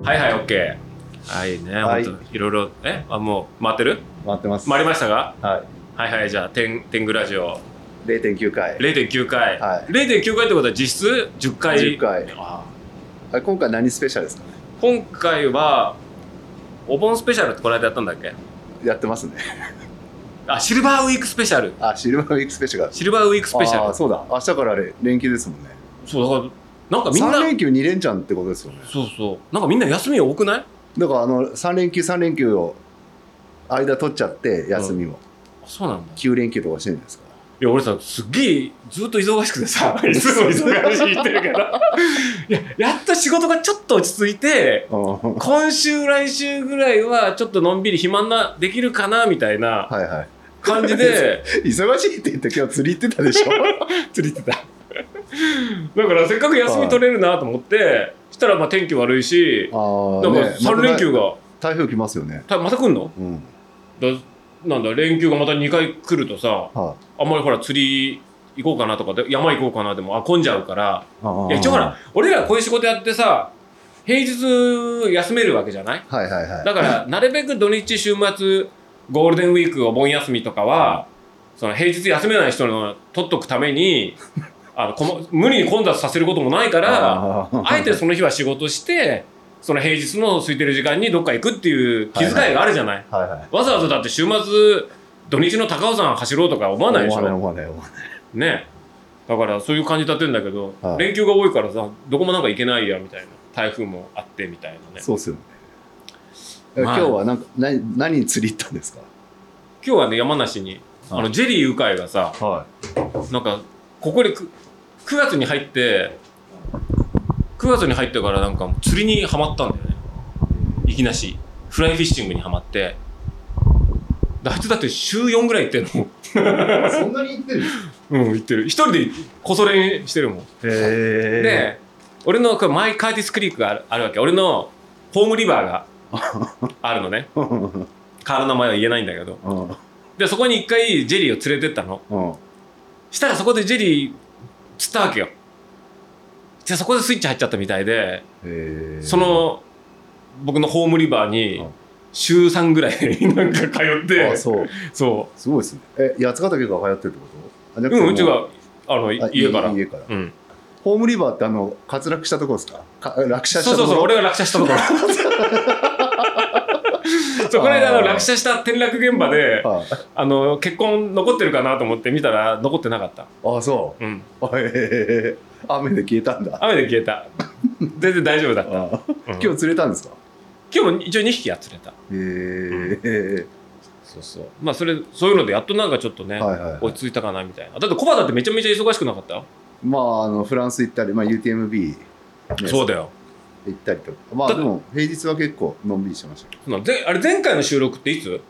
はいはい、OK。はいね、 はい本当いろいろ、もう回ってる？ 回ってます。 回りましたが、 はい。 はいはい、じゃあ、天狗ラジオ、 0.9 回。 0.9回。 はい。 0.9回ってことは実質10回。 10回。 あ今回何スペシャルですかね？ 今回は、お盆スペシャルってこの間やったんだっけ？ やってますね。 あ、シルバーウィークスペシャル。 シルバーウィークスペシャル。 シルバーウィークスペシャル。 そうだ。明日から連休ですもんね。 そう、だから、なんかみんな。 3連休2連チャンってことですよね。 そうそう。なんかみんな休み多くない？ だから3連休を間取っちゃって休みも、 そうなんだ。 9連休とかしてるんですか？ いや俺さすっげえずっと忙しくてさいつも忙しいってるけどやっと仕事がちょっと落ち着いて今週来週ぐらいはちょっとのんびり暇なできるかなみたいな感じで忙しいって言って今日釣り行ってたでしょ？ 釣り行ってただからせっかく休み取れるなと思ってしたらまあ天気悪いしなんか3連休が台風来ますよね。 また来んの？なんだ連休がまた2回来るとさ、あんまりほら釣り行こうかなとかで山行こうかなでも混んじゃうからいや一応ほら俺らこういう仕事やってさ平日休めるわけじゃない？だからなるべく土日週末ゴールデンウィークお盆休みとかはその平日休めない人の取っとくために無理に混雑させることもないからあえてその日は仕事してその平日の空いてる時間にどっか行くっていう気遣いがあるじゃない。わざわざだって週末土日の高尾山走ろうとか思わないでしょ。思わないね。だからそういう感じ立てるんだけど、連休が多いからさどこもなんか行けないやみたいな台風もあってみたいなね。 そうっすよね。今日は何に釣り行ったんですか？ 今日はね山梨にジェリー鵜飼がさ、なんかここで9月に入ってからなんか釣りにはまったんだよね。いきなしフライフィッシングにはまってあいつだって週4ぐらい行ってるのそんなに行ってる？ 行ってる。一人でこそ練してるもん。で俺のマイカーティスクリークがあるわけ。俺のホームリバーがあるのね川の名前は言えないんだけどでそこに一回ジェリーを連れてったの。したらそこでジェリー釣ったわけよ。じゃあそこでスイッチ入っちゃったみたいでその僕のホームリバーに週3ぐらいなんか通ってそうすごいですね。八ヶ岳が通ってるってこと？ うちが家からホームリバーって滑落したところですか？落車したところ？ そう俺が落車したところこの間落車した転落現場で血痕残ってるかなと思って見たら残ってなかった。 そう。雨で消えたんだ。 雨で消えた。全然大丈夫だった。 今日釣れたんですか？ 今日も一応2匹は釣れた。そうまあそういうのでやっとなんかちょっとね落ち着いたかなみたいな。だってコバだってめちゃめちゃ忙しくなかった？ フランス行ったりUTMB そうだよ行ったりとかでも平日は結構のんびりしてました。 あれ前回の収録っていつ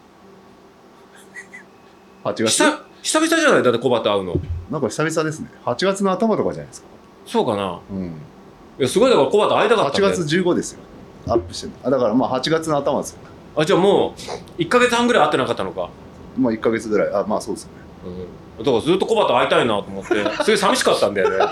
？8月？ 久々じゃない？だってコバと会うのなんか久々ですね。8月の頭とかじゃないですか？ そうかな。いやすごいだからコバと会いたかったんだよ。 8月15ですよアップしてる。だから8月の頭ですよ。 じゃあもう1ヶ月半ぐらい会ってなかったのか。 1ヶ月ぐらいそうですね。 だからずっとコバと会いたいなと思ってそれ寂しかったんだよね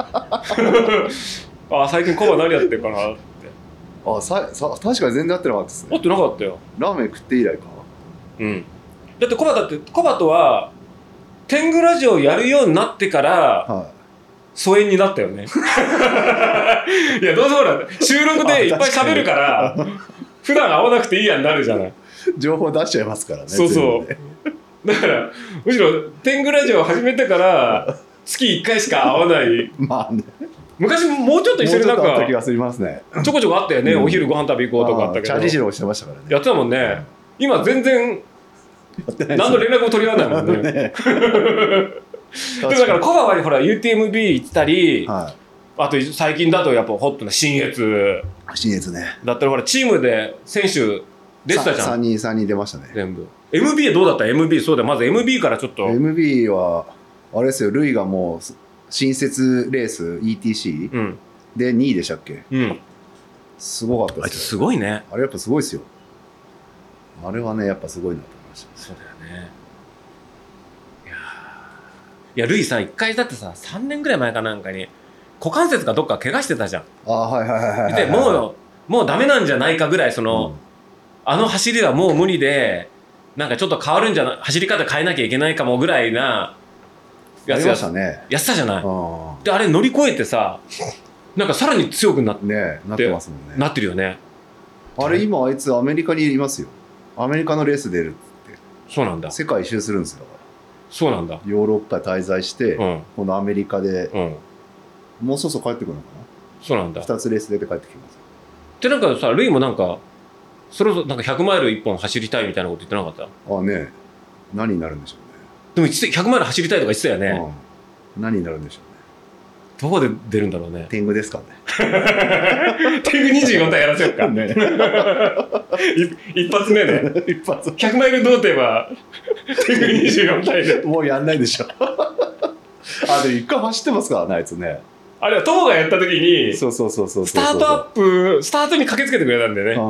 最近コバ何やってるかなって。 確かに全然会ってなかったですね。 会ってなかったよ。 ラーメン食って以来か。 だってコバとは天狗ラジオやるようになってから疎遠になったよねいやどうせほら収録でいっぱい喋るから普段会わなくていいやになるじゃない。 情報出しちゃいますからね。 そうだからむしろ天狗ラジオ始めてから月1回しか会わない昔もうちょっと一緒になんかちょこちょこあったよね。お昼ご飯食べ行こうとかあったけどチャージ二郎してましたからね。 やってたもんね。今全然何の連絡も取り合わないもんねだからコバはほら UTMB 行ってたり、あと最近だとやっぱホットな新越ね。 だったらほらチームで選手出てたじゃん。 3人出ましたね。 全部 MB はどうだった？ MB そうだよ。まず MB からちょっと。 MB はあれですよ。ルイがもう新設レース ETC、で2位でしたっけ？すごかったですよ。 あいつすごいね。 あれやっぱすごいですよ。あれはねやっぱすごいなと思いました。 そうだよね。いやルイさ1回だってさ3年ぐらい前かなんかに股関節かどっか怪我してたじゃん。でももうダメなんじゃないかぐらいあの走りはもう無理でなんかちょっと変わるんじゃない走り方変えなきゃいけないかもぐらいなやつやってたじゃない。であれ乗り越えてさなんかさらに強くなってますもんね。 なってるよね。 あれ今あいつアメリカにいますよ。アメリカのレース出るって。 そうなんだ。 世界一周するんですよ。 そうなんだ。 ヨーロッパ滞在して、このアメリカで、もうそろそろ帰ってくるのかな。 そうなんだ。 2つレース出て帰ってきます。 でなんかさルイもなんかそろそろなんか100マイル1本走りたいみたいなこと言ってなかった？ あね、何になるんでしょうね。 でも100マイル走りたいとか言ってたよね。 何になるんでしょうね。 どこで出るんだろうね。 天狗ですかね。 天狗24体やらせようか。ね、一発目ね。 一発。 100マイル童貞は天狗24体で。 もうやんないでしょ。あ、で一回走ってますからね、あいつね。 あれは友がやった時に、 そうスタートアップ、スタートに駆けつけてくれたんでね。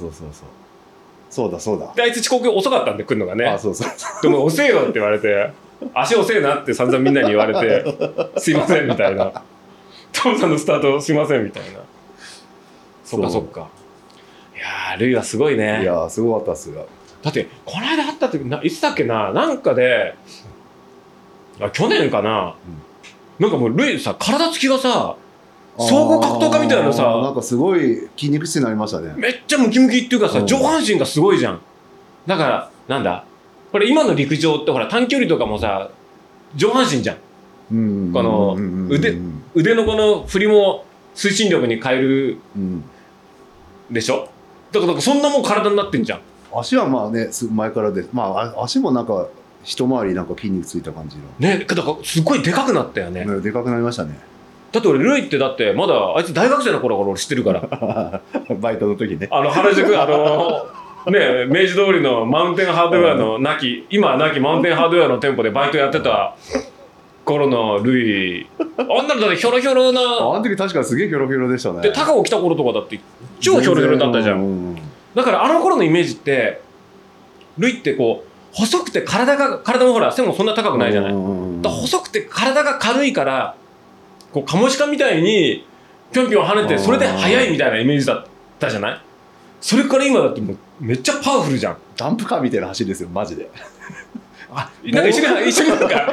そうだ。 で、あいつ遅刻遅かったんで来るのがね。 あ、そう。 でも遅えよって言われて。足遅えなって散々みんなに言われてすいませんみたいなトムさんのスタートすいませんみたいな。そっかいやルイはすごいね。 いやすごかったっすよ。 だってこの間会った時いつだっけななんかで去年かな、なんかもうルイさ体つきがさ総合格闘家みたいなさなんかすごい筋肉質になりましたね。 めっちゃムキムキっていうかさ上半身がすごいじゃん。だからなんだこれ今の陸上ってほら短距離とかもさ上半身じゃん。この腕のこの振りも推進力に変えるでしょ。だからそんなもん体になってんじゃん。 足はまあね前からで足もなんか一回りなんか筋肉ついた感じのね。だからすごいでかくなったよね。 でかくなりましたね。 だって俺ルイってだってまだあいつ大学生の頃から俺知ってるからバイトの時ね原宿ね、明治通りのマウンテンハードウェアの今は亡きマウンテンハードウェアの店舗でバイトやってた頃のルイあんなのだってヒョロヒョロなあの時確かすげえヒョロヒョロでしたね。 で高尾来た頃とかだって超ヒョロヒョロだったじゃん。だからあの頃のイメージってルイってこう細くて体もほら背もそんな高くないじゃない。だ細くて体が軽いからこうカモシカみたいにぴょんぴょん跳ねてそれで速いみたいなイメージだったじゃない。それから今だってもうめっちゃパワフルじゃん。 ダンプカーみたいな走りですよマジで。 なんか一緒になんか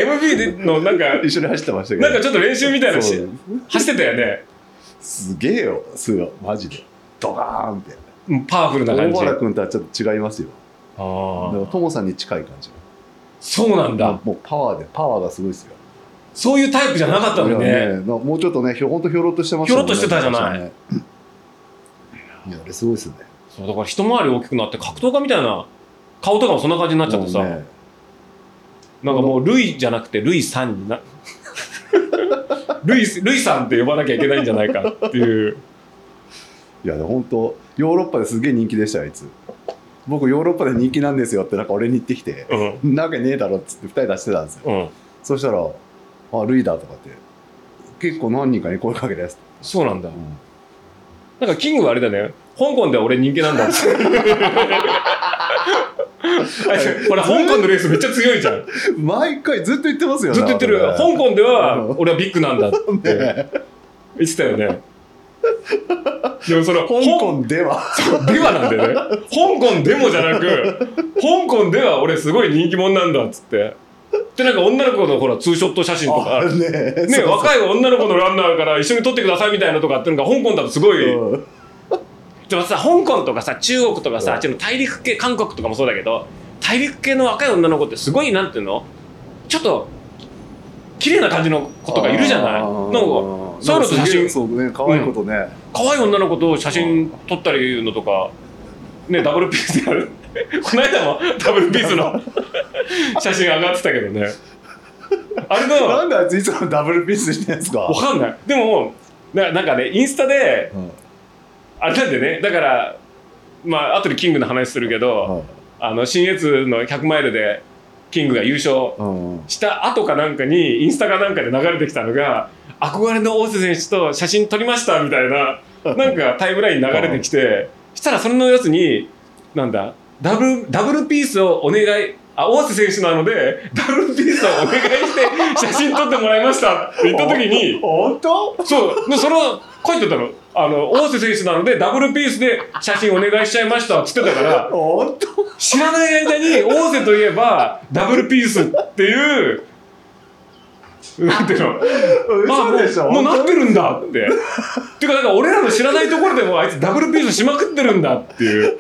MV のなんか一緒に走ってましたけどなんかちょっと練習みたいな走ってたよね。 すげえよマジでドカーンってパワフルな感じ。 大原君とはちょっと違いますよ。だからトモさんに近い感じ。 そうなんだ。 もうパワーがすごいですよ。 そういうタイプじゃなかったのにね。 もうちょっとねほんとひょろっとしてましたね。ひょろっとしてたじゃない。 いやあれすごいですよね。 そうだから一回り大きくなって格闘家みたいな顔とかもそんな感じになっちゃってさ、なんかもうルイじゃなくてルイさんになルイさんって呼ばなきゃいけないんじゃないかっていう。 いや本当ヨーロッパですげえ人気でしたよあいつ。僕ヨーロッパで人気なんですよってなんか俺に言ってきて、なわけねえだろっつって2人出してたんですよ。そしたらあルイだとかって結構何人かに声かけたやつ。 そうなんだ。なんかキングはあれだね。香港で俺人気なんだって。ほら香港のレースめっちゃ強いじゃん。 毎回ずっと言ってますよね。 ずっと言ってる。香港では俺はビッグなんだって言ってたよね。でもその香港ではではなんだよね。香港でもじゃなく香港では俺すごい人気者なんだっつって。でなんか女の子のほらツーショット写真とかね若い女の子のランナーから一緒に撮ってくださいみたいなとかっていうのが香港だとすごい。でもさ香港とかさ中国とかさあっちの大陸系韓国とかもそうだけど大陸系の若い女の子ってすごいなんていうのちょっと綺麗な感じの子とかいるじゃない。なんかそういうのと写真そうね可愛い子とね可愛い女の子と写真撮ったりいうのとかねダブルピースでやるこの間もダブルピースの写真上がってたけどね。あれのなんであいついつもダブルピースしてるんですか。 わかんない。でもなんかねインスタで、あれなんでねだからまあ後でキングの話するけど、新越の100マイルでキングが優勝した後かなんかにインスタかなんかで流れてきたのが憧れの大瀬選手と写真撮りましたみたいななんかタイムラインに流れてきてしたらそれのやつになんだダブルピースをお願い大瀬選手なのでダブルピースをお願いして写真撮ってもらいましたって言った時に本当そうそれを書いてたの大瀬選手なのでダブルピースで写真お願いしちゃいましたっつってたから知らない間に大瀬といえばダブルピースっていうなんていうの嘘でしょもうなってるんだってっていうかなんか俺らの知らないところでもあいつダブルピースしまくってるんだっていう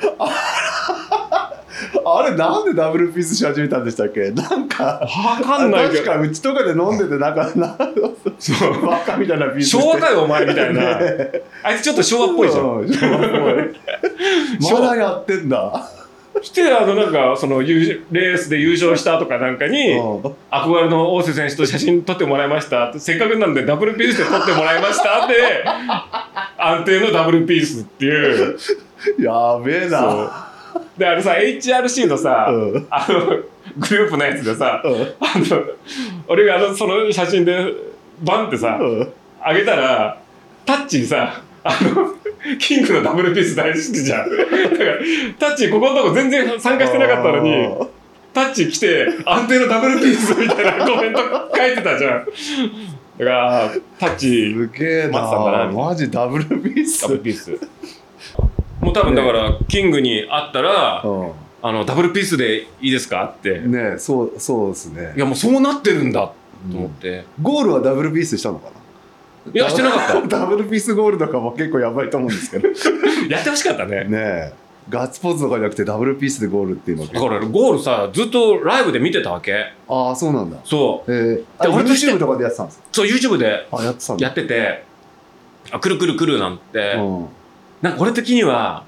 あれなんでダブルピースし始めたんでしたっけ？なんか分かんないけど確かうちとかで飲んでてなんかそうバカみたいなピース昭和かよお前みたいな、あいつちょっと昭和っぽいじゃん、 昭和っぽいまだやってんだ。 してなんかそのレースで優勝したとかなんかに憧れの大瀬選手と写真撮ってもらいましたせっかくなんでダブルピースで撮ってもらいましたって安定のダブルピースっていうやべえな。 でさ HRC のさ、グループのやつでさ、俺がその写真でバンってさ、あげたらタッチにさキングのダブルピース大好きじゃん。だからタッチここのとこ全然参加してなかったのにタッチ来て安定のダブルピースみたいなコメント書いてたじゃん。だからタッチすげえな。マジダブルピース。 ダブルピース。もう多分だからキングに会ったら、ダブルピースでいいですかってね。そうですね。 いやもうそうなってるんだと思って、 ゴールはダブルピースしたのかな。 いやしてなかったダブルピースゴールとかも結構やばいと思うんですけどやってほしかったね。 ねえガッツポーズとかじゃなくてダブルピースでゴールっていうのだからゴールさずっとライブで見てたわけ。 ああそうなんだ。 そう YouTube とかでやってたんですか。 そう YouTube でやっててくるくるくるなんて、なんか俺的には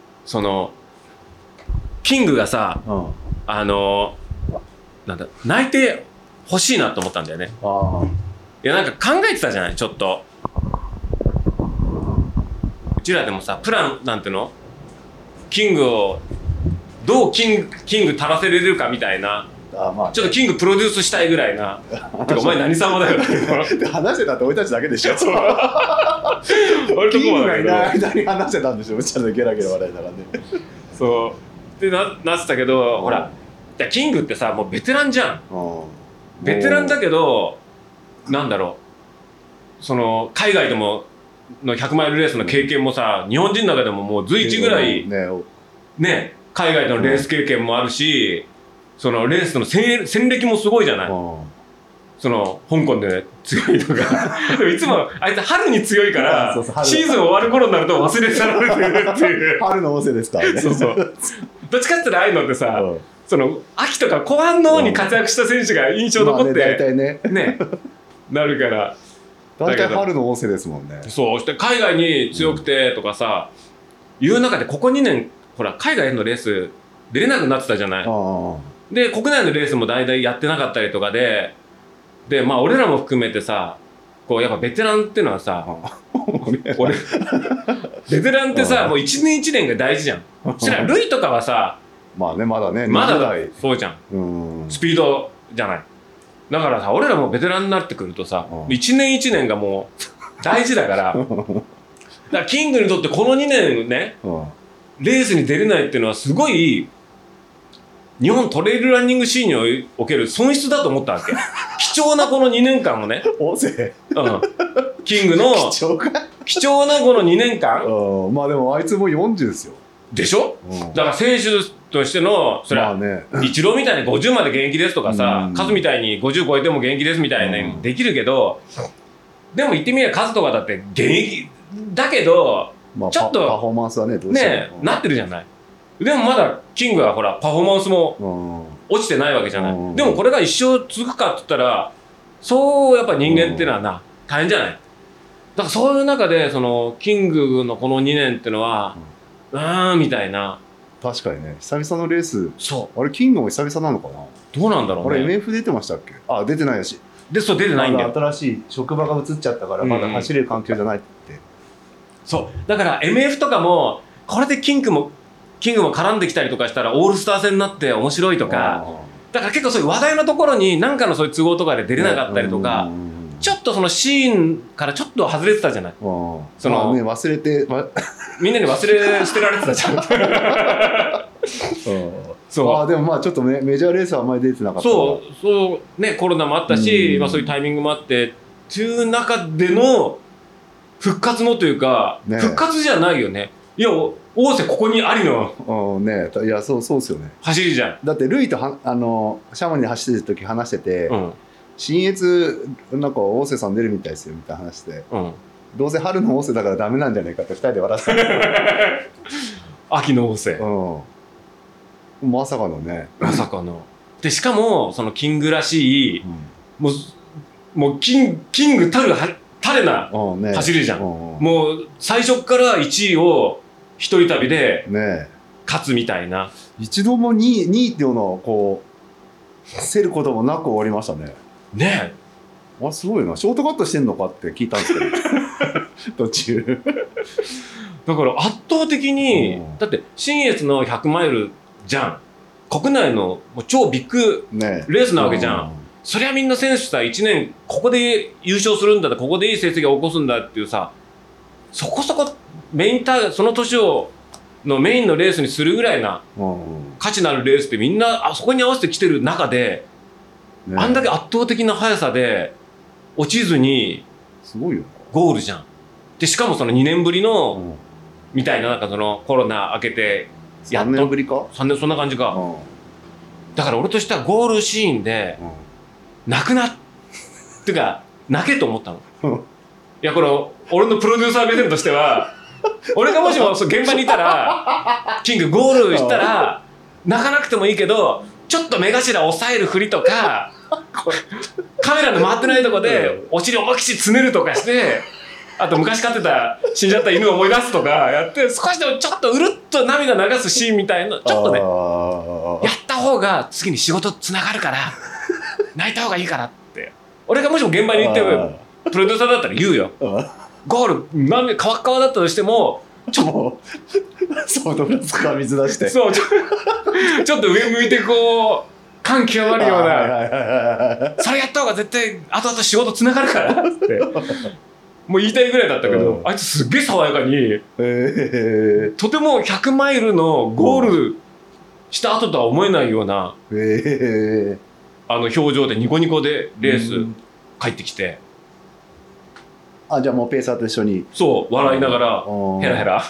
キングがさ、なんだ泣いてほしいなと思ったんだよね。いやなんか考えてたじゃないちょっとうちらでもさプランなんてのキングをどうキング垂らせれるかみたいな、ちょっとキングプロデュースしたいぐらいなてかお前何様だよって話してたって俺たちだけでしょ俺とキングがいない間に話してたんでしょうちらでゲラゲラ笑いながらねそうで なってたけどほらキングってさもうベテランじゃん。ベテランだけどなんだろう海外でもの100マイルレースの経験もさ日本人の中でももう随一ぐらいね海外でのレース経験もあるしレースの戦歴もすごいじゃない。香港で強いとかでもいつもあいつ春に強いからシーズン終わる頃になると忘れ去られてるっていう春の旺盛ですからね。 そうどっちかって言ったらああいうのってさ秋とか後半の方に活躍した選手が印象残って大体ねなるから大体春の旺盛ですもんね。 そうして海外に強くてとかさ、いう中でここ2年ほら海外のレース出れなくなってたじゃない。で国内のレースも大体やってなかったりとかでまあ俺らも含めてさやっぱベテランっていうのはさ俺ベテランってさもう一年一年が大事じゃん。そしたらルイとかはさまあねまだそうじゃん。スピードじゃない。だからさ俺らもベテランになってくるとさ一年一年がもう大事だからキングにとってこの2年ねレースに出れないっていうのはすごい日本トレイルランニングシーンにおける損失だと思ったわけ。貴重なこの2年間をねキングの貴重なこの2年間まあでもあいつも40ですよ。 でしょ、だから選手としてのそれはイチローみたいに50まで現役ですとかさカズみたいに50超えても現役ですみたいなできるけどでも言ってみればカズとかだって現役だけどちょっとパフォーマンスはねなってるじゃない。でもまだキングはほらパフォーマンスも落ちてないわけじゃない。でもこれが一生続くかって言ったらそうやっぱ人間っていうのは大変じゃない。だからそういう中でキングのこの2年っていうのはみたいな。 確かにね久々のレースあれキングも久々なのかな。 どうなんだろうね。 あれ MF 出てましたっけ。出てないし出てないんだよ。 新しい職場が移っちゃったからまだ走れる環境じゃないって、 そうだから MF とかもこれでキングも絡んできたりとかしたらオールスター戦になって面白いとかだから結構そういう話題のところに何かのそういう都合とかで出れなかったりとかちょっとシーンからちょっと外れてたじゃない。 忘れて、 みんなに忘れ捨てられてたじゃんそうでもまあちょっとメジャーレースはあんまり出てなかったそうねコロナもあったしそういうタイミングもあってっていう中での2 復活のというか、ね、復活じゃないよね。いや、大瀬ここにありの。 ね、いや、そうっすよね。 走りじゃん。 だってルイとシャモニー走ってる時話してて、新越なんか大瀬さん出るみたいですよみたいな話で、どうせ春の大瀬だからダメなんじゃないかって2人で笑ってた。秋の大瀬。 まさかのね。 まさかの。で、しかも、そのキングらしい、もうキングたるな走りじゃん。もう最初から1位を一人旅で勝つみたいな。 一度も2位っていうのをこう、競ることもなく終わりましたね。 ねえ。すごいな。ショートカットしてんのかって聞いたんですけど、途中。 だから圧倒的に、だって信越の100マイルじゃん。国内のもう超ビッグレースなわけじゃん。そりゃみんな選手さ、1年ここで優勝するんだって、ここでいい成績を起こすんだっていうさ、そこそこその年のメインのレースにするぐらいな価値のあるレースってみんなそこに合わせてきてる中で、あんだけ圧倒的な速さで落ちずにゴールじゃん。でしかもその2年ぶりのみたいな、なんかそのコロナ明けてやっと3年ぶりか 3年、そんな感じか。だから俺としてはゴールシーンで泣くなっていうか泣けと思ったの。いや、これ俺のプロデューサー目線としては、俺がもしも現場にいたらキングゴールしたら泣かなくてもいいけど、ちょっと目頭を押さえるふりとか、カメラの回ってないとこでお尻思いっきりつねるとかして、あと昔飼ってた死んじゃった犬を思い出すとかやって、少しでもちょっとうるっと涙流すシーンみたいな、ちょっとねやった方が次に仕事つながるから泣いた方がいいからって、俺がもしも現場に行ってプロデューサーだったら言うよ。ゴールカワッカワだったとしても、 ちょっとソフトフラスクから水出して、 そうちょっと上向いてこう感極まるような、それやった方が絶対後々仕事つながるからってもう言いたいぐらいだったけど、あいつすっげえ爽やかに、とても100マイルのゴールした後とは思えないような、表情でニコニコでレース帰ってきて、 じゃあもうペーサーと一緒にそう笑いながらヘラヘラ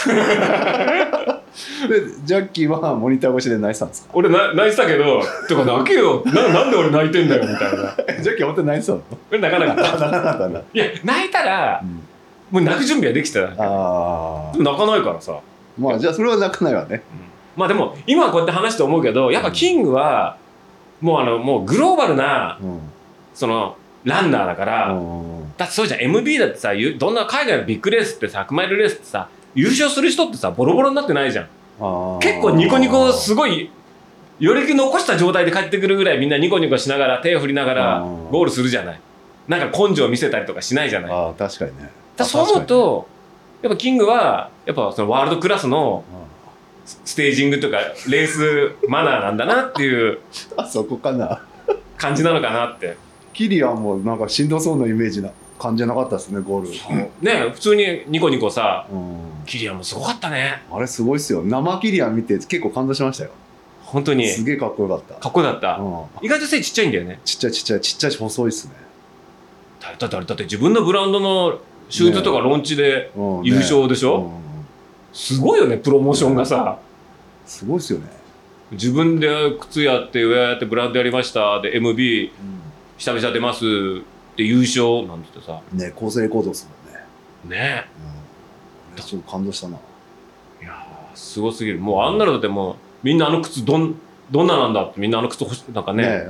でジャッキーはモニター越しで泣いてたんですか？ 俺泣いてたけど、てか泣けよ、なんで俺泣いてんだよみたいな。 ジャッキー本当に泣いてたの？ 俺泣かなかったいや、泣いたら、もう泣く準備はできてた。泣かないからさ。 まあじゃあそれは泣かないわね。 まあでも今はこうやって話して思うけど、やっぱキングはもうグローバルなそのランナーだから、だってそうじゃん。 MB だってさ、どんな海外のビッグレースってさ、100マイルレースってさ、優勝する人ってさボロボロになってないじゃん。結構ニコニコすごいより残した状態で帰ってくるぐらい、みんなニコニコしながら手を振りながらゴールするじゃない。なんか根性を見せたりとかしないじゃない。 確かにね。 そう思うとやっぱキングはやっぱそのワールドクラスのステージングとかレースマナーなんだなっていうそこかな感じなのかなって。 キリアンもなんかしんどそうなイメージな感じじゃなかったですね、ゴールね。普通にニコニコさ、キリアンもすごかったね。 あれすごいっすよ。生キリアン見て結構感動しましたよ。 本当にすげえかっこよかった。 かっこよかった、意外と背ちっちゃいんだよね。 ちっちゃいし細いっすね。 だって自分のブランドのシューズとかローンチで優勝でしょ、すごいよね、プロモーションがさ。 すごいっすよね。 自分で靴やってウェアやってブランドやりましたで MB、久々出ますって優勝なんてさね、コースレコードですもんね。 ねえ、ちょっと感動したな。 いやすごすぎる。もうあんなのだってもうみんなあの靴どんななんだって、みんなあの靴欲しなんかね。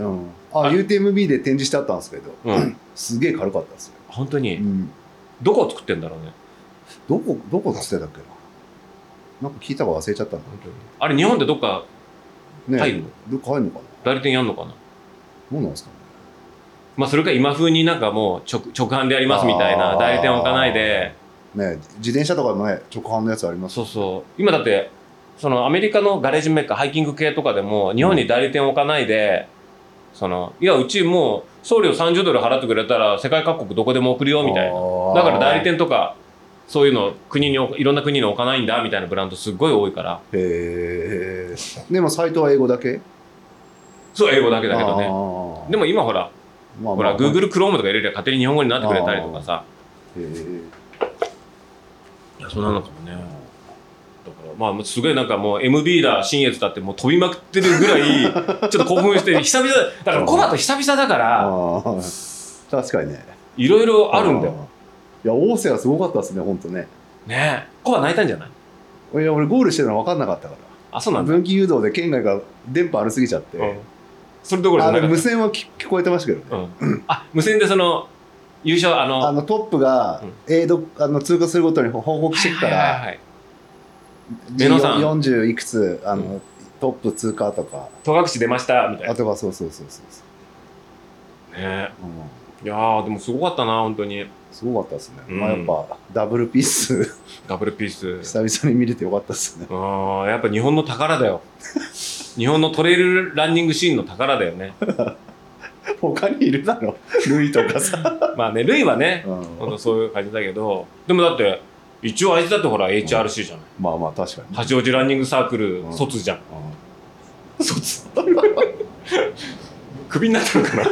UTMB で展示してあったんですけど、すげえ軽かったですよ。 本当に、どこを作ってんだろうね。 どこ作ってたっけな。なんか聞いたか忘れちゃったんだ。 あれ日本でどっか入るの？ どっか入るのかな。 代理店やんのかな。 どうなんですかね。 まあそれか今風になんかもう直販でやりますみたいな、代理店置かないでね、自転車とかもね直販のやつあります。 そうそう。今だってそのアメリカのガレージメーカーハイキング系とかでも日本に代理店置かないで、いやうちもう送料$30払ってくれたら世界各国どこでも送るよみたいな。だから代理店とかそういうのいろんな国に置かないんだみたいなブランドすっごい多いから。 へえ。でもサイトは英語だけ？ そう、英語だけだけどね。でも今ほら Google Chrome とか入れれば勝手に日本語になってくれたりとかさ。 いやそうなのかもね。だからまあすごいなんかもう MB だ新越だってもう飛びまくってるぐらいちょっと興奮して久々だからコバと久々だから確かにねいろいろあるんだよ。 いや大瀬はすごかったですね本当ね。 ねえコバ泣いたんじゃない？ いや俺ゴールしてるの分かんなかったから。 あそうなんだ。 分岐誘導で県外が電波悪すぎちゃって、 それどころじゃなかった。 無線は聞こえてましたけどね、 あ無線でその優勝トップがエイド通過するごとに報告してくから40いくつトップ通過とか戸隠出ましたみたいなとかそうねえ、いやでもすごかったな本当にすごかったですね、まあやっぱダブルピース久々に見れてよかったですね。 やっぱ日本の宝だよ日本のトレイルランニングシーンの宝だよね他にいるだろルイとかさまあねルイはね、そういう感じだけどでもだって一応あいつだってほら HRC じゃない、 まあまあ確かに八王子ランニングサークル卒じゃん、卒クビになったのかな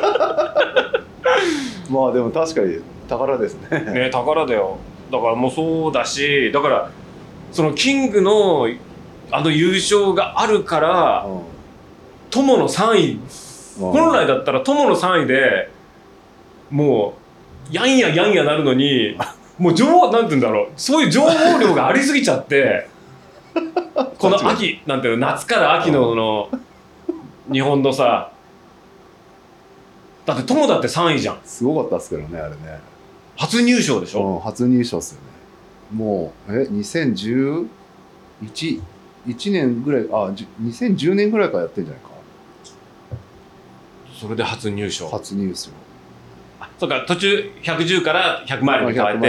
まあでも確かに宝ですね。 ね宝だよ。だからもうそうだしだからそのキングの優勝があるから友の3位本来だったら友の3位でもうやんやなるのにもうなんて言うんだろうそういう情報量がありすぎちゃってこの秋なんていうの夏から秋の日本のさだって友だって3位じゃん。 すごかったっすけどねあれね。 初入賞でしょ、 初入賞っすよね。もう2011年ぐらい2010年ぐらいからやってんじゃないか。 それで初入賞。そうか途中110から100マイルに変わって、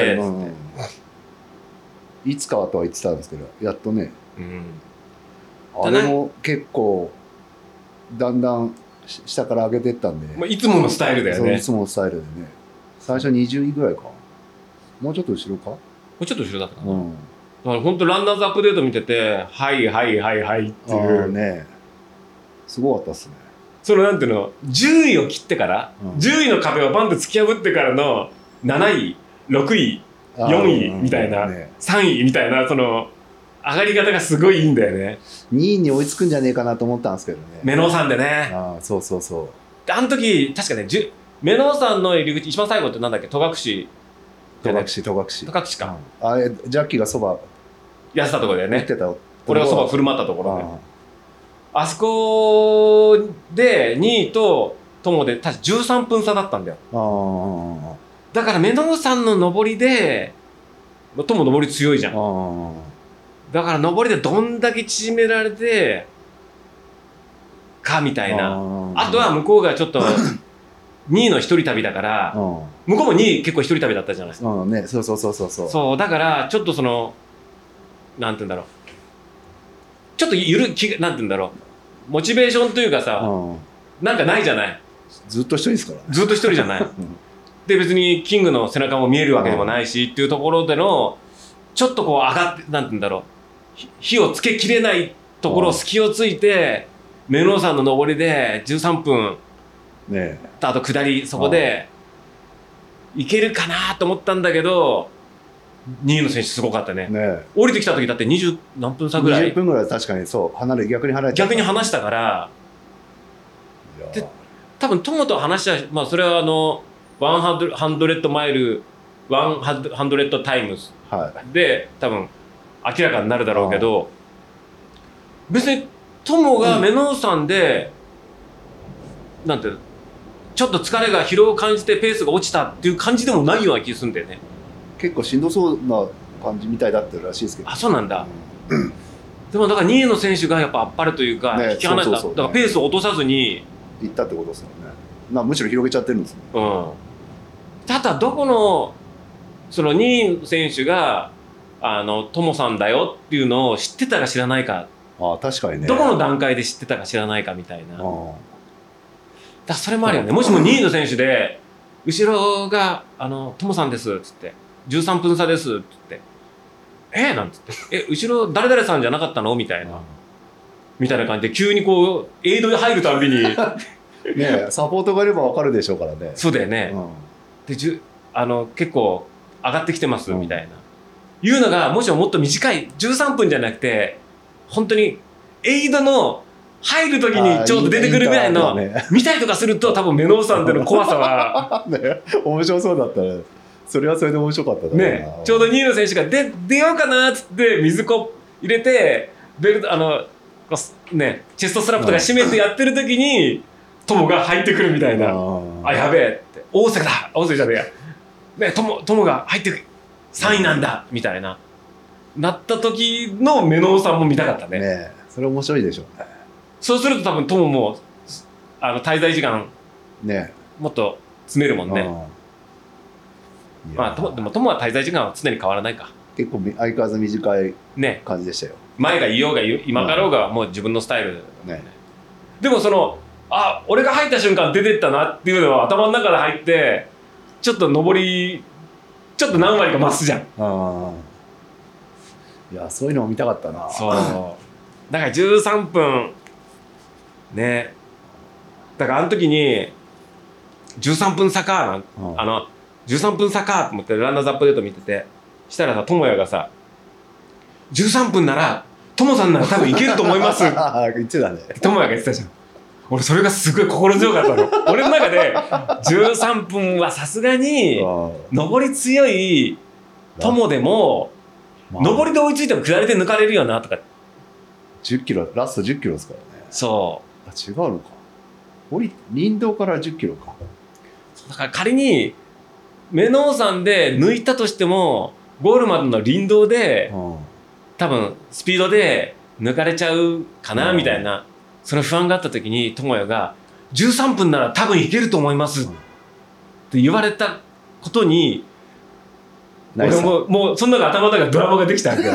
いつかはとは言ってたんですけどやっとね、あれも結構だんだん下から上げてったんで、 いつものスタイルだよね。 いつものスタイルでね最初20位ぐらいかもうちょっと後ろかもうちょっと後ろだったかな、だから本当ランナーズアップデート見ててはいっていうねすごかったっすね。 そのなんていうの10位を切ってから、10位の壁をバンと突き破ってからの7位6位4位みたいな、3位みたいなその上がり方がすごいいいんだよね。 2位に追いつくんじゃねえかなと思ったんですけどね。 メノウさんでね。 そうあの時確かねメノウさんの入り口一番最後ってなんだっけ戸隠か、 あれジャッキーがそばやってたところだよね。俺がそば振る舞ったところで、あそこで2位と友で確か13分差だったんだよ。だからメノウさんの上りで友上り強いじゃん。だから上りでどんだけ縮められてかみたいな。あとは向こうがちょっと2位の一人旅だから向こうも2位結構一人旅だったじゃないですか。そうだからちょっとそのなんて言うんだろうちょっとなんて言うんだろうモチベーションというかさなんかないじゃない。 ずっと一人ですからね。 ずっと一人じゃないで別にキングの背中も見えるわけでもないしっていうところでのちょっとこう上がってなんて言うんだろう火をつけきれないところを隙をついてメノウさんの上りで13分あと下りそこでいけるかなと思ったんだけど2位の選手すごかったね。降りてきた時だって20何分差ぐらい 20分ぐらい確かにそう逆に離したからで多分友と話したそれは100マイル100タイムズで多分明らかになるだろうけど別に友がメノウさんでなんていうのちょっと疲れが疲労を感じてペースが落ちたっていう感じでもないような気がするんだよね。 結構しんどそうな感じみたいだったらしいですけど。 あそうなんだ、でもだから2位の選手がやっぱあっぱれというか引き離しただからペースを落とさずにいったってことですよね。むしろ広げちゃってるんですね。 ただどこのその2位の選手が友さんだよっていうのを知ってたか知らないか。 確かにね。 どこの段階で知ってたか知らないかみたいな。だそれもあるよね。もしも2位の選手で後ろが友さんですっつって13分差ですっつってなんつって後ろ誰々さんじゃなかったのみたいな感じで急にこうエイドで入るたびにねサポートがいれば分かるでしょうからね。 そうだよね。で結構上がってきてますみたいな。 いうのがもしももっと短い13分じゃなくて本当にエイドの入る時にちょうど出てくるぐらいの、見たりとかすると多分メノウ山での怖さはね、面白そうだったね。それはそれで面白かったね。ちょうど2位の選手が出ようかなっつって水こ入れてベルトね、チェストストラップとか締めてやってる時に友が入ってくるみたいな、あやべえって大関じゃねえや、ね、友が入ってくる3位なんだみたいななった時のメノウさんも見たかったね。 ね、それ面白いでしょうね。 そうすると多分友も滞在時間ねもっと詰めるもんね。まあでも友は滞在時間は常に変わらないか。 結構相変わらず短い感じでしたよ。 前がいようが今かろうがもう自分のスタイル、ね、でも俺が入った瞬間出てったなっていうのは頭の中で入ってちょっと上りちょっと何割か増すじゃん。 いやそういうのも見たかったな。 そうだから13分ね。だからあの時に13分差か13分差かと思ってランナーズアップデート見ててしたらさ智也がさ13分なら友さんなら多分いけると思います言ってたね。 智也が言ってたじゃん。俺それがすごい心強かったの。俺の中で13分はさすがに上り強い友でも上りで追いついても下りで抜かれるよなとか。 10キロラスト10キロですからね。 そう違うのか。林道から10キロか。 だから仮にメノウ山で抜いたとしてもゴールまでの林道で多分スピードで抜かれちゃうかなみたいなその不安があった時に智也が13分なら多分いけると思いますって言われたことに俺もうその中頭の中でドラマができたわけよ。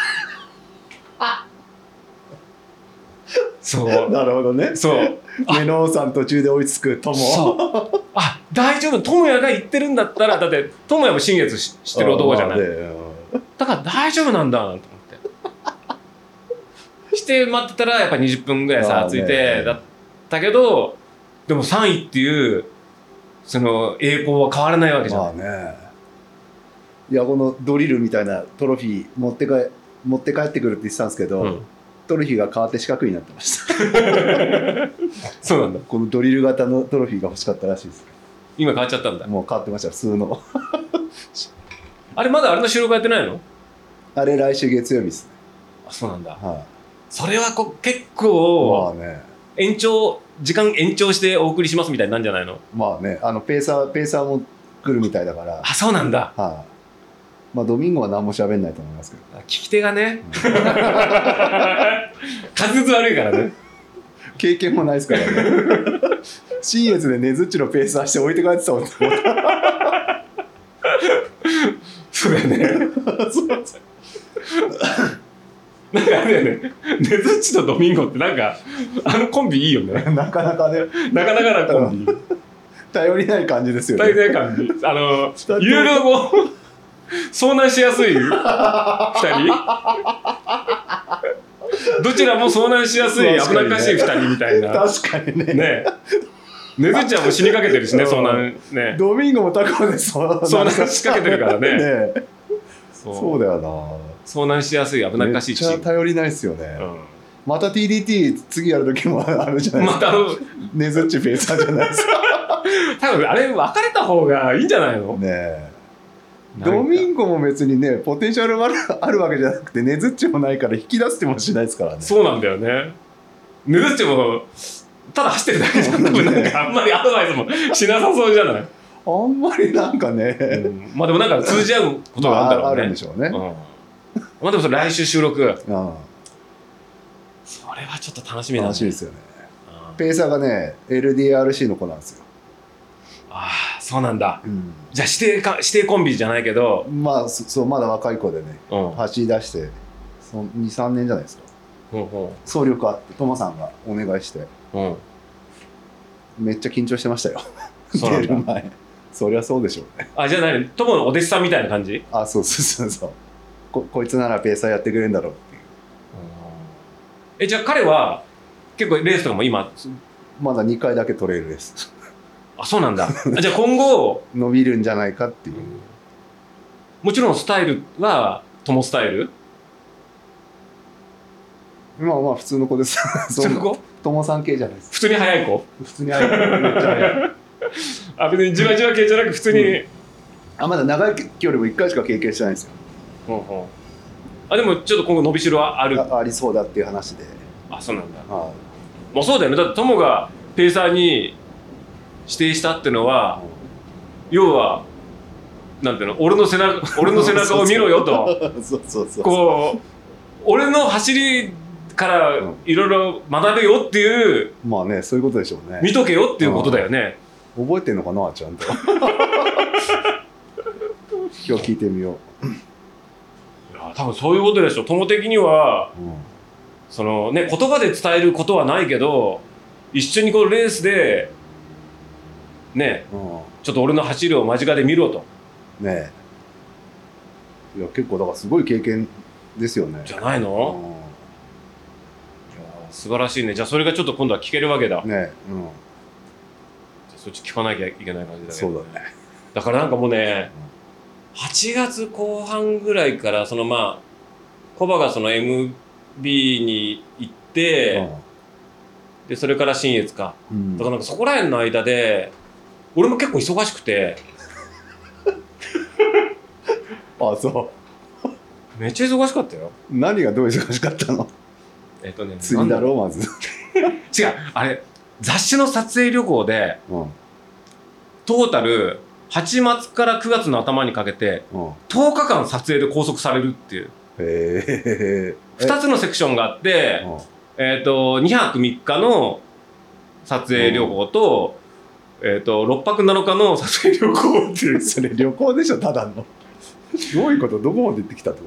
そうなるほどね。 そうメノウ山途中で追いつく友。 そう大丈夫。智也が言ってるんだったらだって智也も新月してる男じゃない。だから大丈夫なんだなんて思ってして待ってたらやっぱ20分ぐらい差ついてだったけどでも3位っていうその栄光は変わらないわけじゃん。 まあね。いやこのドリルみたいなトロフィー持って帰ってくるって言ってたんですけど、トロフィーが変わって四角になってましたそうなんだ。 このドリル型のトロフィーが欲しかったらしいです。 今変わっちゃったんだ。 もう変わってました普通のあれまだあれの収録やってないの？ あれ来週月曜日ですね。 あそうなんだ、 はい、 それは結構、まあね、時間延長してお送りしますみたいになるんじゃないの？ まあねペーサーも来るみたいだから。 あそうなんだ。 はい、まあドミンゴは何も喋んないと思いますけど聞き手がね滑舌悪いからね経験もないですからね新越でねずっちのペーサーして置いて帰ってたもんそうだよねなんかあれだよねねずっちとドミンゴってなんかあのコンビいいよねなかなかねなかなかなコンビ頼りない感じですよね。 頼りない感じ有料語遭難しやすい2人どちらも遭難しやすい危なっかしい2人みたいな。 確かにね。 ねずっちゃんも死にかけてるしね遭難ね。 ドミンゴもタコで遭難しかけてるからね。 そうだよな。 遭難しやすい危なっかしいチーム。 めっちゃ頼りないですよね。また TDT 次やる時もあるじゃないですか。またねずっちペーサーじゃないですか。 多分あれ分かれた方がいいんじゃないの？ ねえ。ドミンゴも別にねポテンシャルあるわけじゃなくてねずっちもないから引き出してもしないですからね。 そうなんだよね。ねずっちもただ走ってるだけじゃん。多分なんかあんまりアドバイスもしなさそうじゃない。 あんまりなんかね、 まあでもなんか通じ合うことがあるんだろうね。 あるんでしょうね。 まあでもそれ来週収録。それはちょっと楽しみだね。 楽しいですよね。ペーサーがね LDRC の子なんですよ。 ああそうなんだ、じゃあ指定コンビじゃないけどまあそうまだ若い子でね、走り出して23年じゃないですか、走力あってトモさんがお願いして、めっちゃ緊張してましたよ出る前。そりゃそうでしょうね。 あじゃあ何トモのお弟子さんみたいな感じ？ あそうこいつならペーサーやってくれるんだろうっていう。 じゃあ彼は結構レースとかも今まだ2回だけトレイルです。 あそうなんだじゃあ今後伸びるんじゃないかっていう、 もちろんスタイルは友スタイル？ まあまあ普通の子です。 普通の子？ 友さん系じゃないです。 普通に早い子？ 普通に早い子。めっちゃ早い。 あ、別にじわじわ系じゃなく普通に、 まだ長い距離も1回しか経験してないんですよ。 でもちょっと今後伸びしろはある。 ありそうだっていう話で。 あ、そうなんだ。もうそうだよね。だって友がペーサーに指定したっていうのは、要はなんていうの、俺の背中を見ろよと。こう俺の走りからいろいろ学べよっていう、 まあね、そういうことでしょうね。 見とけよっていうことだよね。 覚えてんのかな、ちゃんと。今日聞いてみよう。いや多分そういうことでしょ。友的には、そのね、言葉で伝えることはないけど、一緒にこうレースでね、ちょっと俺の走りを間近で見ろと。 ねえ。いや結構だからすごい経験ですよね。 じゃないの？いや素晴らしいね。じゃあそれがちょっと今度は聞けるわけだ。ね、じゃあそっち聞かなきゃいけない感じだけど、ね。そうだね。だからなんかもうね、8月後半ぐらいからそのまあコバがその MB に行って、でそれから信越か。だからなんかそこら辺の間で俺も結構忙しくて。 あ、そう。 めっちゃ忙しかったよ。 何がどう忙しかったの？釣りだろまず。 違う、あれ雑誌の撮影旅行で、トータル8月から9月の頭にかけて、10日間撮影で拘束されるっていう。2つのセクションがあって、2泊3日の撮影旅行と、6泊7日の撮影旅行っていう。 それ旅行でしょ、ただの。どういうこと？どこまで行ってきたってこと？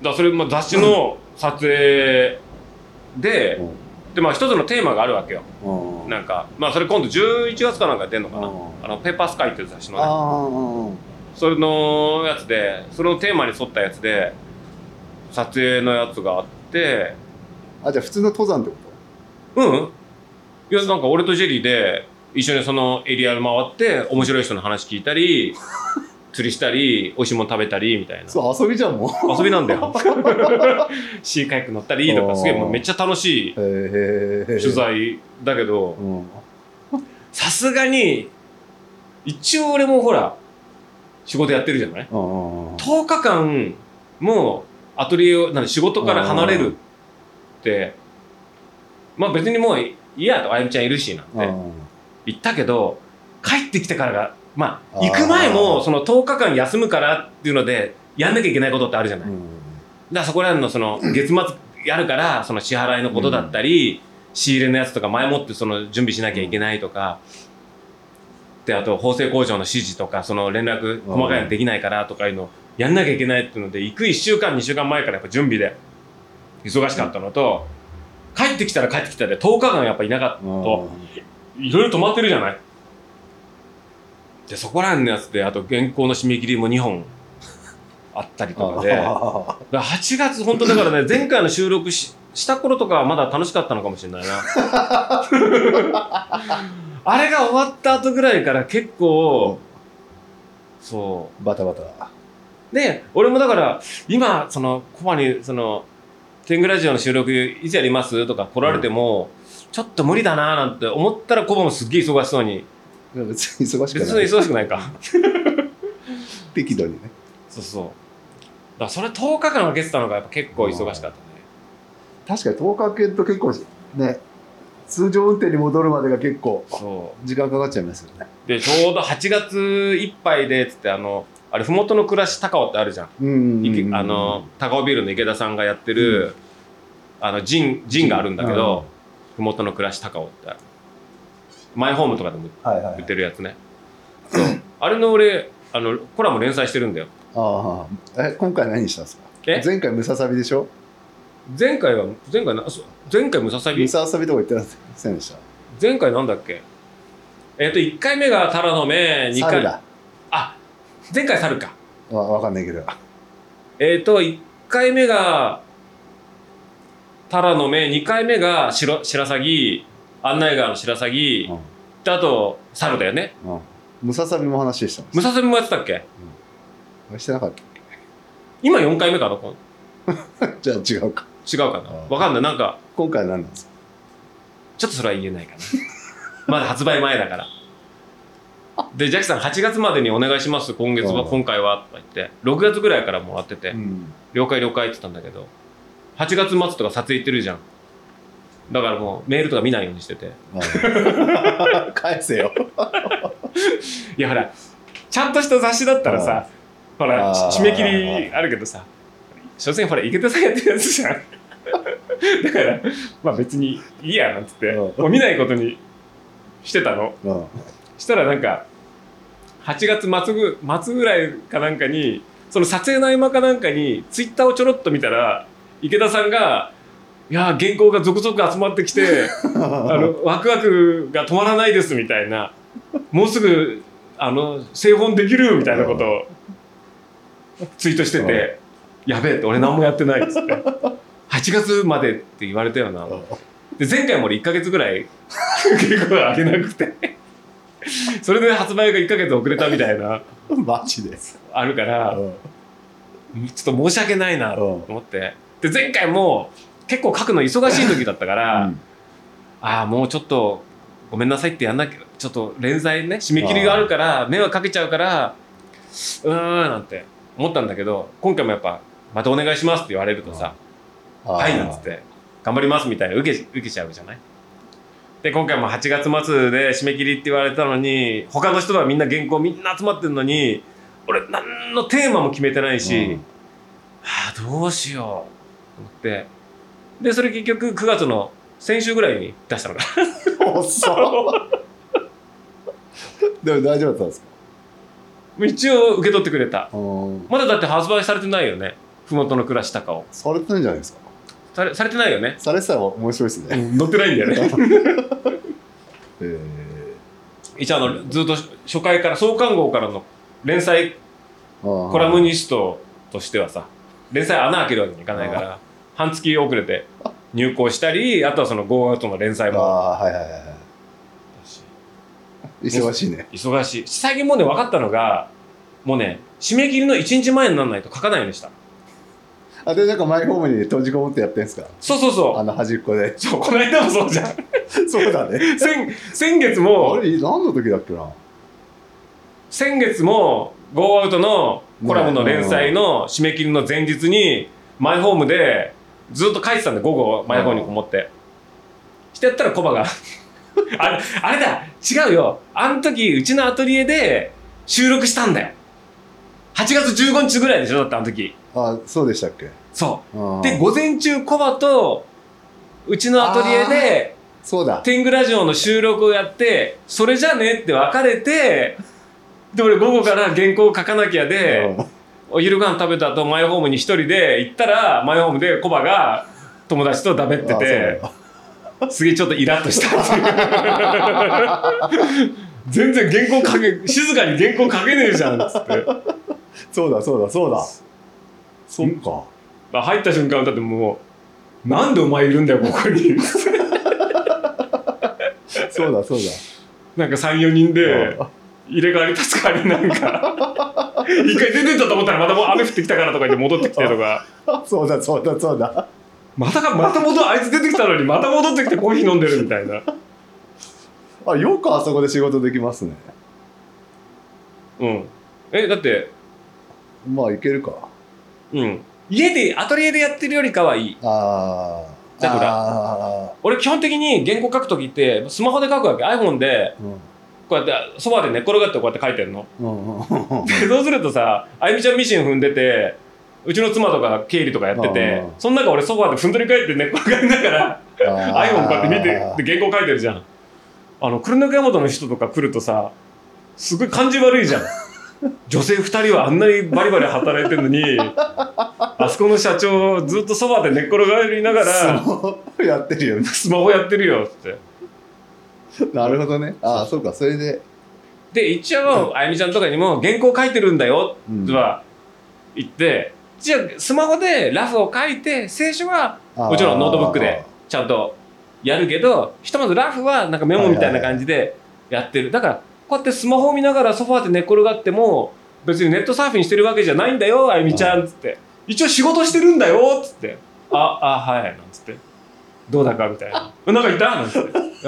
それ雑誌の撮影で、でまあ一つのテーマがあるわけよ。なんかまあそれ今度11月かなんか出るのかな。ペーパースカイっていう雑誌のね。それのやつで、それのテーマに沿ったやつで撮影のやつがあって。 じゃあ普通の登山ってこと？ いやなんか俺とジェリーで一緒にそのエリアを回って面白い人の話聞いたり。釣りしたり美味しいもの食べたりみたいな。 そう遊びじゃんもう。 遊びなんだよ。シーカヤック乗ったりとかすげえもうめっちゃ楽しい取材だけど、さすがに一応俺もほら仕事やってるじゃない。10日間もうアトリエを仕事から離れるってまあ別にもういいやとあゆみちゃんいるしなんて言ったけど、帰ってきてからがまあ行く前もその10日間休むからっていうのでやんなきゃいけないことってあるじゃない。だからそこら辺のその月末やるからその支払いのことだったり、仕入れのやつとか前もってその準備しなきゃいけないとか、であと縫製工場の指示とかその連絡細かいのできないからとかいうのやんなきゃいけないっていうので、行く1週間2週間前からやっぱ準備で忙しかったのと、帰ってきたら帰ってきたで10日間やっぱいなかったといろいろ止まってるじゃない。でそこら辺のやつであと原稿の締め切りも2本あったりとかで、8月本当だからね、前回の収録した頃とかはまだ楽しかったのかもしれないな。あれが終わった後ぐらいから結構そうバタバタで、俺もだから今そのコバにその天狗ラジオの収録いつやりますとか来られても、ちょっと無理だななんて思ったらコバもすっげえ忙しそうに。 別に忙しくない。 別に忙しくないか。 適度にね。 そうそう。だからそれ10日間空けてたのがやっぱ結構忙しかったね。 確かに10日空けると結構ね、通常運転に戻るまでが結構時間かかっちゃいますよね。 でちょうど8月いっぱいでつってあれふもとの暮らし高尾ってあるじゃん。高尾ビルの池田さんがやってる、ジンがあるんだけど、ふもとの暮らし高尾ってマイホームとかでも売ってるやつね。そうあれの俺コラム連載してるんだよ。 今回何したんですか？前回ムササビでしょ？ 前回ムササビ？ ムササビとか言ってませんでした？ 前回なんだっけ？1回目がタラの芽、2回猿だ。 前回猿か。 わかんないけど。 1回目がタラの芽、2回目が白鷺、案内川の白鷺、であと猿だよね。 ムササビも話したんです。 ムササビもやってたっけ？ してなかったっけ？ 今4回目かな。 じゃあ違うか。 違うかな、わかんない。なんか今回は何なんですか？ ちょっとそれは言えないかなまだ発売前だから。でジャッキさん8月までにお願いします今月は今回はとか言って6月ぐらいからもらってて、了解了解って言ったんだけど8月末とか撮影行ってるじゃん。だからもうメールとか見ないようにしてて返せよいやほらちゃんとした雑誌だったらさほら締め切りあるけどさ所詮ほら池田さんやってるやつじゃんだからまあ別にいいやなんつってもう見ないことにしてたの。したらなんか8月末ぐらいかなんかにその撮影の合間かなんかにツイッターをちょろっと見たら池田さんがいや原稿が続々集まってきてワクワクが止まらないですみたいなもうすぐ製本できるみたいなことをツイートしててやべえって俺何もやってないっつって8月までって言われたよな。で前回も俺1ヶ月ぐらい原稿が上げなくてそれで発売が1ヶ月遅れたみたいなマジであるからちょっと申し訳ないなと思ってで前回も結構書くの忙しい時だったから、ああもうちょっとごめんなさいってやんなきゃちょっと連載ね締め切りがあるから迷惑かけちゃうからなんて思ったんだけど今回もやっぱまたお願いしますって言われるとさはいなんつって頑張りますみたいな受けちゃうじゃない。で今回も8月末で締め切りって言われたのに他の人はみんな原稿みんな集まってるのに俺何のテーマも決めてないし、どうしようと思ってでそれ結局9月の先週ぐらいに出したのか遅っでも大丈夫だったんですか？ 一応受け取ってくれた。まだだって発売されてないよねふもとの暮らし高を。 されてないんじゃないですか？ されてないよね。 されてたら面白いですね、 載ってないんだよね一応ずっと初回から創刊号からの連載コラムニストとしてはさ連載穴開けるわけにいかないから半月遅れて入稿したりあとはそのゴーアウトの連載も忙しいね。 忙しい。最近もうね分かったのがもうね締め切りの1日前にならないと書かないようにした。 でなんかマイホームに閉じこもってやってんすか？ そう端っこで。 そうこの間もそうじゃんそうだね先月もあれ何の時だっけな。 先月もゴーアウトのコラムの連載の締め切りの前日にマイホームでずっと書いてたんで午後マイホームにこもってしてやったらコバがあれだ違うよあの時うちのアトリエで収録したんだよ8月15日ぐらいでしょだってあの時。 そうでしたっけ。 そうで午前中コバとうちのアトリエでそうだ天狗ラジオの収録をやってそれじゃねって別れてで俺午後から原稿を書かなきゃでお昼ご飯食べた後マイホームに一人で行ったらマイホームでコバが友達とだべっててすげえちょっとイラッとしたっていう全然原稿静かに原稿書けねえじゃんっつってそうだそっか。 入った瞬間だってもうなんでお前いるんだよここにそうだなんか 3,4 人で入れ替わり助かりなんか一回出てったと思ったらまたもう雨降ってきたからとか言って戻ってきてとかそうだまたあいつ出てきたのにまた戻ってきてコーヒー飲んでるみたいなよくあそこで仕事できますね。 だってまあいけるか。 家でアトリエでやってるよりかはいい。だから俺基本的に原稿書くときってスマホで書くわけ iPhone でこうやってそばで寝っ転がってこうやって書いてるのでそうするとさあゆみちゃんミシン踏んでてうちの妻とか経理とかやっててその中俺ソファでふんどり返って寝っ転がりながら iPhone こうやって見てで原稿書いてるじゃん。黒猫山本の人とか来るとさすごい感じ悪いじゃん女性2人はあんなにバリバリ働いてるのにあそこの社長ずっとそばで寝っ転がりながらスマホやってるよスマホやってるよってなるほどね。そうかそれで一応あゆみちゃんとかにも原稿書いてるんだよとは言ってじゃあスマホでラフを書いて清書はもちろんノートブックでちゃんとやるけどひとまずラフはなんかメモみたいな感じでやってる。だからこうやってスマホを見ながらソファーで寝っ転がっても別にネットサーフィンしてるわけじゃないんだよあゆみちゃんっつって一応仕事してるんだよっつって、はいなんつって、どうだかみたいな、なんかいたなんつって、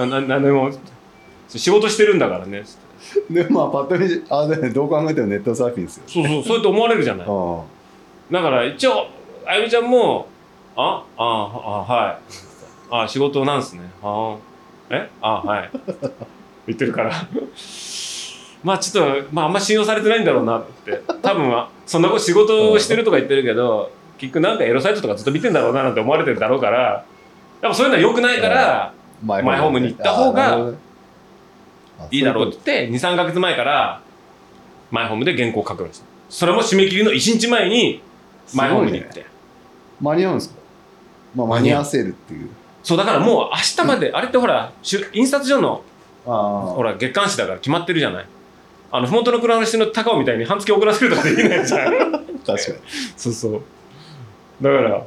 なんでも仕事してるんだからねっつって。 でパッと見どう考えてもネットサーフィンですよ。 そうやって思われるじゃない。だから一応あゆみちゃんもはい仕事なんすね、はい言ってるからちょっとあんま信用されてないんだろうなって、多分そんなこと仕事をしてるとか言ってるけど結局なんかエロサイトとかずっと見てんだろうななんて思われてるだろうから、やっぱそういうのは良くないからマイホームに行った方がいいだろうって言って 2,3 ヶ月前からマイホームで原稿を書くんです。それも締め切りの1日前にマイホームに行って、 間に合うんですか？間に合わせるっていう。 そうだからもう明日まであれってほら印刷所のほら月刊誌だから決まってるじゃない。ふもとの蔵の人の高尾みたいに半月遅らせるとかできないじゃん確かにそうだから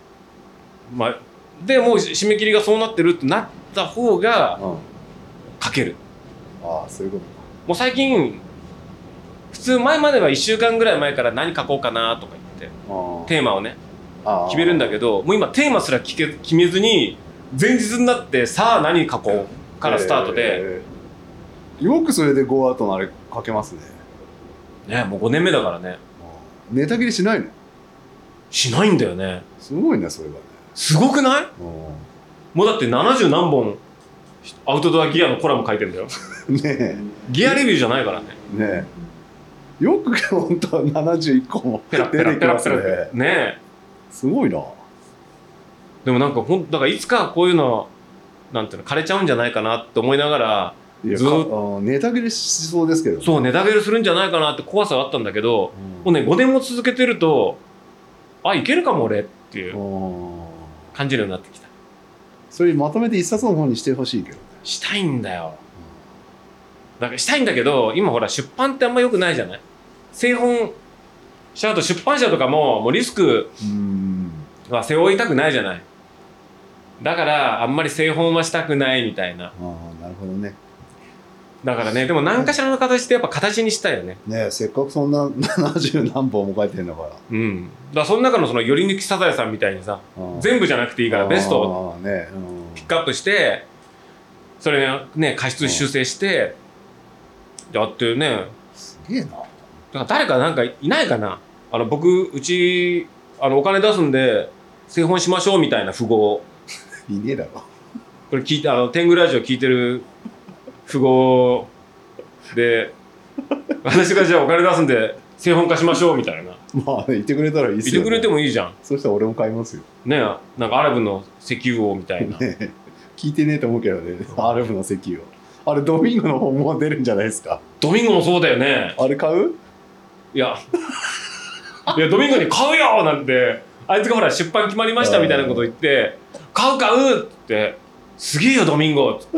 でもう締め切りがそうなってるってなった方が書ける。 そういうこと。 もう最近普通前までは1週間ぐらい前から何書こうかなとか言ってテーマをね決めるんだけど、もう今テーマすら決めずに前日になってさあ何書こうからスタートで、 よくそれでゴーアウトのあれ書けますね。 もう5年目だからね。 ネタ切りしないの？ しないんだよね。 すごいねそれがね。 すごくない？もうだって70何本アウトドアギアのコラム書いてんだよね。ギアレビューじゃないからね。 ねえ、よく本当は71個も出てきますね。 ねえ、 すごいな。 でもなんかだからいつかこういうのなんていうの枯れちゃうんじゃないかなって思いながらずっとネタ切れしそうですけど、ね、 そうネタ切れするんじゃないかなって怖さがあったんだけど、もうね5年も続けてるといけるかも俺っていう感じるようになってきた。 それまとめて一冊の本にしてほしいけど、ね、 したいんだよ。だからしたいんだけど今ほら出版ってあんま良くないじゃない。製本しちゃうと出版社とかもうリスクは背負いたくないじゃない。だからあんまり製本はしたくないみたいな。 なるほどね。 だからね、でも何かしらの形でやっぱ形にしたいよね。 ね、せっかくそんな70何本も書いてるんだから。 だからその中のその寄り抜きサザエさんみたいにさ、全部じゃなくていいからベストをピックアップして、それね加筆修正してやってね。 すげえな。だから誰かなんかいないかな。うちお金出すんで製本しましょうみたいな富豪。 いねえだろ。 これ聞いて天狗ラジオ聞いてる富豪で私がじゃあお金出すんで製本化しましょうみたいな。 言ってくれたらいいっすよ、ね。 言ってくれてもいいじゃん。 そしたら俺も買いますよ。 ねえ、なんかアラブの石油王みたいな。 ね、聞いてねえと思うけどね、アラブの石油王。あれドミンゴの本も出るんじゃないですか。 ドミンゴもそうだよね。 あれ買う？ いやドミンゴに買うよなんて、あいつがほら出版決まりましたみたいなこと言って買うってすげえよドミンゴっつって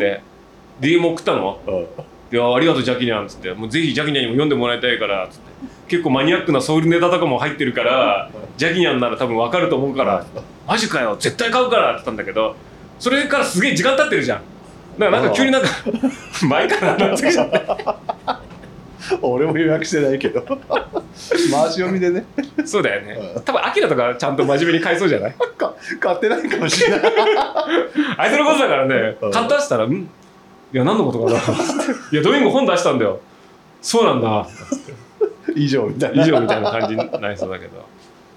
DM 送ったの。いやありがとうジャキニャンっつって、もうぜひジャキニャンにも読んでもらいたいからっつって、結構マニアックなソウルネタとかも入ってるからジャキニャンなら多分分かると思うからマジかよ絶対買うからって言ったんだけど、それからすげえ時間経ってるじゃん。だからなんか急になんか前からなってきちゃって俺も予約してないけど回し読みでね。 そうだよね。多分アキラとかちゃんと真面目に買いそうじゃない？ 買ってないかもしれないあいつのことだからね。買ったしたらいや何のことかな。いやドミンゴ本出したんだよ。そうなんだ。 以上みたいな感じになりそうだけど。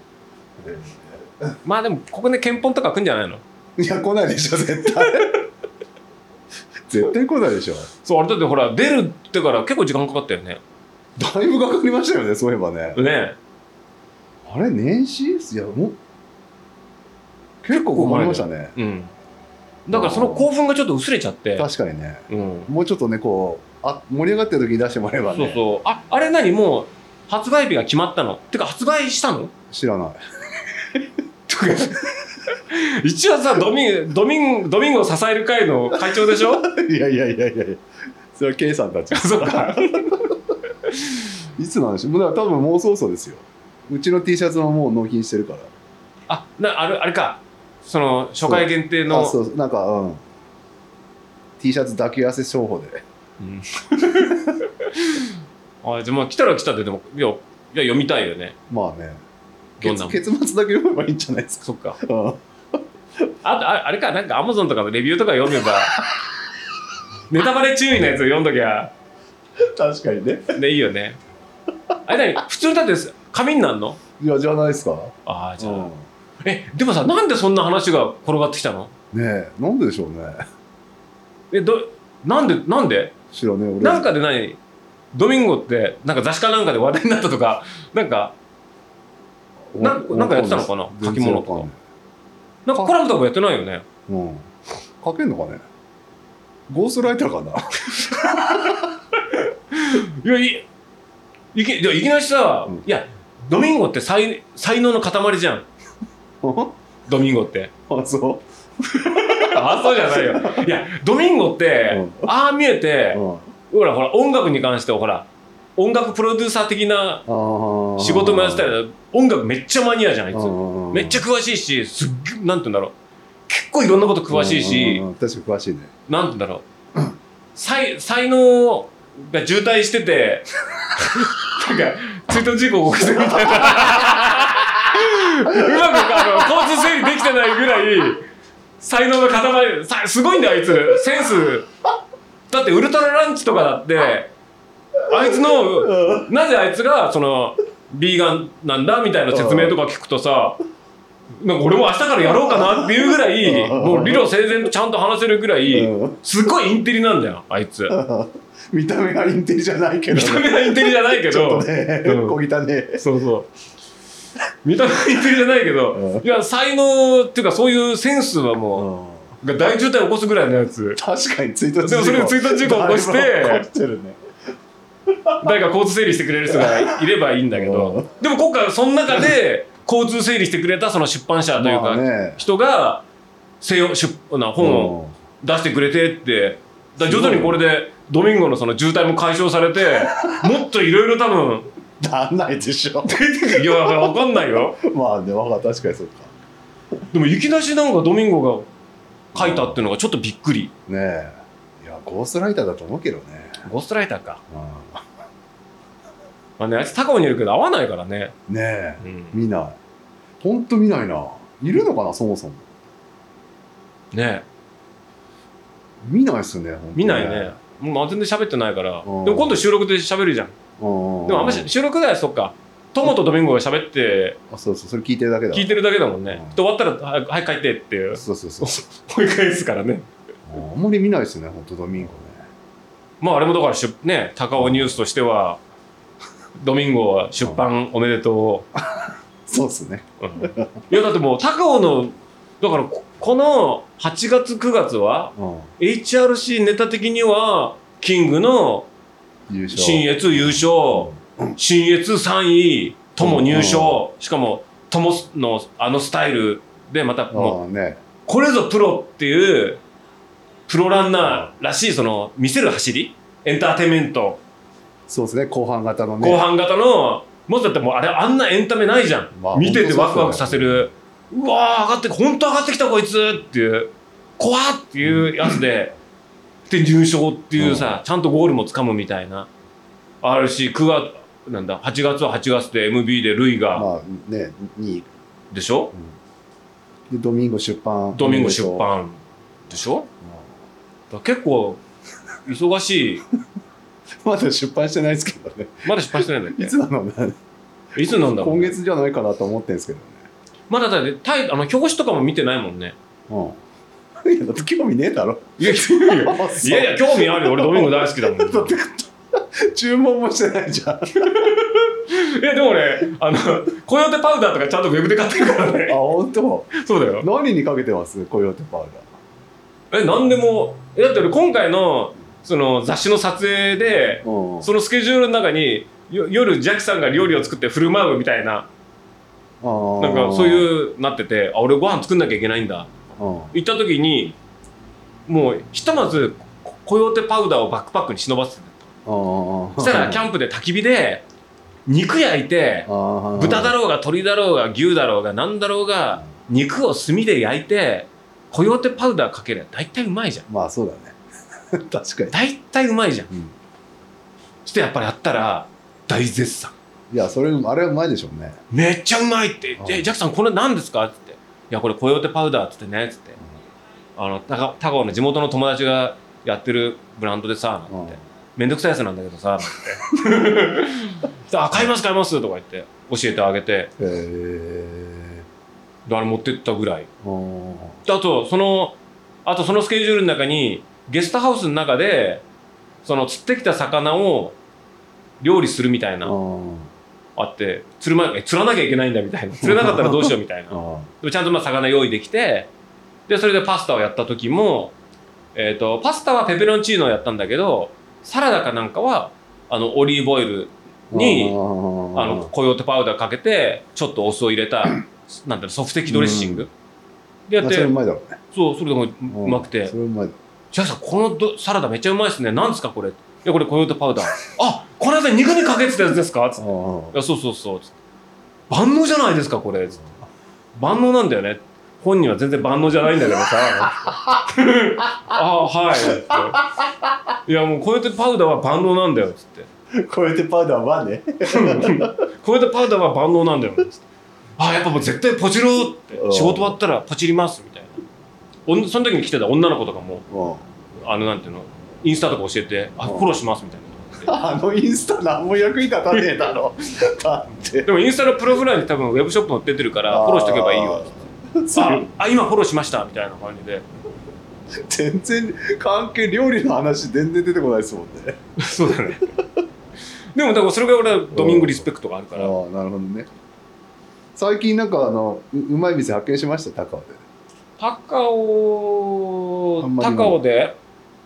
まあでもここで検本とか来んじゃないの？ いや来ないでしょ絶対絶対来ないでしょ。 そう、あれだってほら出るってから結構時間かかったよね。 だいぶかかりましたよね、そういえばね。 ねあれ年始？いやもう結構かかりましたね。 だからその興奮がちょっと薄れちゃって。 確かにね。もうちょっとねこう盛り上がってる時に出してもらえばね。 そう。あれ何もう発売日が決まったの？てか発売したの？ 知らない。 一応さドミンゴを支える会の会長でしょ。 いやそれは K さんたち。 そうかいつなんでしょう。だから多分もうそろそろですよ。うちの T シャツももう納品してるから。 あれか、その初回限定の。 そうなんかT シャツ抱き合わせ商法で。 じゃあまあ来たら来たで、でもいや読みたいよね。 まあね。 どんなもん。 結末だけ読めばいいんじゃないですか。 そっか。 うん、 あとあれか、なんか Amazon とかのレビューとか読めばネタバレ注意のやつ読んどきゃ確かにね。 でいいよね。あれ普通だって紙になんの？ いやじゃないですか。 ああじゃあ、でもさ、なんでそんな話が転がってきたの？ ねえ、なんででしょうね。 なんで知らねえ俺。 なんかでドミンゴってなんか雑誌かなんかで話題になったとか、なんかやってたのかな、書き物とか。なんかコラムとかもやってないよね。 うん。書けんのかね。ゴーストライターかな。 いきなりさ、いやドミンゴって才能の塊じゃん。ドミンゴって。 あ、そうあ、そうじゃないよ。いやドミンゴって、ああ見えて、ほら音楽に関してはほら音楽プロデューサー的な仕事もやってたり、音楽めっちゃマニアじゃんあいつ。めっちゃ詳しいし、すっげえなんて言うんだろう、結構いろんなこと詳しいし、 確かに詳しいね。 なんて言うんだろう、才能が渋滞しててなんか追悼事故を起こしてるみたいなうまく交通整理できてないぐらい才能が塊、すごいんだよあいつ、センス。だってウルトラランチとかだってあいつのなぜあいつがそのビーガンなんだみたいな説明とか聞くとさ、なんか俺も明日からやろうかなっていうぐらいもう理路整然とちゃんと話せるぐらいすごいインテリなんだよあいつ。 見た目がインテリじゃないけど、 見た目がインテリじゃないけどちょっとね、小汚ね。 そうそう見た目がインテリじゃないけど、いや才能っていうかそういうセンスはもうが大渋滞を起こすぐらいのやつ。 確かに追突事故。 でもそれで追突事故を起こして起こしてるね。 誰か交通整理してくれる人がいればいいんだけど、でも今回はその中で交通整理してくれたその出版社というか人が本を出してくれてって、徐々にこれでドミンゴのその渋滞も解消されてもっといろいろ多分なんないでしょ。 いや分かんないよ。 まあね、確かにそうか。 でもいきなしなんかドミンゴが書いたっていうのがちょっとびっくりねえ。いやゴーストライターだと思うけどね。 ゴーストライターか。あいつ高尾にいるけど会わないからね。 ねえ、見ない。ほんと見ないな。いるのかなそもそも。ねえ。見ないっすね。 見ないね。もう全然喋ってないから。でも今度収録で喋るじゃん。でもあんま収録だよ、そっか。友とドミンゴが喋って、 そうそう、それ聞いてるだけだ。 聞いてるだけだもんね。で終わったらはい帰ってっていう。 そうそうそう。 追い返すからね。 あんまり見ないですね、本当ドミンゴね。 まああれもだからね、高尾ニュースとしてはドミンゴは出版おめでとう。 そうですね。 いやだってもう高尾のだからこの8月9月は HRC ネタ的にはキングの新越優勝、新越3位、友入賞、しかも友のあのスタイルでまたもうこれぞプロっていうプロランナーらしいその見せる走り、エンターテインメント、 そうですね、後半型のね、 後半型のもっとだってもうあんなエンタメないじゃん、見ててワクワクさせる、うわー上がって本当上がってきたこいつっていう怖っていうやつでで入賞っていうさ、ちゃんとゴールもつかむみたいなあるし、9月なんだ8月は8月で MB でルイがまあね2位でしょ、 でドミンゴ出版でしょ、だ結構忙しいまだ出版してないですけどね。 まだ出版してないんだっけ。 いつなのね。 いつなんだろう、 今月じゃないかなと思ってるんですけどね。 まだだって表紙とかも見てないもんね。 いやだって興味ねえだろ。 いや興味あるよ、俺ドミンゴ大好きだもん。だって注文もしてないじゃん。 でもね、コヨーテパウダーとかちゃんとウェブで買ってるからね。 あ、本当。 そうだよ。 何にかけてますコヨーテパウダー。 何でも。だって俺今回のその雑誌の撮影で、そのスケジュールの中に夜ジャッキさんが料理を作って振る舞うみたいな、なんかそういうなってて、俺ご飯作んなきゃいけないんだ。行った時にもうひとまずコヨーテパウダーをバックパックに忍ばせてた。そしたらキャンプで焚き火で肉焼いて、豚だろうが鶏だろうが牛だろうが何だろうが肉を炭で焼いてコヨーテパウダーかけりゃ大体うまいじゃん。 まあそうだね。確かに大体うまいじゃん、そしてやっぱりやったら大絶賛。 いや、あれはうまいでしょうね。 めっちゃうまいって。ジャックさん、これ何ですかって言って。いや、これコヨーテパウダーって言ってね、つって。高尾の地元の友達がやってるブランドでさ、なんて。めんどくさいやつなんだけどさ、なんて。買いますとか言って教えてあげて。あれ持ってったぐらい。あとそのスケジュールの中にゲストハウスの中でその釣ってきた魚を料理するみたいなあって釣らなきゃいけないんだみたいな、釣れなかったらどうしようみたいなでもちゃんと魚用意できて、でそれでパスタをやった時も、パスタはペペロンチーノをやったんだけど、サラダかなんかはオリーブオイルにコヨーテパウダーかけてちょっとお酢を入れたなんていうの、ソフテキドレッシングでやって、 それうまいだろうね。 そう、それでもうまくて、 それうまい。 ジャックさん、このサラダめっちゃうまいですね。なんですかこれ。いや、これコヨーテパウダー。あ、この間肉にかけてたやつですかつって。いや、そうつって。万能じゃないですかこれ。つって。万能なんだよね。本人は全然万能じゃないんだけどさ。あ、はい。つって。いや、もうコヨーテパウダーは万能なんだよ。つって。 コヨーテパウダーはね。 コヨーテパウダーは万能なんだよ。つって。やっぱもう絶対ポチろうって、仕事終わったらポチりますみたいな。その時に来てた女の子とかもなんていうの、インスタとか教えてフォローしますみたいな。インスタ何も役に立たねえだろ。だってでもインスタのプロフライに多分ウェブショップ載ってるからフォローしておけばいいわって今フォローしましたみたいな感じで。 全然関係、料理の話全然出てこないですもんね。 そうだね。でもだからそれが俺はドミングリスペクトがあるから。 なるほどね。最近なんかうまい店発見しました。高尾で。高尾で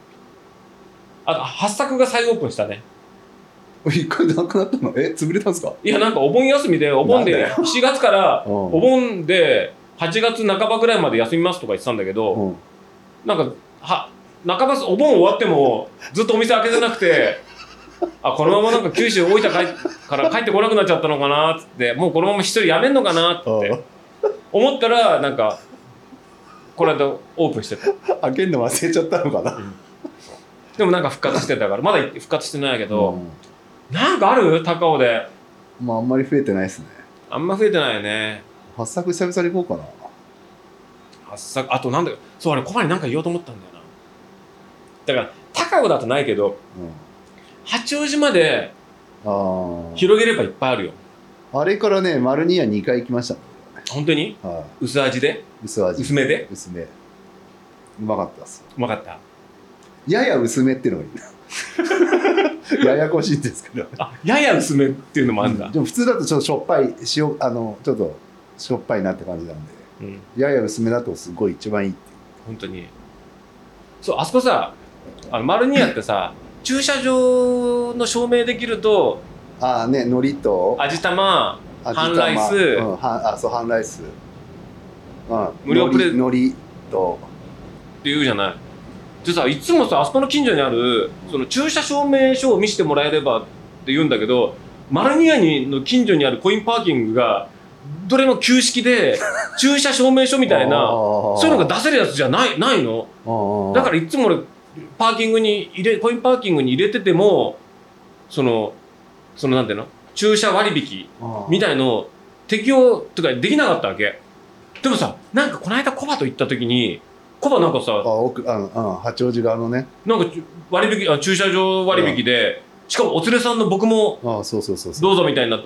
八作が再オープンしたね。 一回なくなったの？潰れたんですか？ いや、なんかお盆休みで7月からお盆で8月半ばぐらいまで休みますとか言ってたんだけど、なんか半ばお盆終わってもずっとお店開けてなくてこのままなんか九州大分から帰ってこなくなっちゃったのかなっつって、もうこのまま一人辞めんのかなって思ったら、なんかこの間オープンしてた。 開けんの忘れちゃったのかな、 でもなんか復活してたから、まだ復活してないけど、なんかある？高尾で。 まああんまり増えてないですね。 あんま増えてないよね。 八作久々に行こうかな。 八作、あとなんだよ、そう、あれコバになんか言おうと思ったんだよな。だから高尾だとないけど、八王子まで広げればいっぱいあるよ。 あれからね、丸2は2回行きました。 本当に？薄味で？薄めで？ 薄め。うまかったっす。 うまかった。 やや薄めっていうのがいいな。ややこしいんですけど。 やや薄めっていうのもあるんだ。 でも普通だとちょっとしょっぱい、ちょっとしょっぱいなって感じなんで、やや薄めだとすごい一番いいっていう。 本当に。そう、あそこさ、丸2やってさ、駐車場の証明できると、 ね、海苔と味玉、半ライス、 そう、半ライス、 無料プレ海苔とって言うじゃない。でさ、いつもさ、あそこの近所にあるその駐車証明書を見せてもらえればって言うんだけど、丸ニアの近所にあるコインパーキングがどれも旧式で駐車証明書みたいなそういうのが出せるやつじゃないの。だからいつも俺コインパーキングに入れててもそのなんていうの、駐車割引みたいの適用とかできなかったわけ。でもさ、なんかこの間コバと行った時にコバなんかさ、 八王子側のね、 なんか割引、駐車場割引で、しかもお連れさんの僕もどうぞみたいになって、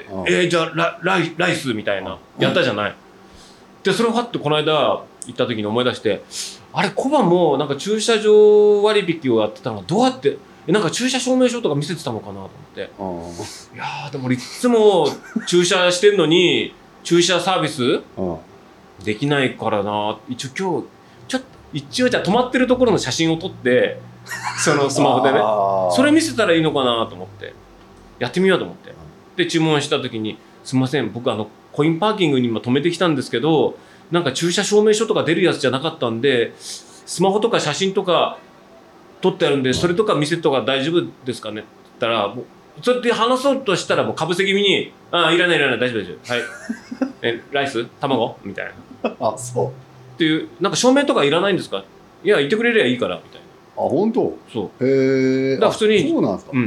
じゃあライスみたいなやったじゃない。でそれをファッとこの間行った時に思い出して、あれコバもなんか駐車場割引をやってたのはどうやってなんか駐車証明書とか見せてたのかなと思って、いやでも俺いつも駐車してんのに駐車サービスできないからな。一応じゃあ止まってるところの写真を撮ってそのスマホでねそれ見せたらいいのかなと思ってやってみようと思って、で注文した時に「すいません、僕コインパーキングに今止めてきたんですけど、なんか駐車証明書とか出るやつじゃなかったんでスマホとか写真とか撮ってあるんでそれとか見せとか大丈夫ですかね」って言ったら、もうそうやって話そうとしたらもうかぶせ気味に「いらない大丈夫です、はいライス卵?」みたいな。 そうっていう、なんか証明とかいらないんですか？いや、言ってくれりゃいいからみたいな。 本当？ そう。だから普通に、 そうなんですか？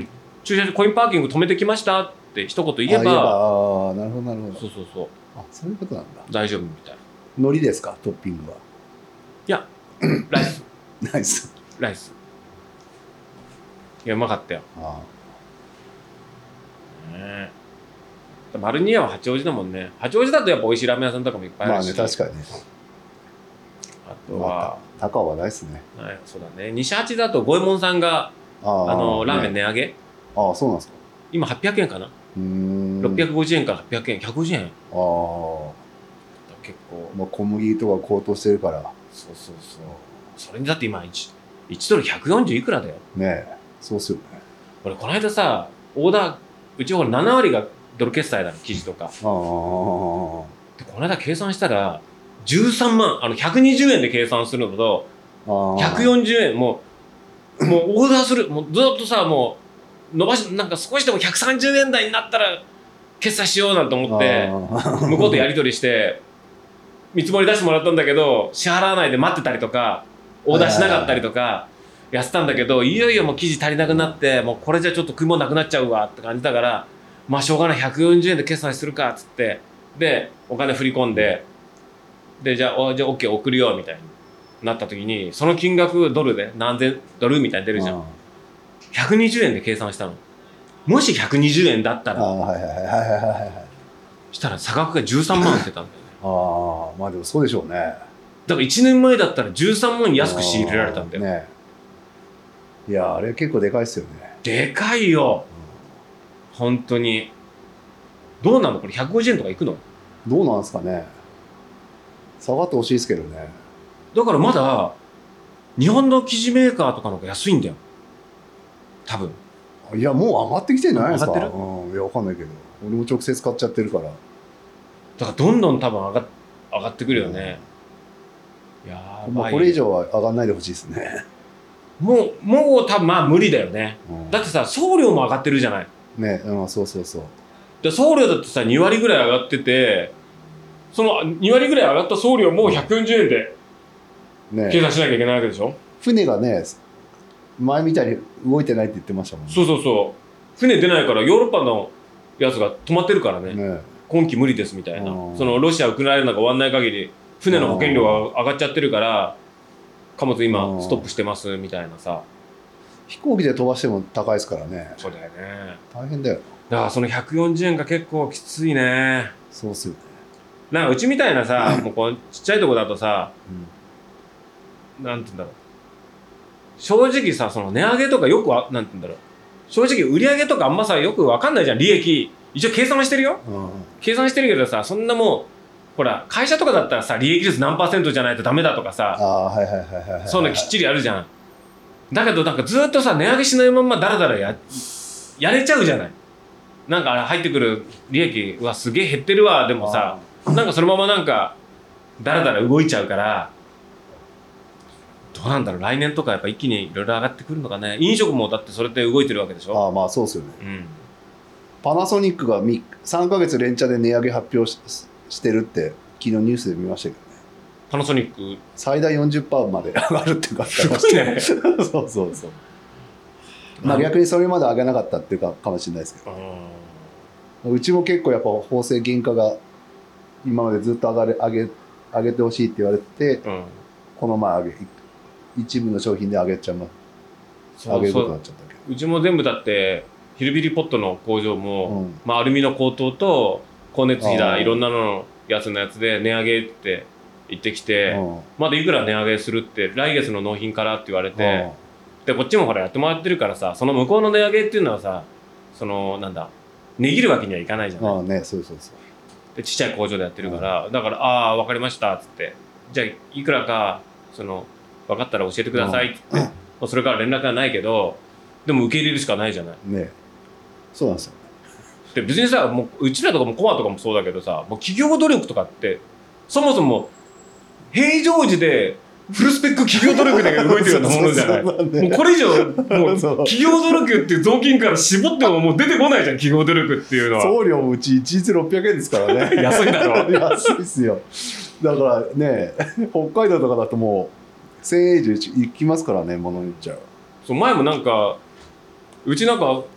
駐車場コインパーキング止めてきましたって一言言えば、 ああ、なるほどなるほど。 そうそうそう、 あ、そういうことなんだ。 大丈夫みたい。 海苔ですか、トッピングは。 いやライスナイス。 ライス。いやうまかったよ。 あねえ、丸二屋は八王子だもんね。八王子だとやっぱ美味しいラーメン屋さんとかもいっぱいあるし、 まあね、確かにね。 あとは、 高尾はないっすね。 はい、そうだね、西八だと五右衛門さんがラーメン値上げ、 ああ、そうなんですか。 今800円かな。650円から800円、150円。 ああ、 結構、 まあ、小麦とか高騰してるから。 そうそうそう。それにだって今1ドル140いくらだよ。 ねえ、そうっすよね。 俺この間さ、オーダー、うちほら7割がドル決済だの、生地とか。でこの間計算したら13万、120円で計算するのと140円、もうオーダーする、もうずっとさ、もう伸ばし、なんか少しでも130円台になったら決済しようなんて思って向こうとやり取りして見積もり出してもらったんだけど、支払わないで待ってたりとかオーダーしなかったりとかやってたんだけど、いよいよもう生地足りなくなって、もうこれじゃちょっと食い物なくなっちゃうわって感じだから、まあしょうがない、140円で決済するかっつって、でお金振り込んで、でじゃあ OK 送るよみたいになった時に、その金額ドルで何千ドルみたいに出るじゃん。120円で計算したの。もし120円だったら、したら差額が13万ってたんだよね。 ああ、まあでもそうでしょうね。 だから1年前だったら13万安く仕入れられたんだよね。いや、あれ結構でかいっすよね。 でかいよ、本当に。どうなのこれ、150円とかいくの？ どうなんですかね。下がってほしいですけどね。 だからまだ日本の生地メーカーとかの方が安いんだよ、多分。 いや、もう上がってきてんじゃないですか。 上がってる？ いや、わかんないけど、俺も直接買っちゃってるから。 だからどんどん多分上がってくるよね。やばい。 これ以上は上がんないでほしいですね。 もう多分まあ無理だよね。だってさ、送料も上がってるじゃない。 ね、そうそうそう。 で送料だってさ、2割ぐらい上がってて、その2割ぐらい上がった送料も140円で計算しなきゃいけないわけでしょ。 船がね、前みたいに動いてないって言ってましたもんね。 そうそうそう。船出ないからヨーロッパのやつが止まってるからね。今期無理ですみたいな。そのロシアウクライナが終わんない限り船の保険料が上がっちゃってるから、貨物今ストップしてますみたいなさ。 飛行機で飛ばしても高いですからね。 そうだよね。 大変だよ。 だからその140円が結構きついね。 そうっすよね。 なんかうちみたいなさ、もうこうちっちゃいとこだとさ、なんて言うんだろう。正直さ、その値上げとかよくなんて言うんだろう。正直売り上げとかあんまさ、よくわかんないじゃん、利益。一応計算はしてるよ。計算してるけどさ、そんなもう、ほら、会社とかだったらさ、利益率何%じゃないとダメだとかさ、そういうのきっちりあるじゃん。だけどなんかずっとさ、値上げしないまんまダラダラやれちゃうじゃない。なんか入ってくる利益はすげえ減ってるわ、でもさ、なんかそのままなんかダラダラ動いちゃうから、どうなんだろう、来年とかやっぱ一気にいろいろ上がってくるのかね。飲食もだってそれって動いてるわけでしょ。 まあそうですよね。パナソニックが3ヶ月連チャで値上げ発表してるって昨日ニュースで見ましたけどね。 パナソニック最大 40% まで上がるっていうか、 すごいね。 そうそうそう。まあ逆にそれまで上げなかったっていうかもしれないですけど、うちも結構やっぱ法制原価が今までずっと上げてほしいって言われて、この前一部の商品で上げることになっちゃったけど、 うちも全部だってヒルビリポットの工場も、まあアルミの高騰と光熱費だいろんなのやつで値上げって言ってきて、まだいくら値上げするって来月の納品からって言われて、でこっちもほらやってもらってるからさ、その向こうの値上げっていうのはさ、そのなんだ値切るわけにはいかないじゃない。 そうそうそう。 でちっちゃい工場でやってるから、だからああ分かりましたっつって、じゃあいくらかその分かったら教えてくださいっつって、それから連絡がないけど、でも受け入れるしかないじゃないね。そうなんですよ。 で別にさ、もううちらとかもコアとかもそうだけどさ、もう企業努力とかってそもそも平常時でフルスペック企業努力で動いてるようなものじゃない。もうこれ以上もう企業努力っていう雑巾から絞ってももう出てこないじゃん、企業努力っていうのは。 送料もうち一律600円ですからね。 安いだろ。 安いっすよ。だからね、北海道とかだともう1000円以上いきますからね、物に言っちゃう。 そう前もなんかうちなんか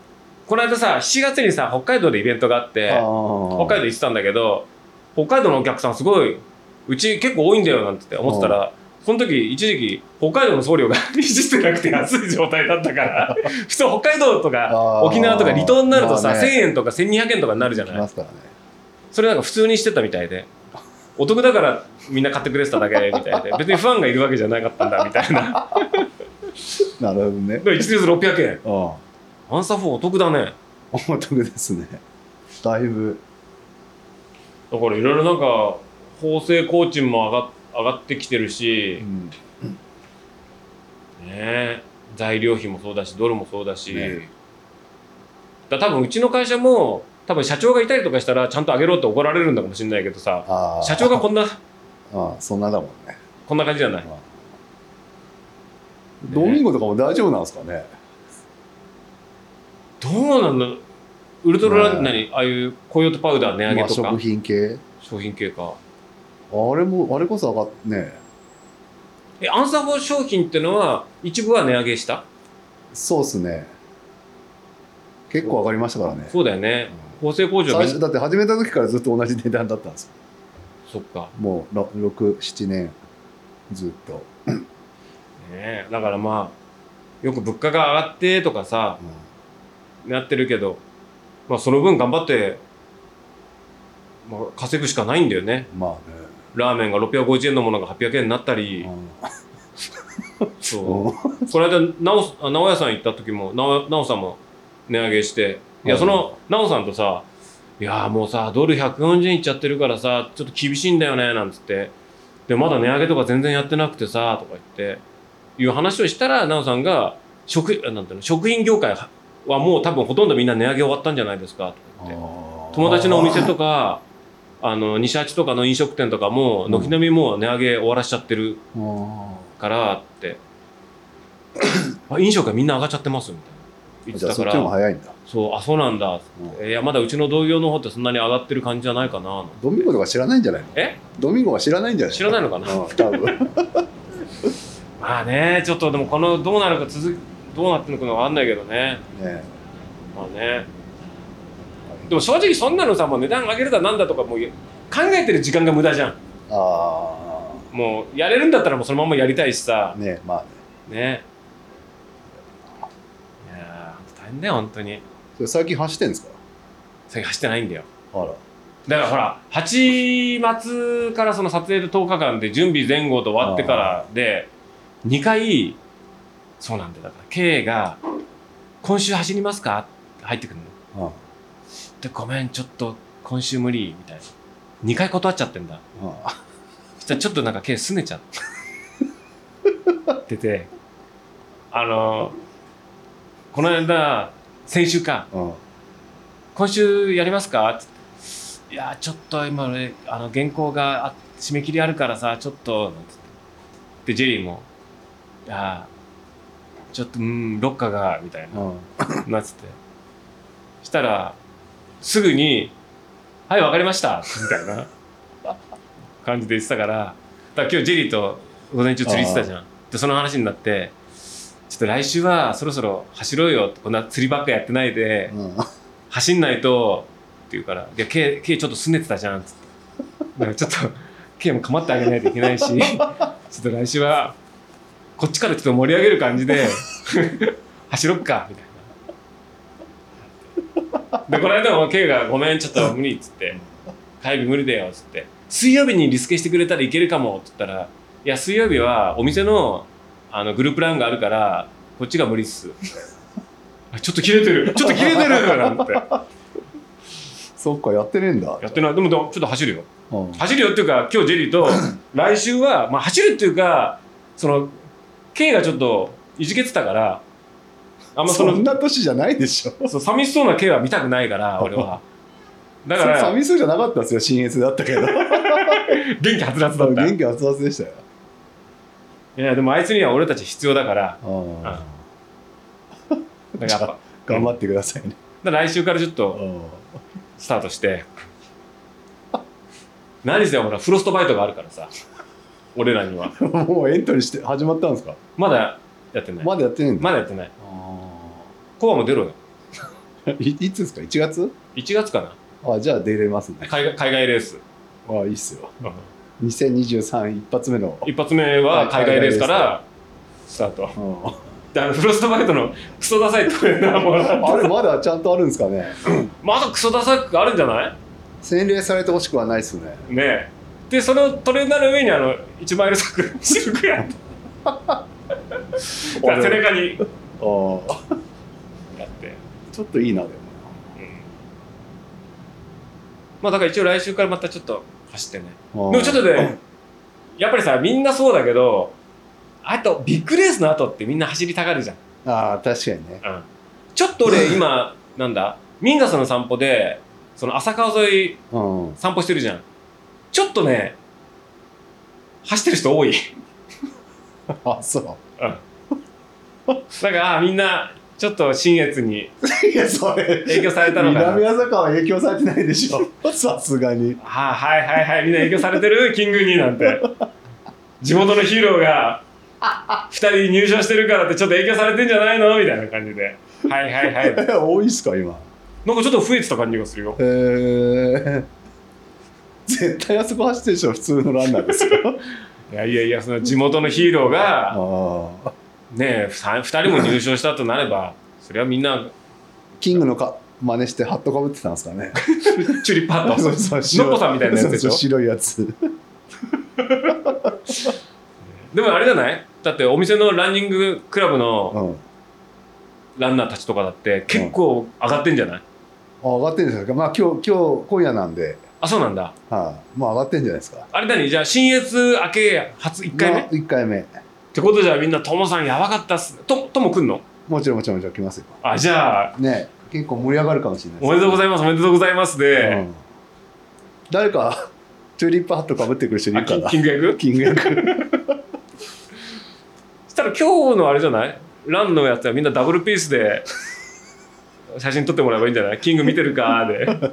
この間さ7月にさ北海道でイベントがあって北海道行ってたんだけど、北海道のお客さんすごいうち結構多いんだよなんて思ってたら、その時一時期北海道の送料が維持してなくて安い状態だったから普通北海道とか沖縄とか離島になるとさ、1000円とか1200円とかになるじゃない。それなんか普通にしてたみたいで、お得だからみんな買ってくれてただけみたいで、別にファンがいるわけじゃなかったんだみたいななるほどね。 1リーズ600円。アンサー4お得だね。 お得ですね。だいぶだからいろいろなんか縫製工賃も上がってきてるし、ね、材料費もそうだしドルもそうだし、だ多分うちの会社も多分社長がいたりとかしたらちゃんと上げろって怒られるんだかもしれないけどさ、社長がこんなそんなだもんね。 こんな感じじゃない。 ドミンゴとかも大丈夫なんですかね。 どうなんだ。ウルトララン何ああいうコヨーテパウダー値上げとか、 食品系か。 あれこそ上がってね。 アンサー4商品ってのは一部は値上げした？ そうっすね。結構上がりましたからね。 そうだよね。縫製工場最初だって始めた時からずっと同じ値段だったんですよ。 そっか。 もう6、7年ずっと。 ね、だからまあよく物価が上がってとかさ、なってるけど、まあその分頑張って、まあ、稼ぐしかないんだよね。 まあね。 ラーメンが650円のものが800円になったり、そうこの間直屋さん行った時も直さんも値上げして、いやその直さんとさ、いやもうさドル140円いっちゃってるからさちょっと厳しいんだよねなんつって、でまだ値上げとか全然やってなくてさとか言っていう話をしたら、直さんが食品業界はもう多分ほとんどみんな値上げ終わったんじゃないですかとか言って、友達のお店とか西八とかの飲食店とかも軒並みもう値上げ終わらしちゃってるからって飲食がみんな上がっちゃってますみたいな言ってたから、 そっちも早いんだ。 そうなんだって、いやまだうちの同業の方ってそんなに上がってる感じじゃないかな。 ドミンゴとか知らないんじゃないの？ドミンゴは知らないんじゃない？ 知らないのかな、 多分まあね、ちょっとでもこのどうなるかどうなってるのか分かんないけどね。まあね。でも正直そんなのさ、もう値段上げるだなんだとかもう考えてる時間が無駄じゃん。もうやれるんだったらもうそのままやりたいしさ。ね、まあね。いや大変だよ本当に。 それ最近走ってんですか？ 最近走ってないんだよ。 あら。 だからほら8月からその撮影で10日間で準備前後と終わってからで2回、そうなんだよ。だから K が今週走りますかって入ってくるの。でごめんちょっと今週無理みたいな2回断っちゃってんだ。そしたらちょっとなんか K すねちゃっててこの間先週か、今週やりますかって言って、いやちょっと今俺原稿が締め切りあるからさちょっとなんて言って、でジェリーもいやちょっとロッカーがみたいな、なってて、したらすぐに「はい分かりました」みたいな感じで言ってたから、だから今日ジェリーと午前中釣りしてたじゃん。でその話になって、ちょっと来週はそろそろ走ろうよって、こんな釣りばっかやってないで、走んないとって言うから「いや K ちょっとすねてたじゃん」っつってだからちょっと K も構ってあげないといけないしちょっと来週はこっちからちょっと盛り上げる感じで走ろっかみたいな。でこの間も K が「ごめんちょっと無理」っつって「火曜日無理だよ」っつって「水曜日にリスケしてくれたらいけるかも」って言ったら「いや水曜日はお店のグループランがあるからこっちが無理っす」ちょっと切れてるなんてそっかやってねえんだ。 やってない。でもちょっと走るよ、走るよっていうか今日ジェリーと来週はまあ走るっていうかその K がちょっといじけてたからあんまそんな年じゃないでしょ。 そう寂しそうな K は見たくないから俺は。だから寂しそうじゃなかったんですよ。親越だったけど元気はつらつだった。 元気はつらつでしたよ。 いやでもあいつには俺たち必要だから、だからやっぱ頑張ってくださいね。 だから来週からちょっとスタートして何せほらフロストバイトがあるからさ俺らにはもうエントリーして始まったんですか？ まだやってない。 まだやってないんだ。 まだやってない。コアも出ろよいつですか？ 1 月？ 1月かな。あ、じゃあ出れますね。 海外レース。 あ、いいっすよ。2023一発目の。 一発目は海外レースからスタート。フロストバイトのクソダサいトレーナーもあれまだちゃんとあるんですかね。 まだクソダサくあるんじゃない？ 洗礼されてほしくはないっすね。 ねえ。でそのトレーナーの上に1マイル柵シルクや背中にやってちょっといいなでも、 まあだから一応来週からまたちょっと走ってね。でもちょっとね、やっぱりさみんなそうだけど、あとビッグレースの後ってみんな走りたがるじゃん。 ああ確かにね、 ちょっと俺今なんだミンガスの散歩でその浅川沿い散歩してるじゃん。ちょっとね走ってる人多い。 あ、そう。 だからみんなちょっと信越に影響されたのかな。 南浅川は影響されてないでしょ。さすがに。 はいはいはい、みんな影響されてるキングになんて。地元のヒーローが2人入賞してるからってちょっと影響されてんじゃないのみたいな感じで。はいはいはい。 多いっすか今。 なんかちょっと増えてた感じがするよ。 絶対あそこ走ってるでしょ普通のランナーですよ。 いやいやいや、その地元のヒーローがねえ2人も入賞したとなればそれはみんなキングの真似してハットかぶってたんですかね。 チューリップハット。ノッポさんみたいなやつでしょ。 白いやつ。 でもあれじゃない？だってお店のランニングクラブのランナーたちとかだって結構上がってんじゃない？ 上がってんじゃないですか。まあ今夜なんで。 あ、そうなんだ。 もう上がってんじゃないですか。 あれ何？じゃあ新越明け初1回目 ？1回目。 ってことじゃみんなトモさんやばかったっす。トモ来んの？ もちろん来ますよ。 あ、じゃあね結構盛り上がるかもしれないです。 おめでとうございます、おめでとうございますで、 誰かチューリップハットかぶってくる人いるかな。 キング役？キング役。そしたら今日のあれじゃない？ランのやつはみんなダブルピースで写真撮ってもらえばいいんじゃない？キング見てるかで。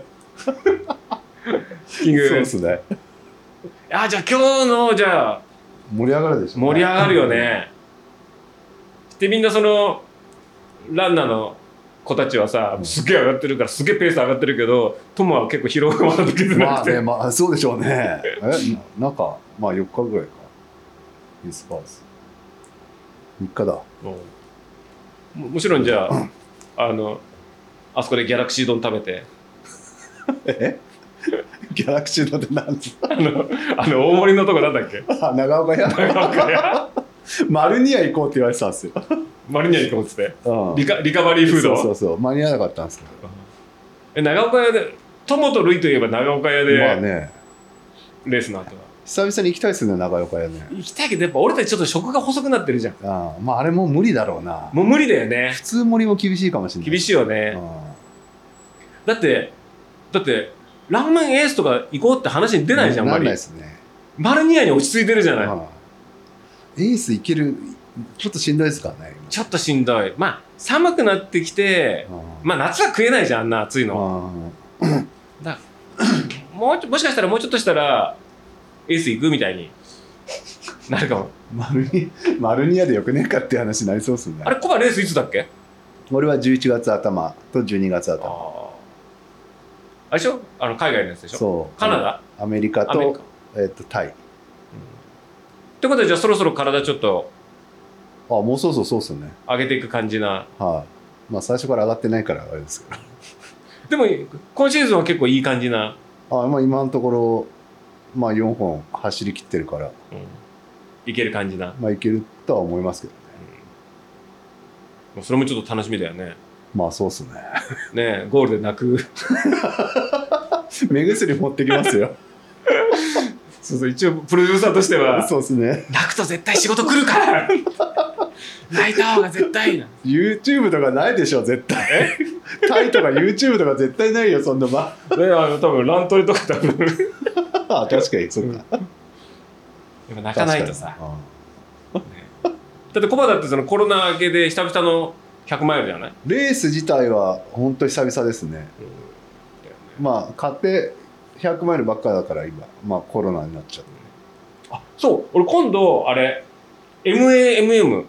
キング。 そうですね。 あ、じゃあ今日のじゃあ盛り上がるでしょ。 盛り上がるよね。でみんなそのランナーの子たちはさすげえ上がってるからすげえペース上がってるけど、トモは結構疲労がまだ抜けてなくて。 まあそうでしょうね。なんかまあ4日ぐらいか。イースパース。3日だ。 もちろんじゃああそこでギャラクシー丼食べて。 ギャラクシー丼って何ですか？ 大森のとこなんだっけ？ 長岡屋。マルニア行こうって言われてたんですよ。 マルニア行こうっつって、リカバリーフード。 そう間に合わなかったんですけど。 長岡屋でトモとルイといえば長岡屋で、 まあね、 レースの後は久々に行きたいですね、長岡屋ね。 行きたいけどやっぱ俺たちちょっと食が細くなってるじゃん。 まああれもう無理だろうな。 もう無理だよね。 普通盛りも厳しいかもしれない。 厳しいよね。だってラーメンエースとか行こうって話に出ないじゃん、あんまり。 なんないですね。 マルニアに落ち着いてるじゃない。 エースいける、ちょっとしんどいですからね。 ちょっとしんどい。まあ寒くなってきて、まあ夏は食えないじゃん、あんな暑いの。だもしかしたらもうちょっとしたらエース行くみたいになるかも。 マルニアでよくねえかって話になりそうですね。 あれコバレースいつだっけ？ 俺は11月頭と12月頭。 あれでしょ？海外のやつでしょ？そう。カナダ？ アメリカとタイ。 ってことでじゃあそろそろ体ちょっともうそうっすね。 上げていく感じな。 まあ最初から上がってないからあれですけど。 でも今シーズンは結構いい感じな。 まあ今のところまあ4本走り切ってるから、 いける感じな。 まあいけるとは思いますけどね。それもちょっと楽しみだよね。 まあそうっすね。 ね、ゴールで泣く。 目薬持ってきますよ。 そう一応プロデューサーとしてはそうですね。 泣くと絶対仕事来るから。泣いた方が絶対な。 YouTube とかないでしょ絶対。タイとか YouTube とか絶対ないよそんな場。 多分ラントリとか多分。 確かにそっか。 やっぱ泣かないとさ。だってコバだってそのコロナ明けで久々の100マイルじゃない？ レース自体は本当に久々ですね。まあ買って100マイルばっかだから今、まあコロナになっちゃって。 そう、俺今度あれ MAMM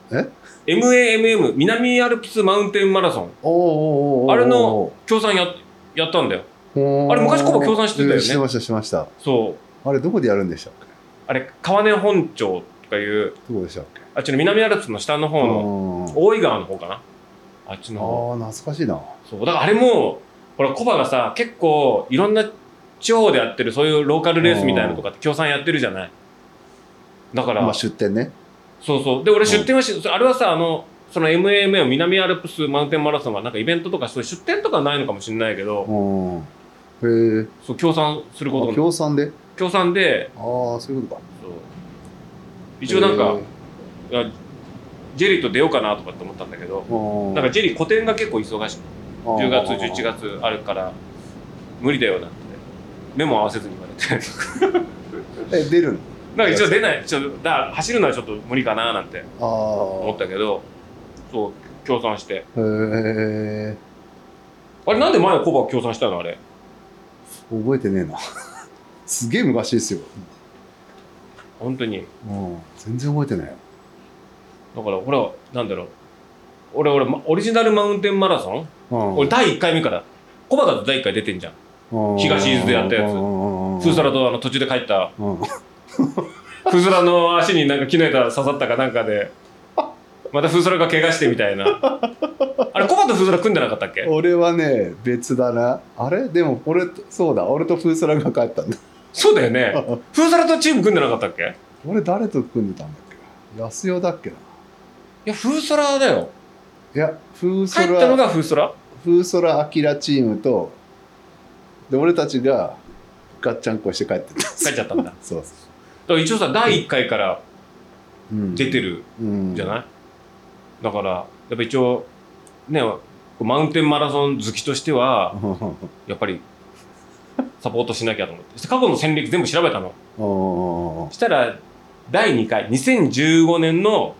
MAMM 南アルプスマウンテンマラソン、あれの協賛やったんだよ。あれ昔コバ協賛してたよね。 してましたしました。 そう。 あれどこでやるんでしたっけ？あれ川根本町とかいう、 どこでしたっけ？ あっちの南アルプスの下の方の大井川の方かな、あっちの方。 ああ懐かしいな。 そうだからあれもほらコバがさ結構いろんな地方でやってるそういうローカルレースみたいなのとかって協賛やってるじゃない。だから出店ね。 そうで俺出店はあれはさその MAMA 南アルプスマウンテンマラソンはなんかイベントとかそういう出店とかないのかもしれないけど、 へえ。 そう協賛することが協賛でああそういうことか。 そう一応なんかジェリーと出ようかなとかって思ったんだけど、なんかジェリー個展が結構忙しい、10月11月あるから無理だよなんて目も合わせずに言われて出るの？ なんか一応出ない、だから走るのはちょっと無理かななんて思ったけど、そう協賛して。へえ。 あれなんで前はコバ協賛したのあれ？ 覚えてねえなすげえ昔ですよ本当に。 全然覚えてないよ。 だからほらなんだろう、俺オリジナルマウンテンマラソン、俺第1回目からコバだと第1回出てんじゃん、東伊豆でやったやつ、風空と途中で帰った風空の足になんか木の枝刺さったかなんかでまた風空が怪我してみたいなあれコバと風空組んでなかったっけ？ 俺はね別だな。あれでも俺と風空が帰ったんだそうだよね風空とチーム組んでなかったっけ？ 俺誰と組んでたんだっけ？安代だっけな。 いや風空だよ。 いや風空入ったのが風空アキラチームとで俺たちがガッチャンコして帰っちゃったんだそうだから一応さ第1回から出てるじゃない、だからやっぱ一応ねマウンテンマラソン好きとしてはやっぱりサポートしなきゃと思って過去の戦歴全部調べたの。したら第2回2015年の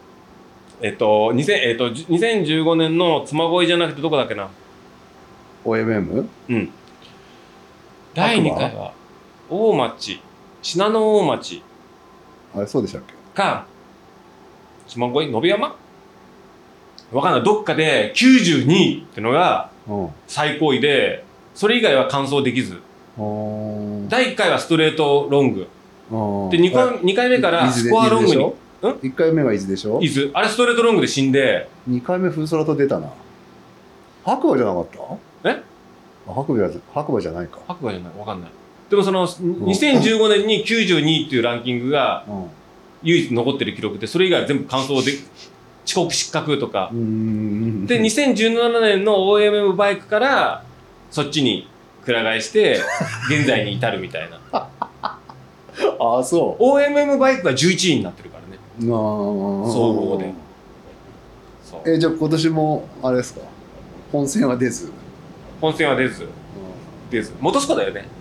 2015年の妻恋じゃなくてどこだっけな OMM？ うん第2回は大町信濃大町あれそうでしたっけか妻恋延山わかんないどっかで92ってのが最高位でそれ以外は完走できず第1回はストレートロングで2回目からスコアロングに 1回目は伊豆でしょ。 伊豆あれストレートロングで死んで 2回目風空と出たな。白馬じゃなかった？白馬じゃないか。 白馬じゃないわかんない。でもその2015年に92っていうランキングが唯一残ってる記録でそれ以外は全部完走で遅刻失格とかで2017年の OMM バイクからそっちにくら替えして現在に至るみたいなああそう OMM バイクが11位になってるからね総合で。 そうじゃあ今年もあれですか本戦は出ずモトスコだよね。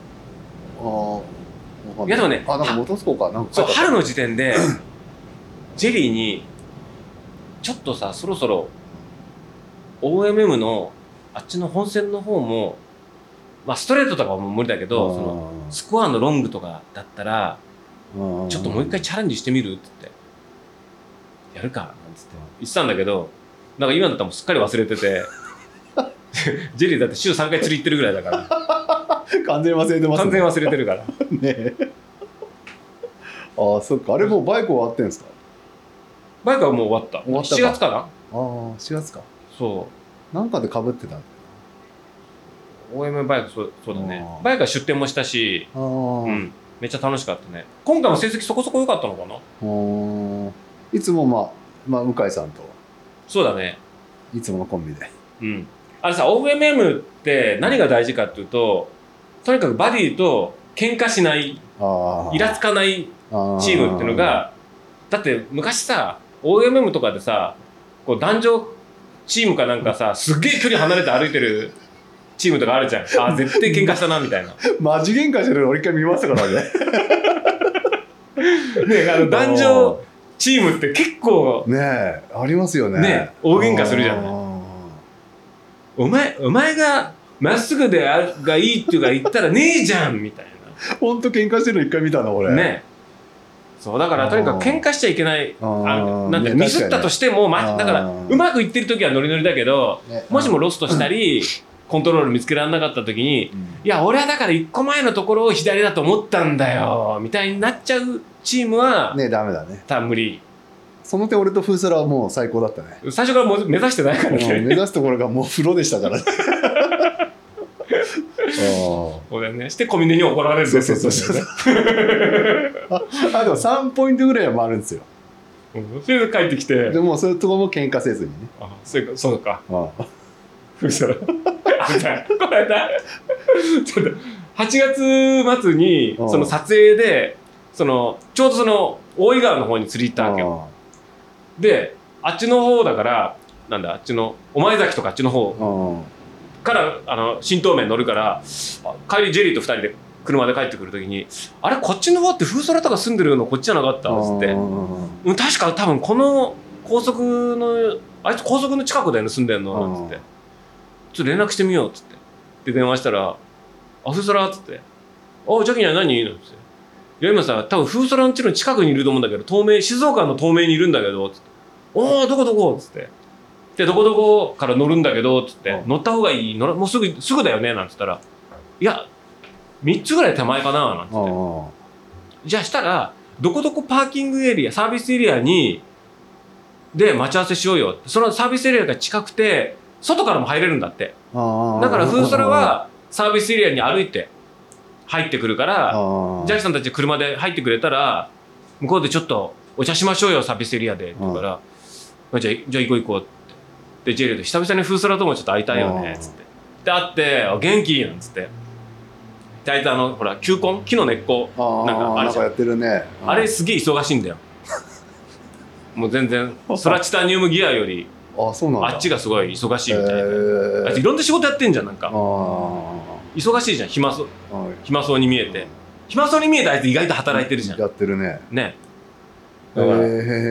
いやでもねなんかモトスコかなんかそう春の時点でジェリーにちょっとさそろそろ OMM のあっちの本戦の方もまあストレートとかはもう無理だけどそのスコアのロングとかだったらちょっともう一回チャレンジしてみるって言ってやるかなんつって言ってたんだけどなんか今だったらもうすっかり忘れててジェリーだって週3回釣り行ってるぐらいだから完全に忘れてますね。 完全に忘れてるからねああそっかあれもうバイク終わってんすか？ バイクはもう終わった7月かな。ああ7月か。 そうなんかで被ってたんだよ OM バイクそうだね。バイクは出店もしたしめっちゃ楽しかったね。今回も成績そこそこ良かったのかな。 いつもまあ向井さんとそうだねいつものコンビであれさ OMM って何が大事かっていうととにかくバディと喧嘩しないイラつかないチームっていうのがだって昔さ OMM とかでさこう男女チームかなんかさすっげえ距離離れて歩いてるチームとかあるじゃん。絶対喧嘩したなみたいなマジ喧嘩してるの俺一回見ましたからねね男女チームって結構ねありますよね大喧嘩するじゃない。お前がまっすぐでがいいっていうか言ったらねえじゃんみたいな。 ほんと喧嘩してるの一回見たな俺ねそうだからとにかく喧嘩しちゃいけない。なんてミスったとしても、だからうまくいってる時はノリノリだけど、もしもロストしたりコントロール見つけられなかった時に、いや俺はだから1個前のところを左だと思ったんだよみたいになっちゃうチームはね、ダメだね。 多分無理。 その点俺とフースラはもう最高だったね。 最初からもう目指してないからね。 目指すところがもう風呂でしたからね。 そうだよね。してコミネに怒られる。 そうでも3ポイントぐらいは回るんですよ。 それで帰ってきて。 でもそういうところも喧嘩せずにね。 そうか。そしたらこの間ちょっと8月末にその撮影でちょうどその大井川の方に釣り行ったわけよ。であっちの方だからなんだあっちの御前崎とかあっちの方から新東名乗るから帰りジェリーと2人で車で帰ってくる時にあれこっちの方って風空とか住んでるのこっちじゃなかったっつって確か多分この高速のあいつ高速の近くだよね住んでんのなんつってちょっと連絡してみようっつってで電話したら風空っつってジャキには何なんつっていや今さ多分風空の家の近くにいると思うんだけど静岡の東名にいるんだけどつってどこどこっつってでどこどこから乗るんだけどっつって乗った方がいいもうすぐだよねなんつったらいや3つぐらい手前かななんつってじゃあしたらどこどこパーキングエリアサービスエリアで待ち合わせしようよそのサービスエリアが近くて外からも入れるんだってだから風空はサービスエリアに歩いて入ってくるからジャキさんたち車で入ってくれたら向こうでちょっとお茶しましょうよサービスエリアでって言うからじゃあ行こう行こうでジェリーで久々に風空ともちょっと会いたいよねっつってで会って元気なんつってであいつほら球根木の根っこなんかあれじゃんやってるねあれすげえ忙しいんだよもう全然ソラチタニウムギアよりそうなんだあっちがすごい忙しいみたいなあいついろんな仕事やってんじゃんなんか忙しいじゃん暇そうに見えて暇そうに見えてあいつ意外と働いてるじゃんやってるねねだから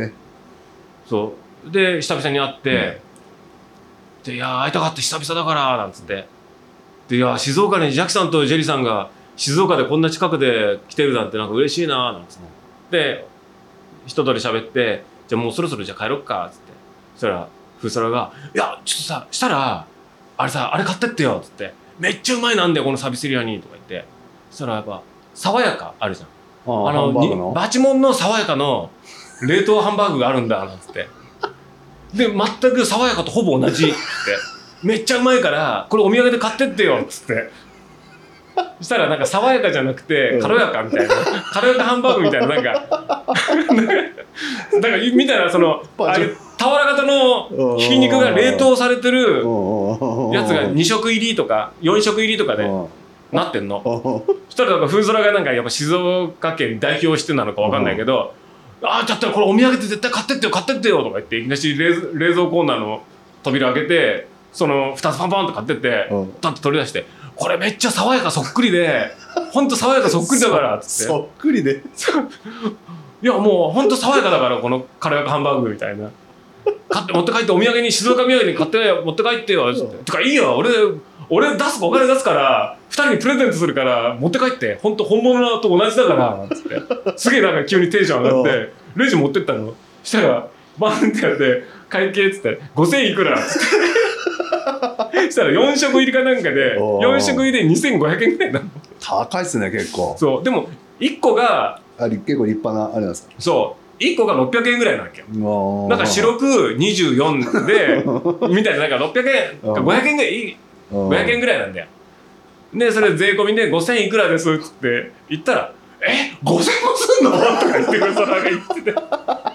そうで久々に会ってでいや会いたかった久々だからなんつってでいや静岡にジャキさんとジェリーさんが静岡でこんな近くで来てるなんてなんか嬉しいななんつってで一通り喋ってじゃあもうそろそろじゃあ帰ろっかっつってそしたら風空がいやちょっとさしたらあれ買ってってよっつってめっちゃうまいなんだよこのサービスエリアにとか言ってそしたらやっぱ爽やかあるじゃんバチモンの爽やかの冷凍ハンバーグがあるんだなんつってで全く爽やかとほぼ同じってめっちゃうまいからこれお土産で買ってってよっつってそしたらなんか爽やかじゃなくて軽やかみたいな軽やかハンバーグみたいななんかみたいな俵型のひき肉が冷凍されてるやつが2食入りとか4食入りとかでなってんのそしたらなんか風空がなんかやっぱ静岡県代表してなのか分かんないけどだったらこれお土産で絶対買ってってよとか言っていきなり冷蔵コーナーの扉開けてその2つパンパンと買ってってパッと取り出してこれめっちゃ爽やかそっくりでほんと爽やかそっくりだからっつってそっくりでいやもうほんと爽やかだからこの軽やかハンバーグみたいな持って帰ってお土産に静岡土産に買って持って帰ってよっつっててかいいよ俺お金出すから2人にプレゼントするから持って帰ってほんと本物と同じだからっつってすげえなんか急にテンション上がってレジ持ってったのしたらバンってやって会計っつって5000いくらっつってしたら4食入りかなんかで4食入りで2500円ぐらいなの高いっすね結構そうでも1個が結構立派なあれなんですかそう1個が600円ぐらいなわけよだから白く24でみたいななんか600円か500円ぐらい500円ぐらいなんだよでそれ税込みで5000いくらですっつって言ったら5000もすんのとか言ってくれそうなが言ってて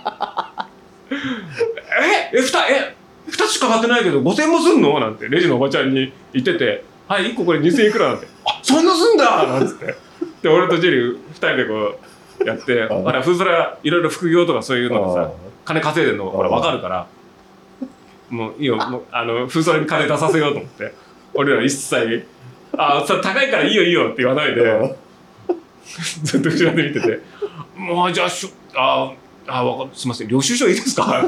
2つしか買ってないけど5000もすんのなんてレジのおばちゃんに言っててはい1個これ2000いくらなんてそんなすんだなんつってで俺とジェリー2人でこうやってほら風空いろいろ副業とかそういうのがさ金稼いでるのほら分かるからもういいよもう風空に金出させようと思って俺ら一切高いからいいよって言わないでずっと後ろで見ててもうじゃあすいません領収書いいですか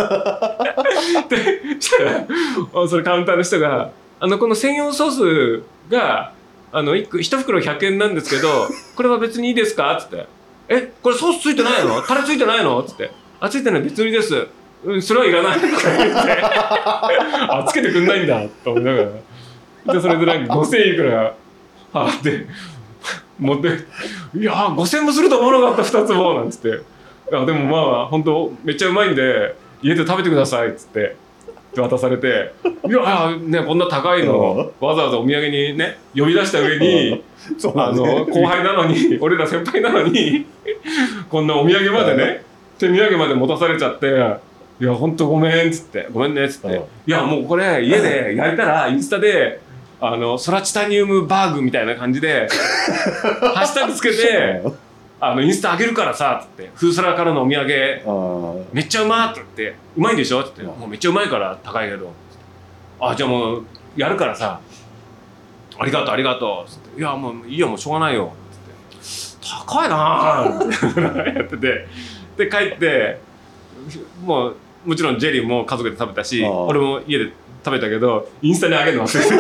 でしたらそれカウンターの人がこの専用ソースが1袋100円なんですけどこれは別にいいですかっつってこれソースついてないの？タレついてないの？つって。ついてない、別売りです。それはいらないとか言ってつけてくんないんだと思いながら、でそれでなんか5000いくら払って持って「いやー5000もすると思わなかった2つも」なんつって「でもまあ本当めっちゃうまいんで家で食べてください」っつって渡されて「いやねこんな高いのわざわざお土産にね呼び出した上に後輩なのに俺ら先輩なのにこんなお土産までね手土産まで持たされちゃって。いや本当ごめんっつってごめんねっつっていやもうこれ家で焼いたらインスタでソラチタニウムバーグみたいな感じでハッシュタグつけてインスタあげるからさっつってフーサラからのお土産めっちゃうまーって言ってうまいんでしょっつってもうめっちゃうまいから高いけどじゃあもうやるからさありがとうありがとうっつっていやもういいよもうしょうがないよっつって高いなーやっててで帰ってもちろんジェリーも家族で食べたし俺も家で食べたけどインスタにあげるの忘れて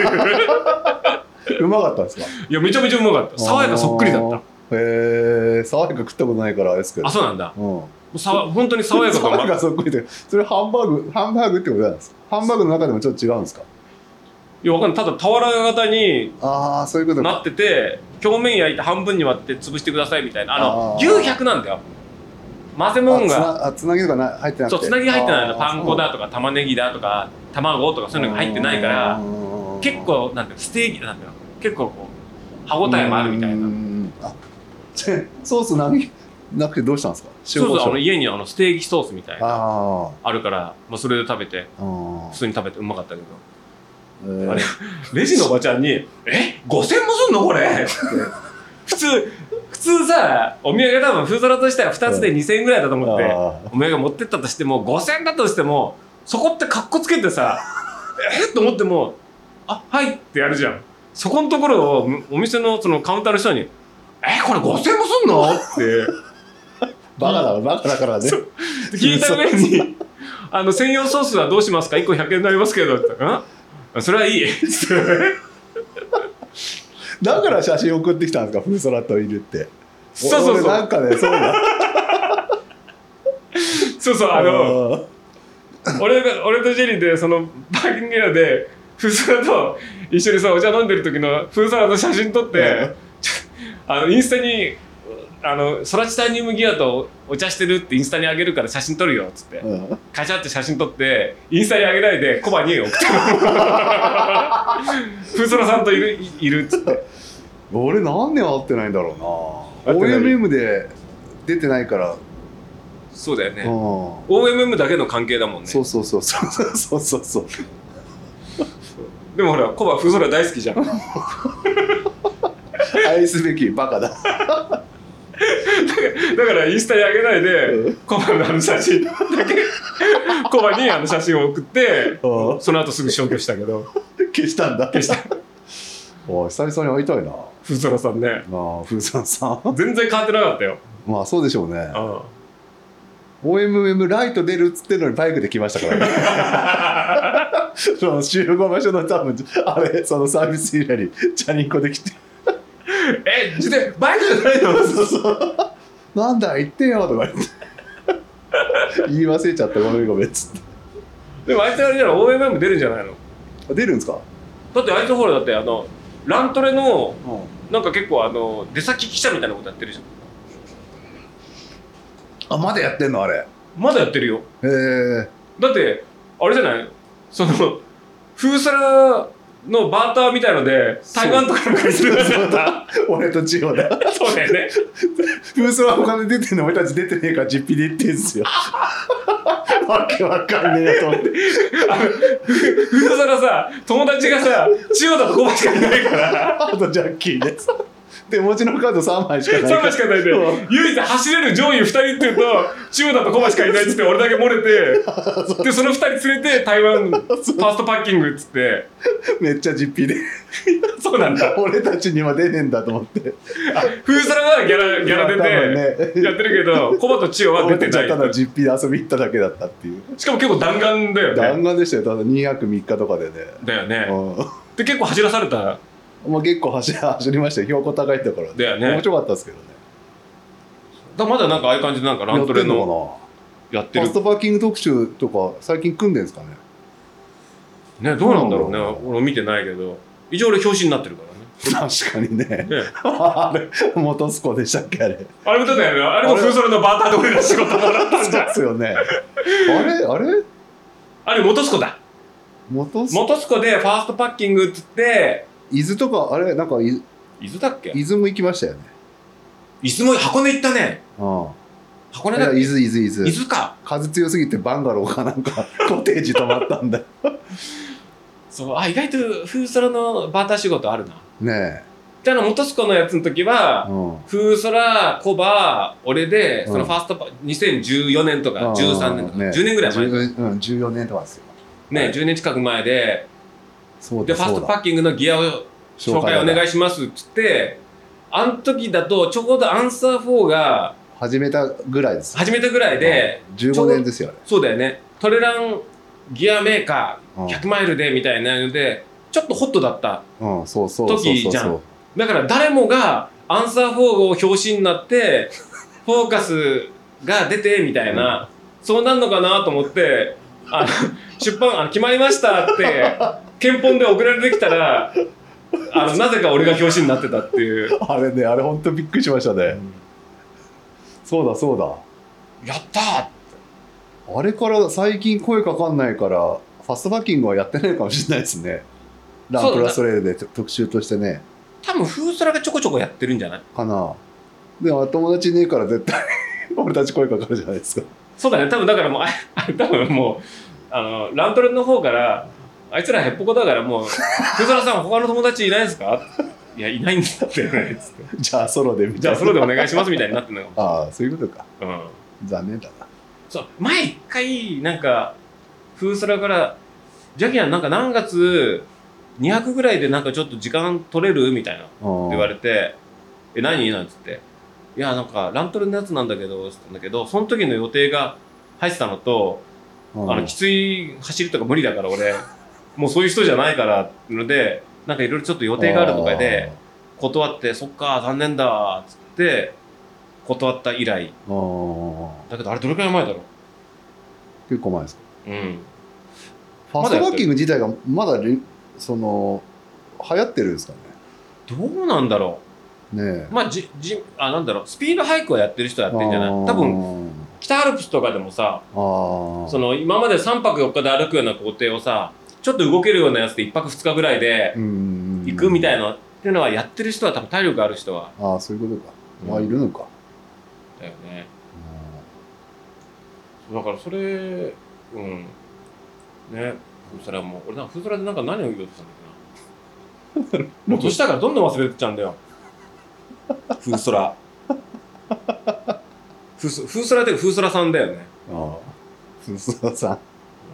るうまかったんですか？ いやめちゃめちゃうまかった。爽やかそっくりだった。 へえ、爽やか食ったことないからあれですけど。 そうなんだ。本当に爽やか爽やかそっくりで、それハンバーグってことなんですか？ハンバーグの中でもちょっと違うんですか？ いやわかんない。ただ俵型にそういうことなってて表面焼いて半分に割って潰してくださいみたいな牛100なんだよ。混ぜもんがつなぎとか入ってなくてそうつなぎ入ってないのパン粉だとか玉ねぎだとか卵とかそういうのが入ってないから結構なんていうのステーキなんていうの結構こう歯応えもあるみたいなソースなくてどうしたんですか？ そう家にステーキソースみたいなあるからそれで食べて普通に食べてうまかったけどあれレジのおばちゃんに「5000もすんのこれ?」って普通さお土産多分フードラとしては2つで2000円ぐらいだと思ってお土産持ってったとしても5000円だとしてもそこってカッコつけてさと思ってもはいってやるじゃん。そこのところをお店のそのカウンターの人にこれ5000円もすんのってバカだからね聞いた上に専用ソースはどうしますか1個100円になりますけどってそれはいいだから写真送ってきたんですか？フーソラといるってそうなんかねそうだそう俺とジェリーでそのパーキングエリアでフーソラと一緒にさお茶飲んでる時のフーソラの写真撮ってインスタにソラチタニウムギアとお茶してるってインスタにあげるから写真撮るよっつって、カチャって写真撮ってインスタにあげないでコバに送ったフーソラさんといるっつって俺何年会ってないんだろうな OMM で出てないからそうだよね OMM だけの関係だもんねそうでもほらコバフーソラ大好きじゃん愛すべきバカだだからインスタにあげないで、コバの写真だけコバに写真を送ってその後すぐ消去したけど消したんだ消した久々に会いたいなフーソラさんねフーソラさん全然変わってなかったよまあそうでしょうねOMM ライト出るっつってんのにバイクで来ましたからねその集合場所の多分そのサービスエリアにチャリンコで来て自転バイクじゃないのそうなんだ言ってよとか言って言い忘れちゃったごめんっつってでもあいつあれじゃない OMM 出るんじゃないの出るんですかだってあいつほらだってラントレのなんか結構出先記者みたいなことやってるじゃんまだやってんのあれまだやってるよへえだってあれじゃないフーサラのバーターみたいので台湾とかの会社で俺と千代だそうだよねフーソラ他で出てんの俺たち出てねえから実費で言ってんすよわけわかんねえと思ってフーサラさ友達がさ千代田とコバしかいないからあとジャッキーです手持ちのカード3枚しかない 3枚しかないで唯一走れる上位2人っていうと千代田とコバしかいないっつって俺だけ漏れてでその2人連れて台湾ファーストパッキングっつってめっちゃ実費でそうなんだ俺たちには出ねえんだと思ってフーサラはギャラ出てやってるけどコバと千代は出てない俺たちはただ実費で遊び行っただけだったっていうしかも結構弾丸だよね弾丸でしたよただ2泊3日とかでねだよねで結構走らされた結構走りましたよ標高高いところだよね面白かったですけどねまだなんかああいう感じでなんかラントレのやってる。 ファストパッキング特集とか最近組んでるんですかね。 ね、どうなんだろうね。俺見てないけど、一応俺表紙になってるからね。 確かにね。あれ元栖湖でしたっけあれ。 あれもだよね。あれもフーソラのバーターで俺が仕事もらったんじゃん。 ですよね。あれ元栖湖だ。 元栖湖でファーストパッキングっつって。 伊豆とかあれなんか伊豆だっけ？ 伊豆も行きましたよね。 伊豆も箱根行ったね。箱根だっけ？ 伊豆か。 風強すぎてバンガローかなんかコテージ泊まったんだよ。 そう、意外とフーソラのバーター仕事あるな。 ねえ。で元栖湖のやつの時は、フーソラ、コバ、俺でそのファースト2014年とか13年とか、10年ぐらい前。 14年とかですよ。 ね、10年近く前で、ファーストパッキングのギアを紹介お願いしますっつって、あの時だとちょうどアンサー4が始めたぐらいです。 始めたぐらいで、 15年ですよね。 そうだよね。トレランギアメーカー100マイルでみたいなので、ちょっとホットだった時じゃん。だから誰もがアンサー4を表紙になってフォーカスが出てみたいな、そうなんのかなと思って出版決まりましたって憲本で送られてきたらなぜか俺が表紙になってたっていう。 あれね、あれ本当びっくりしましたね。そうだやったー。 あれから最近声かかんないからファストパッキングはやってないかもしれないですね。ランプラストレールで特集としてね。 多分フーソラがちょこちょこやってるんじゃないかな。でも友達いねえから絶対俺たち声かかるじゃないですか。 そうだね。多分だからもう多分もうラントレの方からあいつらへっぽこだからもうフーソラさん他の友達いないですか？いやいないんだってねつってじゃあソロでみたいな。 じゃあソロでお願いしますみたいになってんのよ。 ああそういうことか。残念だな。 そう前一回なんかフーソラからジャギアンなんか何月200ぐらいでなんかちょっと時間取れるみたいな言われて何なんつっていやなんかラントレのやつなんだけどつったんだけどその時の予定が入ってたのときつい走りとか無理だから俺もうそういう人じゃないからのでなんかいろいろちょっと予定があるとかで断ってそっか残念だっつって断った以来だけどあれどれくらい前だろう。 結構前ですか。 うん。 ファストパッキング自体がまだその流行ってるんですかね。 どうなんだろうね。まあなんだろうスピードハイクはやってる人はやってんじゃない。多分北アルプスとかでもさその今まで3泊4日で歩くような工程をさちょっと動けるようなやつで1泊2日ぐらいで行くみたいなっていうのはやってる人は多分体力ある人はそういうことか。いるのかだよね。だからそれねそれはもう俺なんかフーソラでなんか何を言おうとしたんだっけなもう年だからどんどん忘れてっちゃうんだよフーソラフーソラってフーソラさんだよね。 フーソラさ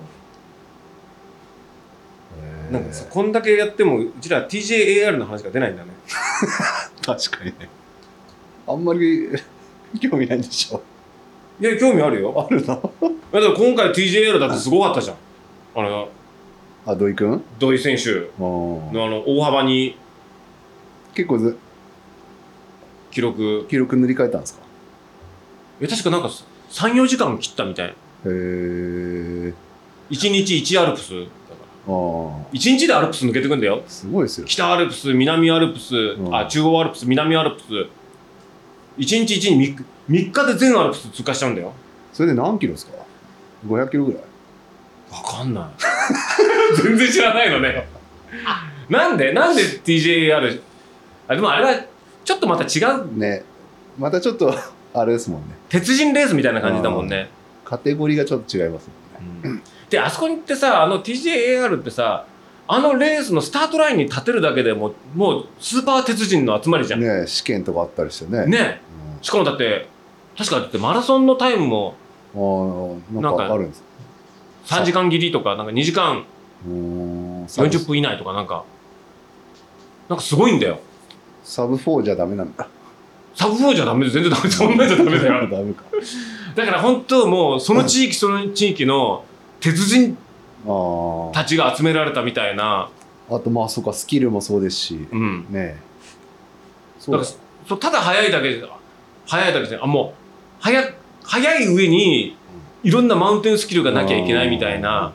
んなんかさこんだけやってもうちら TJAR の話が出ないんだね確かにね。あんまり興味ないんでしょ。 いや興味あるよ。 あるのだから今回 TJAR だってすごかったじゃん。 土井くん土井選手の大幅に結構記録塗り替えたんですか。 確かなんか 3,4 時間切ったみたい。へえ。1日1アルプスだから1日でアルプス抜けてくんだよ。 すごいですよ。 北アルプス南アルプス、中央アルプス南アルプス1日1に3日で全アルプス通過しちゃうんだよ。それで何キロですか。500キロぐらい。 分かんない全然知らないのねなんで TJAR でもあれはちょっとまた違うね。またちょっとあれですもんね。 鉄人レースみたいな感じだもんね。 カテゴリーがちょっと違いますもんね、 であそこに行ってさTJAR ってさレースのスタートラインに立てるだけでもうスーパー鉄人の集まりじゃんね。試験とかあったりしてね、しかもだって確かマラソンのタイムもなんかあるんです 3時間切りとかなんか2時間40分以内とかなんかすごいんだよ。 サブ4じゃダメなんだ。 サブ4じゃダメで全然ダメ。そんなんじゃダメだよダメか。 だから本当もうその地域その地域の鉄人たちが集められたみたいな。 あとそうかスキルもそうですし、ね。 そうだからただ速いだけじゃも速い上にいろんなマウンテンスキルがなきゃいけないみたいな。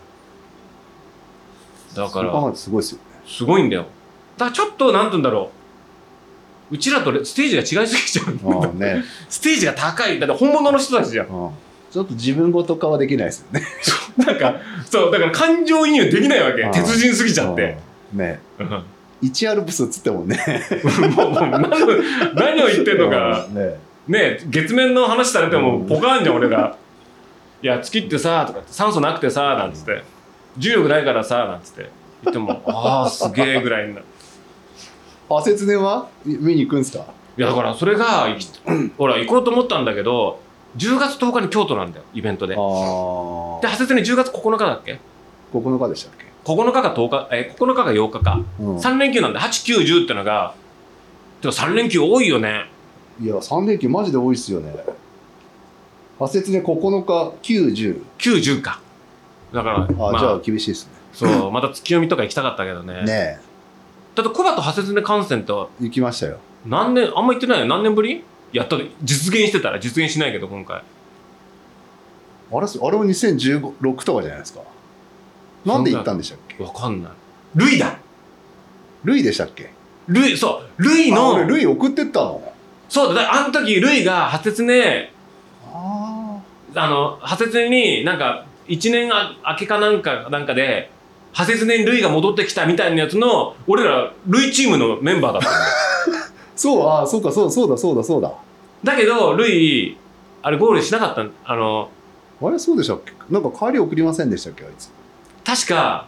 だからすごいですよね。 すごいんだよ。だからちょっとなんて言うんだろう、うちらとステージが違いすぎちゃう、ね、ステージが高い。だって本物の人たちじゃん。 ちょっと自分ごと化はできないですよね。 なんかそうだから感情移入できないわけ。鉄人すぎちゃってね。1アルプスっつってもねもう何を言ってんのかね。月面の話されてもポカーンじゃん俺が。いや月ってさとか酸素なくてさなんつって重力ないからさなんつって言ってもああすげえぐらいになる。 節電は見に行くんすか？ いやだからそれがほら行こうと思ったんだけど10月10日に京都なんだよイベントで。で派節電10月9日だっけ ？9日でしたっけ ？9日か10日9日か8日か、3連休なんで8、9、10ってのがてか3連休多いよね。 いや3連休マジで多いっすよね。派節で9日9、10 9、10か。だからじゃあ厳しいっすね。 そうまた月読みとか行きたかったけどね。 ねだってコバと派節で観戦と行きましたよ。 あんま行ってないよ。何年ぶりやった実現してたら実現しないけど今回あれも2016とかじゃないですか。なんで行ったんでしたっけ？ わかんない。ルイだ。 ルイでしたっけ？ ルイの俺ルイ送ってったの。 そうだ。あの時ルイが派節ね派節になんか1年明けかなんかで派節にルイが戻ってきたみたいなやつの俺らルイチームのメンバーだったんだよそうかそうだ。 だけどルイあれゴールしなかった。 あれそうでしたっけ？なんか帰り送りませんでしたっけあいつ。 確か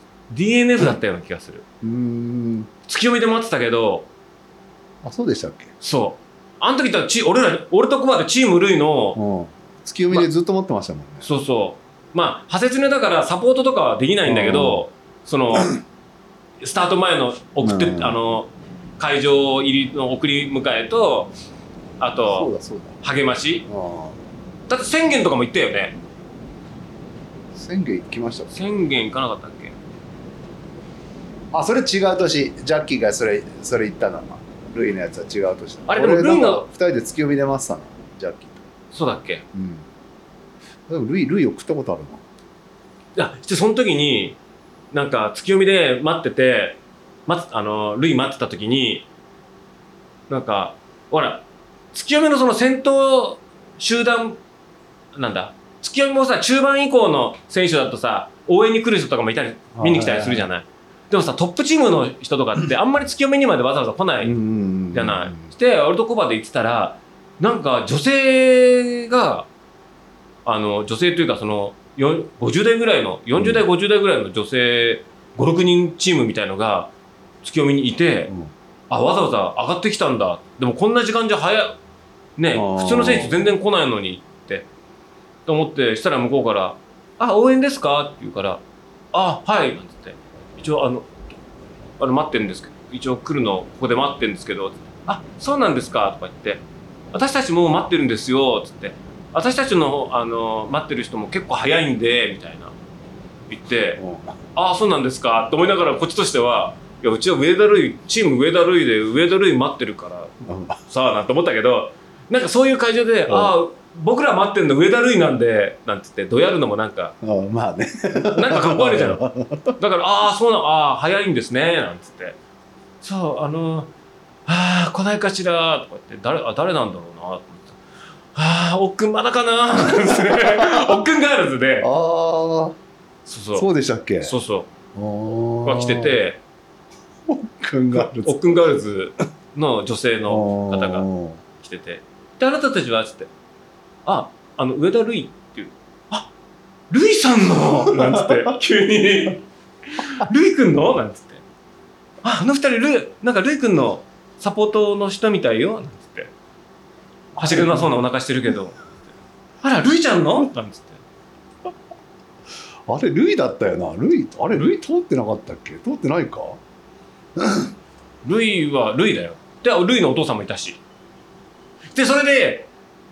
DNF だったような気がする。月読みで待ってたけど。 そうでしたっけ？ そうあの時と俺とコバでチームルイの月読みでずっと待ってましたもんね。 そう派節ねだからサポートとかはできないんだけどそのスタート前の送って会場入りの送り迎えとあと励ましだって宣言とかも行ったよね。 宣言行きました。 宣言行かなかったっけ？ それ違う年。ジャッキーがそれ言ったの。ルイのやつは違う年。 あれでもルイの 2人で月読み出ましたなジャッキーと。 そうだっけ？ でもルイ送ったことあるな。その時になんか月読みで待っててルイ待ってた時になんかほら月読みのその先頭集団なんだ月読みもさ中盤以降の選手だとさ応援に来る人とかもいたり見に来たりするじゃない。でもさトップチームの人とかってあんまり月読みにまでわざわざ来ないじゃない。して俺とコバで行ってたらなんか女性が女性というかその50代ぐらいの40代50代ぐらいの女性 5,6 人チームみたいのが月読みにいて、わざわざ上がってきたんだ。でもこんな時間じゃね普通の選手全然来ないのにってと思ってしたら向こうから「応援ですか?」って言うから「はい」なんつって「一応待ってるんですけど一応来るのここで待ってるんですけど」そうなんですか」とか言って「私たちもう待ってるんですよ」つって「私たちの待ってる人も結構早いんで」みたいな言って「そうなんですか」と思いながらこっちとしてはいやうちはチーム上田瑠衣で上田瑠衣待ってるからさあなんて思ったけどなんかそういう会場で僕ら待ってるの上田瑠衣なんでなんて言ってどやるのもなんかまあねなんかかっこ悪いじゃん。だから早いんですねなんつってそう来ないかしらとか言って誰なんだろうなと思っておっくんまだかなおっくんガールズでそうでしたっけ。 そうが来てておっくんガールズおっくんガールズの女性の方が来ててであなたたちはつって上田瑠衣っていう瑠衣さんのなんつって急に瑠衣くんのなんつってあの二人なんか瑠衣くんのサポートの人みたいよなんつって走りうまそうなお腹してるけどあら瑠衣ちゃんのなんつってあれルイだったよな。ルイ通ってなかったっけ？通ってないか。 ルイはルイだよ。でルイのお父さんもいたしでそれで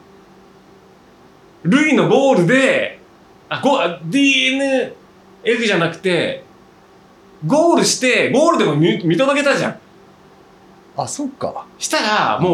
ルイのゴールでDNF じゃなくてゴールしてゴールでも見届けたじゃん。 そっか。 したらもう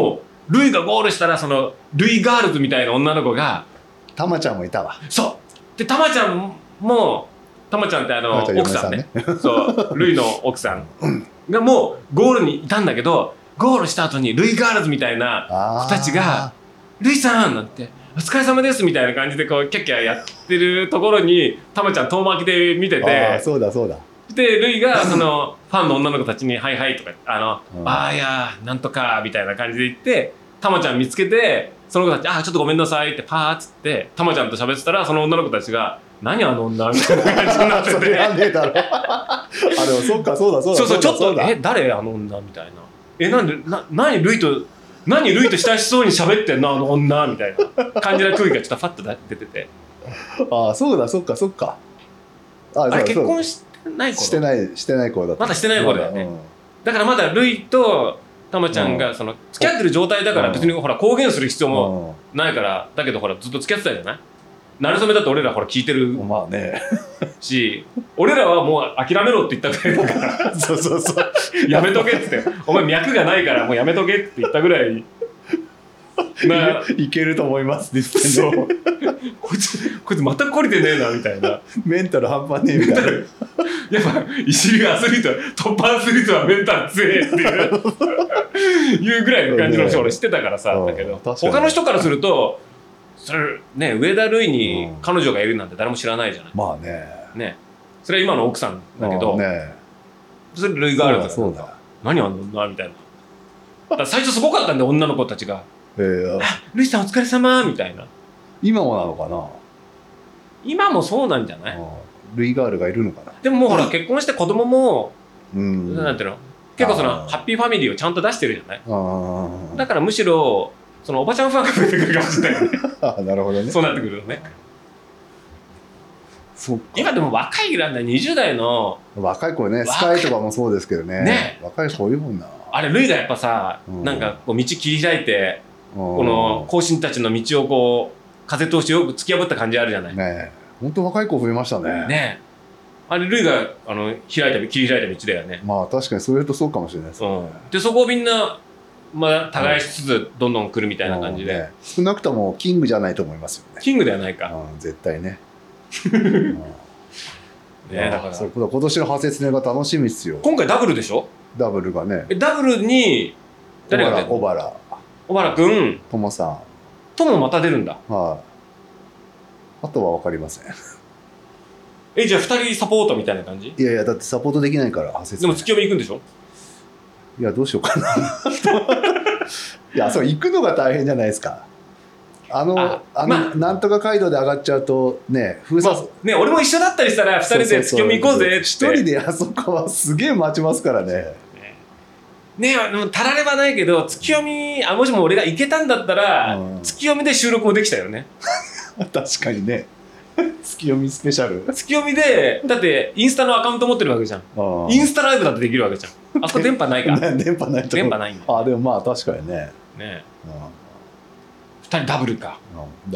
ルイがゴールしたらそのルイガールズみたいな女の子がたまちゃんもいたわ。 そうでたまちゃんもたまちゃんって奥さんねそうルイの奥さんがもうゴールにいたんだけどゴールした後にルイガールズみたいな子たちが「ルイさん!」なんて「お疲れ様です」みたいな感じでこうキャッキャやってるところにたまちゃん遠巻きで見ててそうだそうだでルイがそのファンの女の子たちに「はいはい」とか「ああいやなんとか」みたいな感じで言ってたまちゃん見つけてその子たち「あちょっとごめんなさい」ってパーッつってたまちゃんと喋ってたらその女の子たちが「何あの女」みたいな感じになっててそれやんねえだろあでもそっかそうだそうちょっと誰あの女みたいななんで何ルイと親しそうに喋ってんのあの女みたいな感じの空気がちょっとファッと出ててそうだそっかあれ結婚してない頃してない頃だったまだしてない頃だよね、だからまだルイとたまちゃんがその付き合ってる状態だから別にほら公言する必要もないからだけどほらずっと付き合ってたじゃないなれそめだって俺らほら聞いてるまあねし俺らはもう諦めろって言ったぐらいだからそうやめとけっつってお前脈がないからもうやめとけって言ったぐらいいけると思いますですそうこいつ全く懲りてねえなみたいなメンタル半端ねえみたいなやっぱ一流アスリートトップアスリートはメンタル強えっていうぐらいの感じの人俺知ってたからさだけど他の人からするとそれね上田瑠衣に彼女がいるなんて誰も知らないじゃない、 まあねそれは今の奥さんだけど、それルイガールズそうだ何あんのみたいなだから最初すごかったんで女の子たちがルイさんお疲れ様みたいな今もなのかな今もそうなんじゃないルイガールがいるのかなでももうほら結婚して子供もなんていうの結構そのハッピーファミリーをちゃんと出してるじゃないだからむしろそのおばちゃんファンが増えてくるかもしれないよねなるほどねそうなってくるとね今でも若いなんだ20代の若い子ねスカイとかもそうですけどね若い子いるもんなあれルイがやっぱさなんかこう道切り開いてこの後進たちの道をこう風通してよく突き破った感じあるじゃないね本当若い子増えましたねあれルイが切り開いた道だよねまあ確かにそれとそうかもしれないですねでそこをみんな耕しつつどんどん来るみたいな感じで少なくともキングじゃないと思いますよねキングではないか絶対ねだから今年の派切ねが楽しみですよ今回ダブルでしょダブルがねダブルに誰が出るの小原くんともさんともまた出るんだあとは分かりませんじゃあ2人サポートみたいな感じいやだってサポートできないからでも月読み行くんでしょいやどうしようかないやそう行くのが大変じゃないですかなんとか街道で上がっちゃうとね封鎖ね俺も一緒だったりしたら2人で月読み行こうぜって一人であそこはすげえ待ちますからねたらればないけど月読みもしも俺が行けたんだったら月読みで収録もできたよね確かにね月読みスペシャル月読みでだってインスタのアカウント持ってるわけじゃんインスタライブだってできるわけじゃんあそこ電波ないか電波ないと電波ないんだでもまあ確かにね 2人ダブルかダ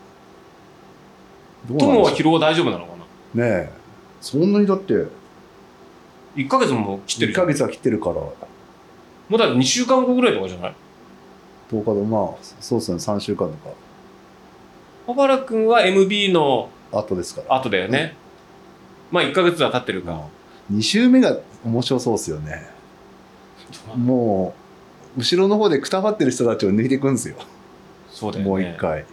ブル友は疲労は大丈夫なのかなねえそんなにだって 1ヶ月も切ってる 1ヶ月は切ってるからもうだって2週間後ぐらいとかじゃない 10日でまあそうですね3週間とか小原君は MB の後ですから後だよねまあ1ヶ月は経ってるか 2週目が面白そうですよねもう後ろの方でくたばってる人たちを抜いていくんですよそうだよねもう一回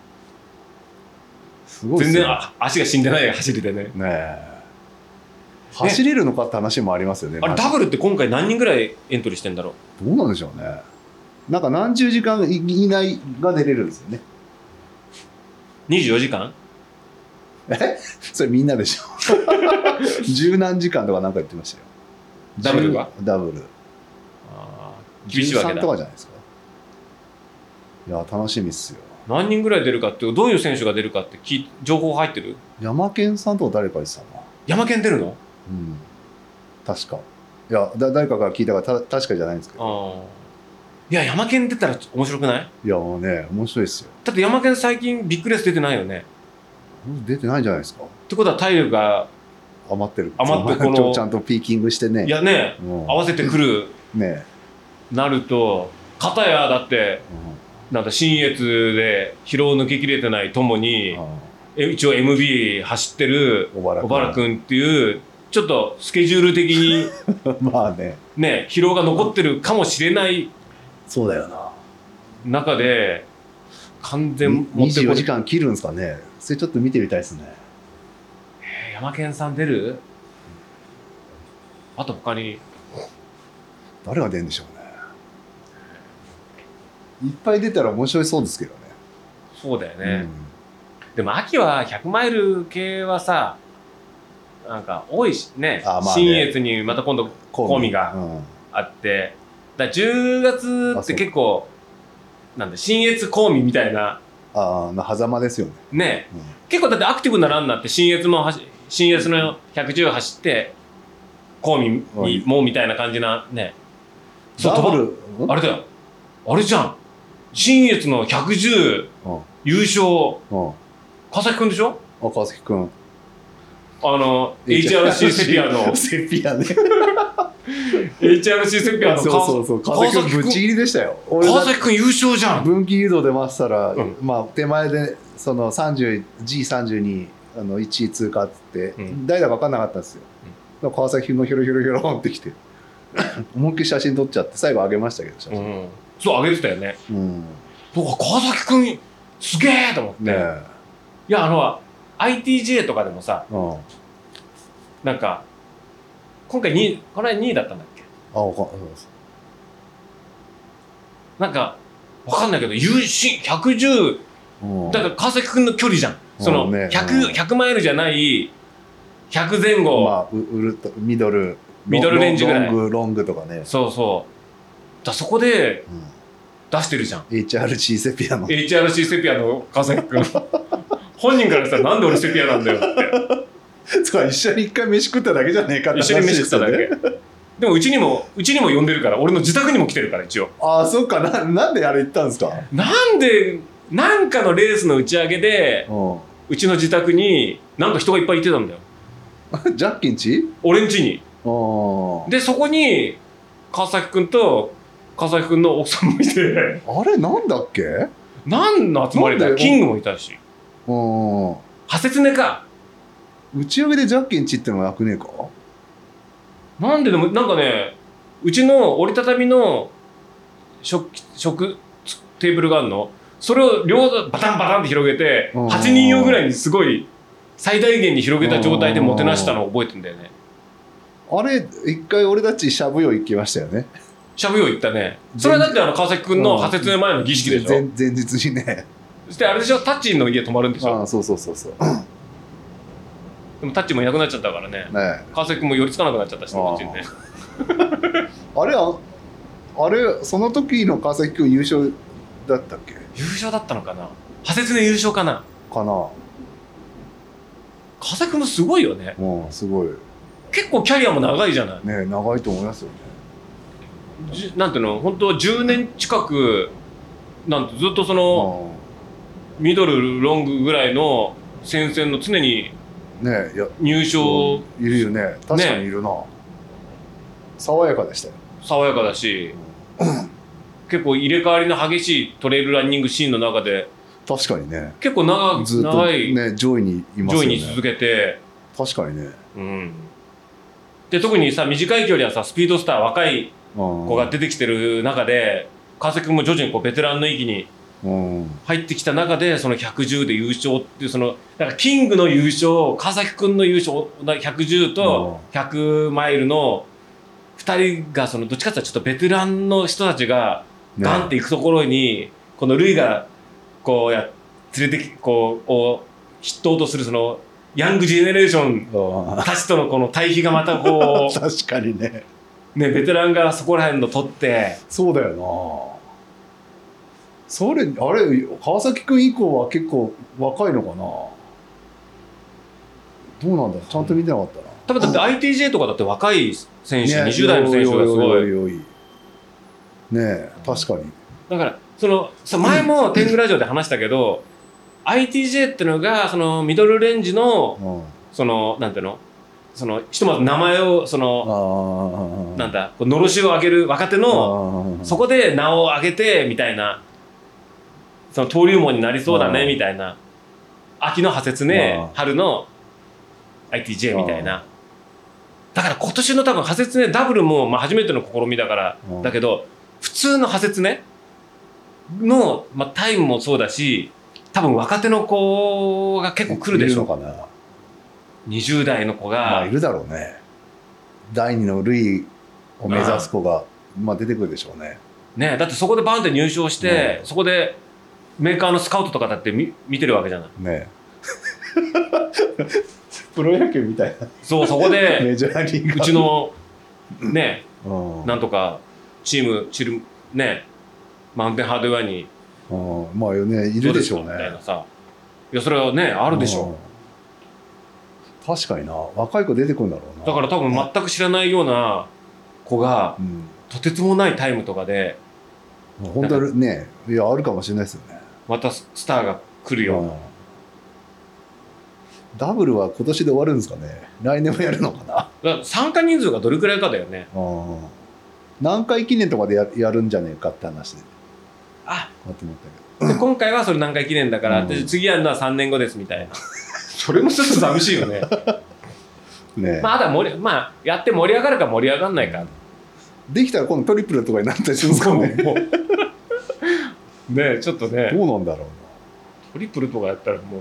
すごい全然足が死んでない走りでね走れるのかって話もありますよねあれダブルって今回何人ぐらいエントリーしてんだろうどうなんでしょうねなんか何十時間以内が出れるんですよね 24時間それみんなでしょ十何時間とかなんか言ってましたよダブルがダブル厳しいわけだ 13とかじゃないですかいや楽しみっすよ何人ぐらい出るかってどういう選手が出るかって情報入ってる山健さんとか誰か言ってたな山健出るの確かいや誰かから聞いたから確かじゃないんですけどいや山健出たら面白くないいやもうね面白いっすよだって山健最近ビッグレース出てないよね出てないんじゃないですかってことは体力が余ってこのちゃんとピーキングしてねいやね合わせてくるねなると片やだって、なんだ信越で疲労抜けきれてない友に、一応 MB 走ってる小原君っていうちょっとスケジュール的にまあね疲労が残ってるかもしれないそうだよな中で完全持って 24時間切るんですかね。それちょっと見てみたいですね。 山県さん出る？あと他に誰が出るんでしょうね。いっぱい出たら面白いそうですけどね。 そうだよね、でも秋は100マイル系はさなんか多いしね、信越にまた今度コミがあって、だ10月って結構なんだ信越コミみたいな狭間ですよね。 結構だってアクティブなランナーって信越の110走ってコミにもみたいな感じなね。 ダブルあれだよあれじゃん信越の110優勝川崎くんでしょ？ 川崎くん HRC セピアのセピアね HRC セピアのそう川崎くんぶっちぎりでしたよ。 川崎くん優勝じゃん。 分岐誘導出ましたら、まあ手前でその G32 1位通過っつって、誰だか分かんなかったんですよ、川崎くんのヒョロヒョロヒョロってきて思いっきり写真撮っちゃって最後上げましたけど写真、 そう上げてたよね。川崎くんすげえと思って、いやITJ とかでもさ、なんか今回この間2位だったんだっけ？なんか分かんないけど110だから川崎くんの距離じゃん。その100マイルじゃない100前後、 ミドルレンジぐらいロングとかね。 そうそこで出してるじゃん。 HRC セピアの川崎くん本人からしたらなんで俺セピアなんだよって一緒に一回飯食っただけじゃねえかって話ですよね。一緒に飯食っただけでもうちにも呼んでるから俺の自宅にも来てるから一応。 そっかなんであれ行ったんですか？ なんかのレースの打ち上げでうちの自宅になんか人がいっぱいいてたんだよジャッキンち？ 俺んちに。でそこに川崎くんと川崎くんの奥さんもいてあれなんだっけ？ 何の集まりだよ。キングもいたしハセツネか。 打ち上げでジャッキンちってのはなくねえか？ なんででもなんかねうちの折りたたみの食テーブルがあるの。それを両方バタンバタンって広げて8人用ぐらいにすごい最大限に広げた状態でもてなしたのを覚えてんだよね。 あれ一回俺たちしゃぶ用行きましたよね。 しゃぶ用行ったね。それはだって川崎くんの派切前の儀式でしょ。 前日にね。 そしてあれでしょタッチの家泊まるんでしょ。 そうでもタッチもいなくなっちゃったからね。川崎くんも寄りつかなくなっちゃったしねこっちにねあれその時の川崎くん優勝だったっけ？ 優勝だったのかな。派切優勝かな。川崎くんもすごいよね。 すごい。 結構キャリアも長いじゃない。 ね長いと思いますよね。 なんていうの本当10年近くなんてずっとそのミドルロングぐらいの戦線の常に入賞いるよね。確かにいるな。爽やかでしたよ。 爽やかだし結構入れ替わりの激しいトレイルランニングシーンの中で確かにね結構長いね上位にいますよね。 上位に続けて確かにね。 で特にさ短い距離はさスピードスター若い子が出てきてる中で川崎君も徐々にこうベテランの域に入ってきた中でその110で優勝っていうそのだからキングの優勝川崎君の優勝110と100マイルの2人がそのどっちかっていうとちょっとベテランの人たちがガンっていくところにこのルイがこう連れてきこう筆頭とするそのヤングジェネレーションたちとのこの対比がまたこう確かにねベテランがそこら辺の取ってそうだよな。それあれ川崎君以降は結構若いのかな。どうなんだろうちゃんと見てなかったな。 多分だって ITJ とかだって若い選手、20代の選手がすごいねえ確かに。 だから前も天狗ラジオで話したけど、ITJ ってのがそのミドルレンジのそのなんていうのそのひとまず名前をそのなんだこうのろしを上げる若手のそこで名を上げてみたいな、その登竜門になりそうだねみたいな、秋の派切ね春の ITJ みたいな。だから今年の多分派切ねダブルもまあ初めての試みだからだけど、普通の派切ねの、まあ、タイムもそうだし、多分若手の子が結構来るでしょ。いるのかな。20代の子が、 まあいるだろうね。第二のルイを目指す子が、まあ出てくるでしょうね。 ね、だってそこでバンって入賞して、そこでメーカーのスカウトとかだって見てるわけじゃない。ね。 プロ野球みたいな。 そう、そこでメジャーリーグうちのね、なんとかチームね、マウンテンハードウェアにまあね、いるでしょうね。みたいなさ、いやそれはねあるでしょう。確かにな、若い子出てくるんだろうな。 だから多分全く知らないような子が、とてつもないタイムとかで本当にね、いやあるかもしれないですよね。 またスターが来るような。 ダブルは今年で終わるんですかね。来年もやるのかな。 参加人数がどれくらいかだよね。 何回記念とかで やるんじゃねえかって話で。 あと思ったけど。で今回はそれ何回記念だから、次やるのは3年後ですみたいな。それもちょっと寂しいよね。ね、まあ、まあやって盛り上がるか盛り上がらないか。 できたら今度トリプルとかになったりするんですかね。 ねちょっとね。 どうなんだろうな。 トリプルとかやったらもう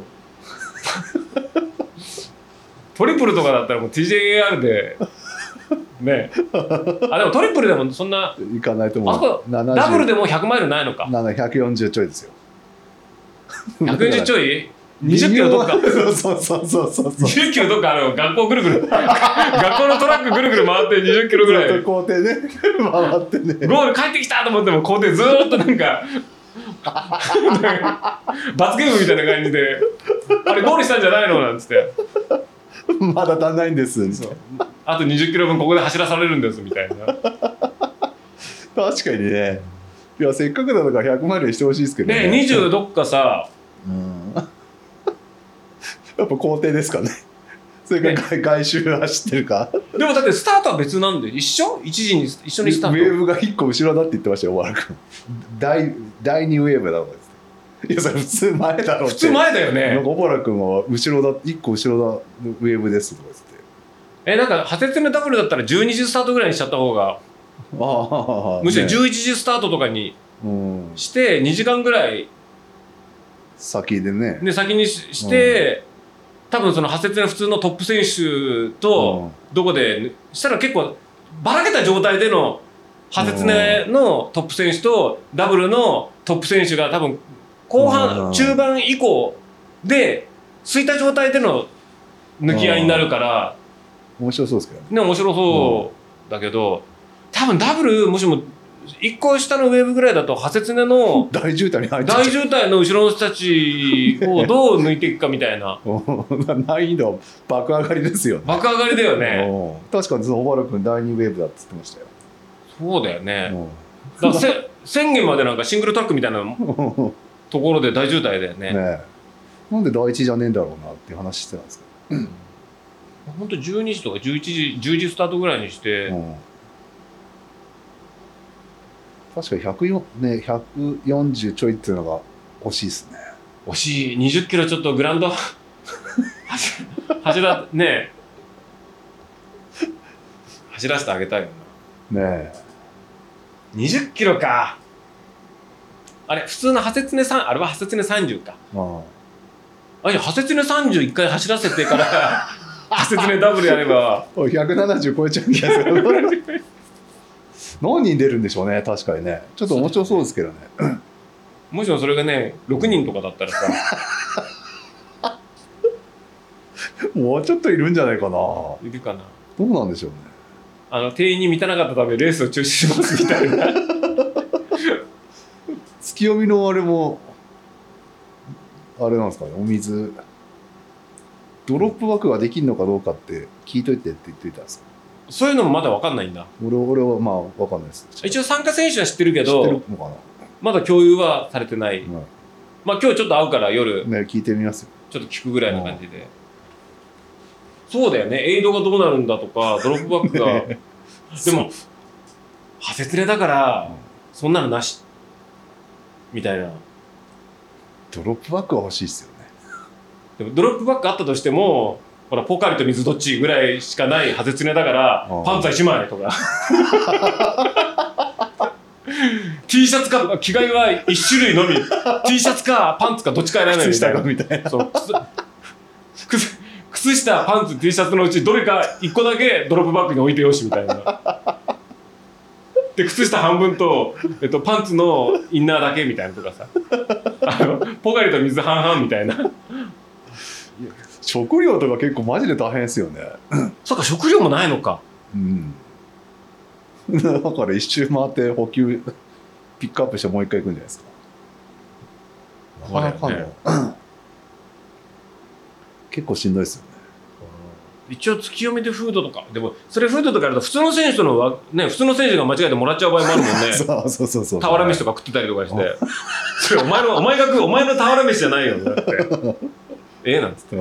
トリプルとかだったらもう TJAR でね。あでもトリプルでもそんないかないと思う。 あそこダブルでも100マイルないのか。 140ちょいですよ。 140ちょい20キロどっか。 そう 20キロどっか学校ぐるぐる学校のトラックぐるぐる回って20キロぐらい校庭ね回ってね、 ゴール帰ってきたと思っても校庭ずーっとなんか罰ゲームみたいな感じであれゴールしたんじゃないのなんつってまだ足んないんですあと20キロ分ここで走らされるんですみたいな。 確かにね。いやせっかくだから100マイルにしてほしいですけどね。20どっかさ、 やっぱ校庭ですかね。それから外周走ってるか。 でもだってスタートは別なんで一緒一時に一緒にスタート。 ウェーブが1個後ろだって言ってましたよ、小原君。第2ウェーブだろうです。いやそれ普通前だろうって。 普通前だよね。 なんか小原君は後ろだ、1個後ろだウェーブですとか言って。 なんか派切ねダブルだったら12時スタートぐらいにしちゃった方がむしろ11時スタートとかにして2時間ぐらい先でね。 先にして、多分その派切ね普通のトップ選手とどこでしたら結構ばらけた状態での派切ねのトップ選手とダブルのトップ選手が多分後半中盤以降で空いた状態での抜き合いになるから面白そうですけどね。面白そうだけど多分ダブルもしも1個下のウェーブぐらいだと派切ねの大渋滞に入っちゃう。 大渋滞の後ろの人たちをどう抜いていくかみたいな難易度爆上がりですよね。 爆上がりだよね。 確かにその小原君第2ウェーブだって言ってましたよ。 そうだよね。だから宣言までなんかシングルトラックみたいなところで大渋滞だよね。 なんで第1じゃねえんだろうなっていう話してたんですけど、 ほんと12時とか11時10時スタートぐらいにして、 確かに140ちょいっていうのが惜しいですね。 惜しい。20キロちょっとグラウンド走らね走らせてあげたいよな。ねえ。 20キロか。あれ普通の派切ねあれは派切ね30か。派切ね31回走らせてから派切ねダブルやれば 170超えちゃうんですよ。何人出るんでしょうね。確かにね。ちょっと面白そうですけどね。 もしもそれがね6人とかだったらさもうちょっといるんじゃないかな。 いるかな。 どうなんでしょうね。 定員に満たなかったためレースを中止しますみたいな月読みのあれもあれなんですかね。お水ドロップ枠ができるのかどうかって聞いといてって言っていたんですか。 そういうのもまだ分かんないんだ。 俺はまあ分かんないです。 一応参加選手は知ってるけど知ってるのかな。 まだ共有はされてない、まあ今日ちょっと会うから夜ね聞いてみますよ。 ちょっと聞くぐらいの感じで、 そうだよね。エイドがどうなるんだとか、ドロップバックが。でも、ハセツレだから、そんなのなし。みたいな。 ドロップバックは欲しいっすよね。 でもドロップバックあったとしても、ほら、ポカリと水どっちぐらいしかないハセツレだから、パンツは1枚とか。T シャツか、着替えは1種類のみ。T シャツか、パンツか、どっちか選べないみたいな。 みたいな。そう靴下、パンツ、T シャツのうちどれか1個だけドロップバッグに置いてよしみたいな。で、靴下半分と、パンツのインナーだけみたいなとかさ。ポカリと水半々みたいな。 食料とか結構マジで大変ですよね。 そっか、食料もないのか。 うん。だから一周回って補給ピックアップしてもう一回行くんじゃないですか。なかなかの結構しんどいですよね。 一応月読みでフードとか、でもそれフードとかあると普通の選手とのね、普通の選手が間違えてもらっちゃう場合もあるもんね。 そう俵飯とか食ってたりとかして、それお前の俵飯じゃないよだって。なんつって。い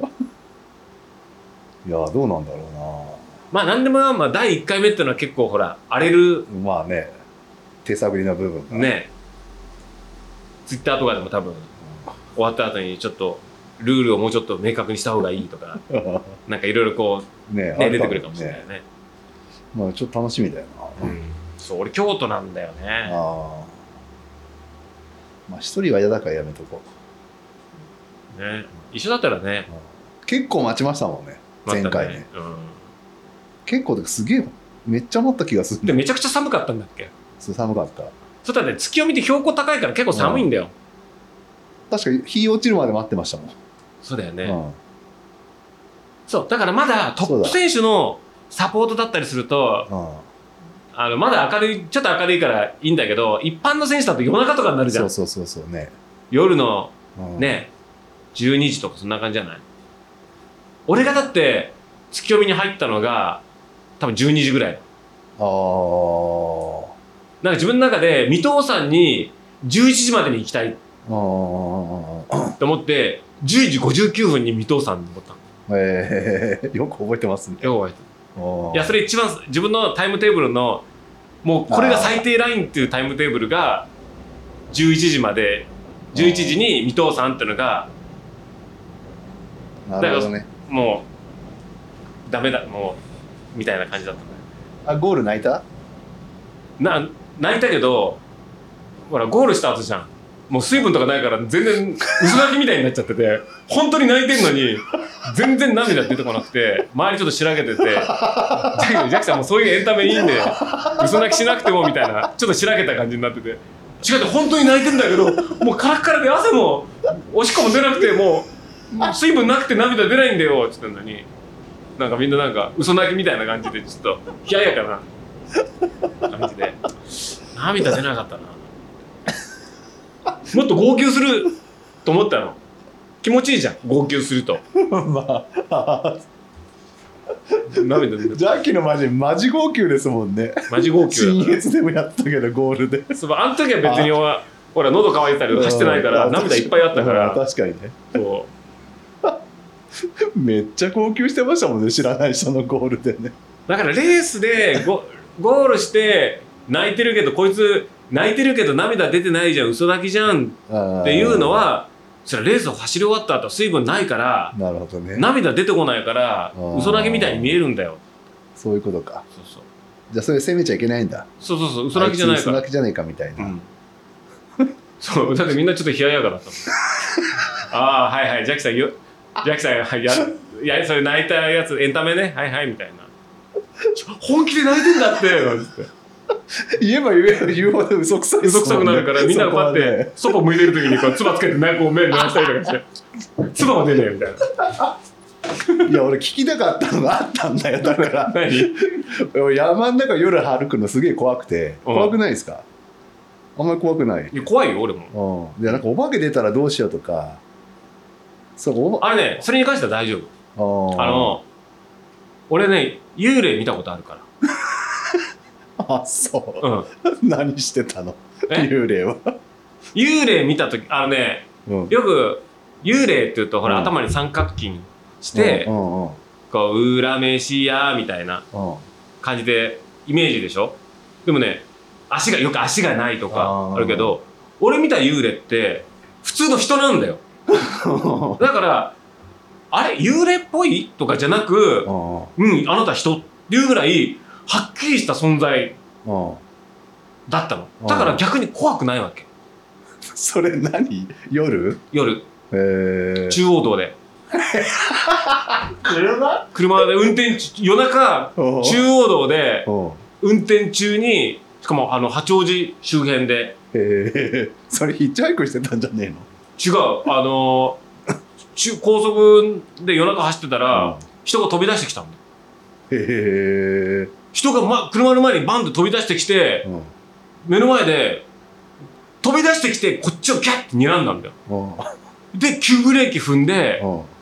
やどうなんだろうな。 まあ何でもまあ第1回目っていうのは結構ほら荒れる。 まあね、手探りな部分がね。ツイッターとかでも多分終わった後にちょっとルールをもうちょっと明確にした方がいいとかなんかいろいろこうね出てくるかもしれないよね。 まあちょっと楽しみだよな。 そう俺京都なんだよね。 まあ一人は嫌だからやめとこう。ね、一緒だったらね。 結構待ちましたもんね。前回ね。結構すげえめっちゃ待った気がする。 でめちゃくちゃ寒かったんだっけ。 そう寒かった。 そうだね、月を見て標高高いから結構寒いんだよ。 確かに日落ちるまで待ってましたもん。 そうだよね。そうだからまだトップ選手のサポートだったりすると、まだちょっと明るいからいいんだけど、一般の選手だと夜中とかになるじゃん。 そうね。 夜のね、12時とかそんな感じじゃない。俺がだって月読みに入ったのが多分12時ぐらい。なんか自分の中で水戸さんに11時までに行きたいと思って10時59分に水戸さんに思ったの。 よく覚えてますね。 よく覚えてる。いやそれ一番自分のタイムテーブルのもうこれが最低ラインっていうタイムテーブルが11時まで11時に水戸さんっていうのがなるほどね。 もうダメだもうみたいな感じだったね。 ゴール泣いた？ 泣いたけどほらゴールした後じゃん。もう水分とかないから全然薄泣きみたいになっちゃってて本当に泣いてんのに全然涙出てこなくて周りちょっとしらけててジャッキさんもそういうエンタメいいんで嘘泣きしなくてもみたいなちょっとしらけた感じになってて違って本当に泣いてんだけどもうカラッカラで汗もおしっこも出なくてもう水分なくて涙出ないんだよって言ったのになんかみんななんか嘘泣きみたいな感じでちょっと冷ややかな感じで涙出なかったな。もっと号泣すると思ったの。気持ちいいじゃん号泣すると。 まあ涙出た。 ジャッキのマジ号泣ですもんね。 マジ号泣新越でもやったけどゴールで。 そうあの時は別にほら喉乾いてたり走ってないから涙いっぱいあったから。 確かにね。 そうめっちゃ号泣してましたもんね知らない人のゴールでね。 だからレースでゴールして泣いてるけどこいつ泣いてるけど涙出てないじゃん嘘泣きじゃんっていうのはそれレースを走り終わった後水分ないからなるほど、ね、 涙出てこないから嘘泣きみたいに見えるんだよ。 そういうことか。 そうじゃあそれ責めちゃいけないんだ。 そう嘘泣きじゃないから嘘泣きじゃねえかみたいな、 そうだってみんなちょっと冷ややかだったもんああはいジャッキさんやそれ泣いたやつエンタメねはいみたいな本気で泣いてんだってなんつって言えば言うほど嘘くさい嘘くさくなるからみんながこうやってそば向いてる時にこう唾つけてねこう目濡らしたりとかして唾も出ねえみたいな。 いや俺聞きたかったのがあったんだよだから山の中夜歩くのすげえ怖くて怖くないですか？あんまり怖くない。 いや怖いよ俺も。 でなんかお化け出たらどうしようとかあれねそれに関しては大丈夫。俺ね幽霊見たことあるからあそう、何してたの幽霊は。 幽霊見た時よく幽霊って言うとほら、頭に三角筋して、 こう裏飯屋みたいな感じでイメージでしょ。でもね、よく足がないとかあるけど、俺見た幽霊って普通の人なんだよ。だからあれ幽霊っぽいとかじゃなく、あなた人っていうぐらいはっきりした存在だったの。だから逆に怖くないわけ。 それ何？夜中央道で車で運転夜中中央道で運転中に、しかも八王子周辺で、 それヒッチハイクしてたんじゃねえの？ 違う、高速で夜中走ってたら、人が飛び出してきたんだよ。人が、車の前にバンと飛び出してきて、目の前で飛び出してきてこっちをキャッて睨んだんだよ。で急ブレーキ踏んで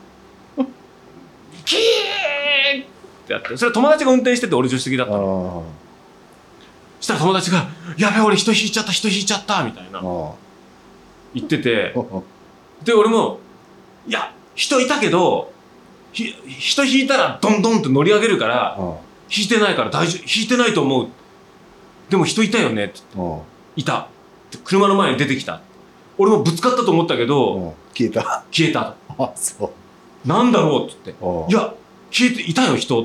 キーってやって、それは友達が運転してて俺助手席だったの。そしたら友達が「やべえ俺人引いちゃった」みたいな言ってて、で俺も「いや人いたけど人引いたらドンドンって乗り上げるから引いてないから大丈夫、引いてないと思う、でも人いたよね」って言って、いたって車の前に出てきた。俺もぶつかったと思ったけど消えた。あ、そう。 なんだろうって言って、いや消えていたよ人って。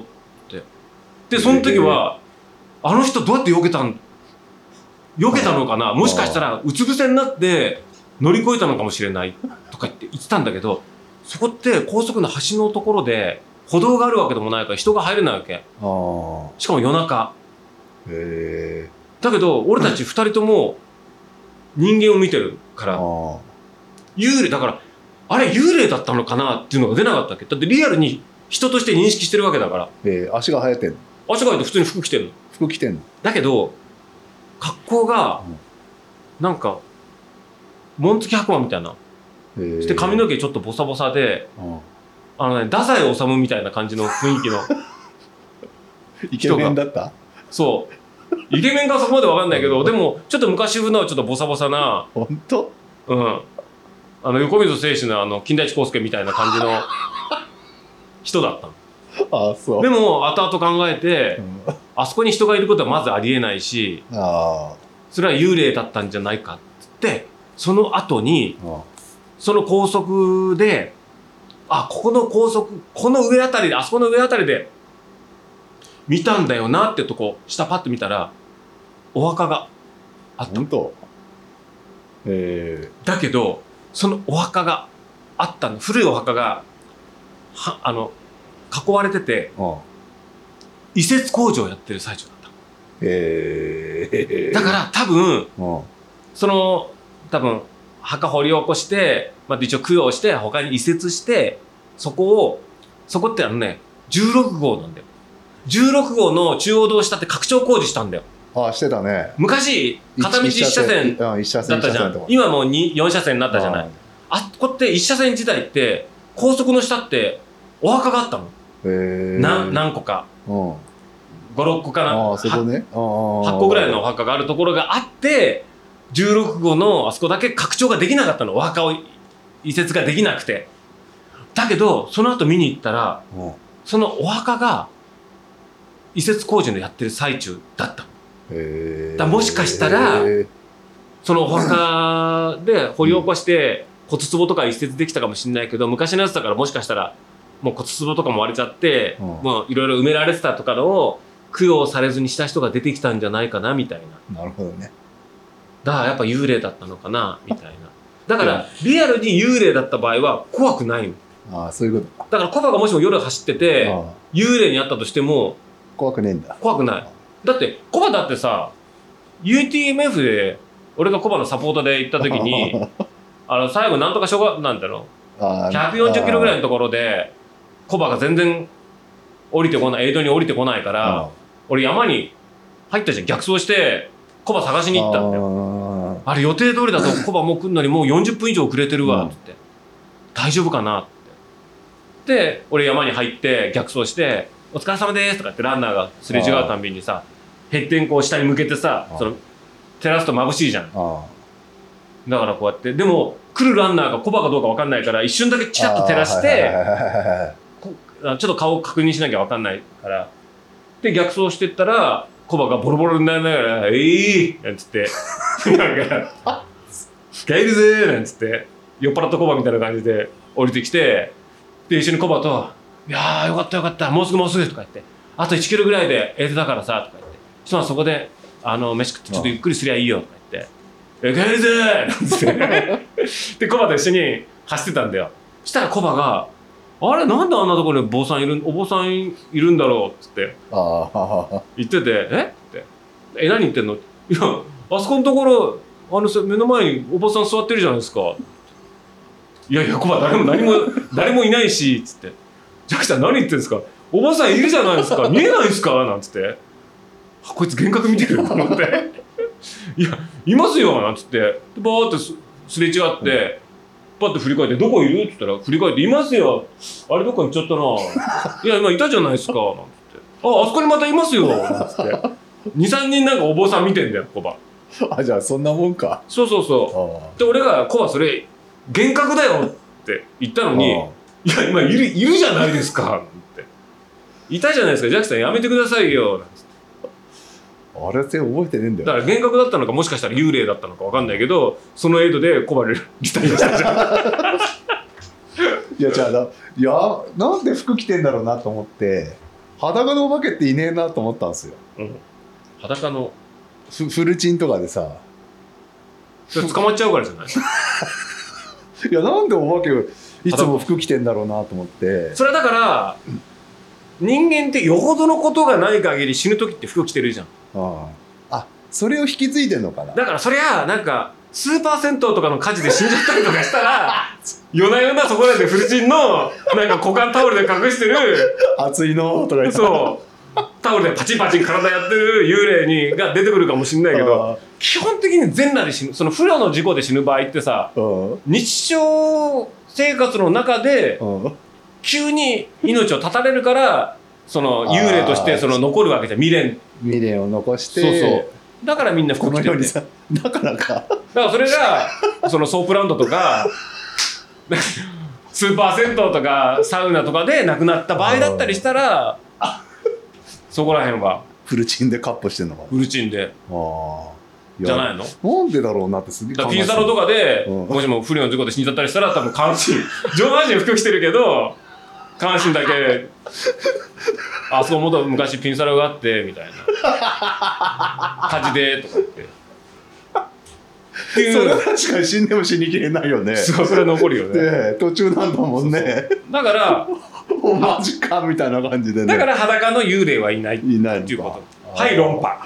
でその時はあの人どうやって避けたのかな、もしかしたらうつ伏せになって乗り越えたのかもしれないとか言ってたんだけど、そこって高速の橋のところで歩道があるわけでもないから人が入れないわけ。しかも夜中。だけど俺たち2人とも人間を見てるから幽霊だから、あれ幽霊だったのかなっていうのが出なかったっけ。だってリアルに人として認識してるわけだから。 足が生えてんの？ 足が生えて普通に服着てるの。だけど格好がなんか紋付き白馬みたいな、して髪の毛ちょっとボサボサで、太宰治みたいな感じの雰囲気のイケメンだった？ そうイケメンかそこまで分かんないけど、でもちょっと昔風のちょっとボサボサな、 本当？ 横溝正史の金田一耕助みたいな感じの人だったの。 あ、そう。 でも後々考えて、あそこに人がいることはまずありえないし、それは幽霊だったんじゃないかってその後にその高速で、ここの高速この上あたりで、あそこの上あたりで見たんだよなってとこ下パッと見たらお墓があった。 本当？ だけどそのお墓があったの、古いお墓が囲われてて移設工事をやってる最中だった。だから多分墓掘り起こして、一応供養して他に移設して、そこって16号なんだよ。16号の中央道下って拡張工事したんだよ。 してたね。 昔片道1車線だったじゃん。今もう4車線になったじゃない。ここって1車線時代って高速の下ってお墓があったの。何個か5、6個かな、 そこね、 8個ぐらいのお墓があるところがあって、16号のあそこだけ拡張ができなかったの。お墓を移設ができなくて。だけどその後見に行ったら、そのお墓が移設工事のやってる最中だった。もしかしたらそのお墓で掘り起こして骨壺とか移設できたかもしれないけど、昔のやつだからもしかしたらもう骨壺とかも割れちゃって、もういろいろ埋められてたとかのを供養されずにした人が出てきたんじゃないかなみたいな。 なるほどね。 だからやっぱ幽霊だったのかなみたいな。だからリアルに幽霊だった場合は怖くないの。 そういうこと。 だからコバがもしも夜走ってて幽霊に会ったとしても怖くねえんだ。 怖くない。だってコバだってさ UTMF で俺がコバのサポートで行った時に最後なんとかなんだろう、140キロぐらいのところでコバが全然降りてこない、エイドに降りてこないから俺山に入ったじゃん。逆走してコバ探しに行ったんだよ。あれ予定通りだとコバもう来るのにもう40分以上遅れてるわって言って、大丈夫かなってで俺山に入って逆走してお疲れ様ですとかってランナーがすれ違うたんびにさ、ヘッテンこう下に向けてさ、その照らすと眩しいじゃん。だからこうやって、でも来るランナーがコバかどうか分かんないから一瞬だけチラッと照らしてちょっと顔確認しなきゃ分かんないからで逆走してったらコバがボロボロになりながら「なんつってなんか「帰るぜ」なんつって酔っ払ったコバみたいな感じで降りてきてで一緒にコバと「いやーよかったよかったもうすぐもうすぐ」とか言って「あと1キロぐらいでエイトだからさ」とか言って「そそこで飯食ってちょっとゆっくりすりゃいいよ」とか言って「帰るぜ」なんつってでコバと一緒に走ってたんだよ。したらコバが「あれなんであんなところにお坊さんいるんだろう」っつって言ってて「えっ?」て「何言ってんの?」「いやあそこのところ目の前にお坊さん座ってるじゃないですか」いやいやコバ誰もいないしっつって「ジャッキさん何言ってんですかお坊さんいるじゃないですか見えないですか?」なんつって「こいつ幻覚見てる」と思って「いやいますよ」なんつってでバーってすれ違ってパッて振り返って「どこいる?」って言ったら振り返って「いますよあれどっか行っちゃったな」「いや今いたじゃないですか」なんつって「あそこにまたいますよ」なんつって23人なんかお坊さん見てんだよコバ。 じゃあそんなもんか。 そうで俺がコバそれ幻覚だよって言ったのに「いや今いるじゃないですか」って「いたじゃないですかジャッキさんやめてくださいよ」なんつってあれ全然覚えてねえんだよ。 だから幻覚だったのかもしかしたら幽霊だったのか分かんないけどそのエイドでコバリタイアしたじゃんいやじゃあなんで服着てんだろうなと思って裸のお化けっていねえなと思ったんですよ、 裸のフルチンとかでさ捕まっちゃうからじゃないいやなんでお化けいつも服着てんだろうなと思ってそれはだから人間ってよほどのことがない限り死ぬ時って服着てるじゃん。 それを引き継いでんのかな。 だからそりゃなんかスーパー銭湯とかの火事で死んじゃったりとかしたら夜な夜なそこらでフルチンのなんか股間タオルで隠してる熱いのとか言ってそうタオルでパチンパチン体やってる幽霊が出てくるかもしれないけど基本的に全裸で死ぬその風呂の事故で死ぬ場合ってさ日常生活の中で急に命を絶たれるからその幽霊としてその残るわけじゃん未練を残してだからみんな服着てるだからそれがそのソープランドとかスーパー銭湯とかサウナとかで亡くなった場合だったりしたらそこら辺はフルチンでカッポしてんのかフルチンでじゃないのなんでだろうなってすげえ考えてピンサロとかでもしも不慮の事故で死んじゃったりしたら多分下半身上半身服着てるけど下半身だけあそこもと昔ピンサロがあってみたいな火事でとか言ってそれは確かに死んでも死にきれないよね。 それは残るよね途中なんだもんね。 だからマジかみたいな感じでね。 だから裸の幽霊はいないっていうことはい論破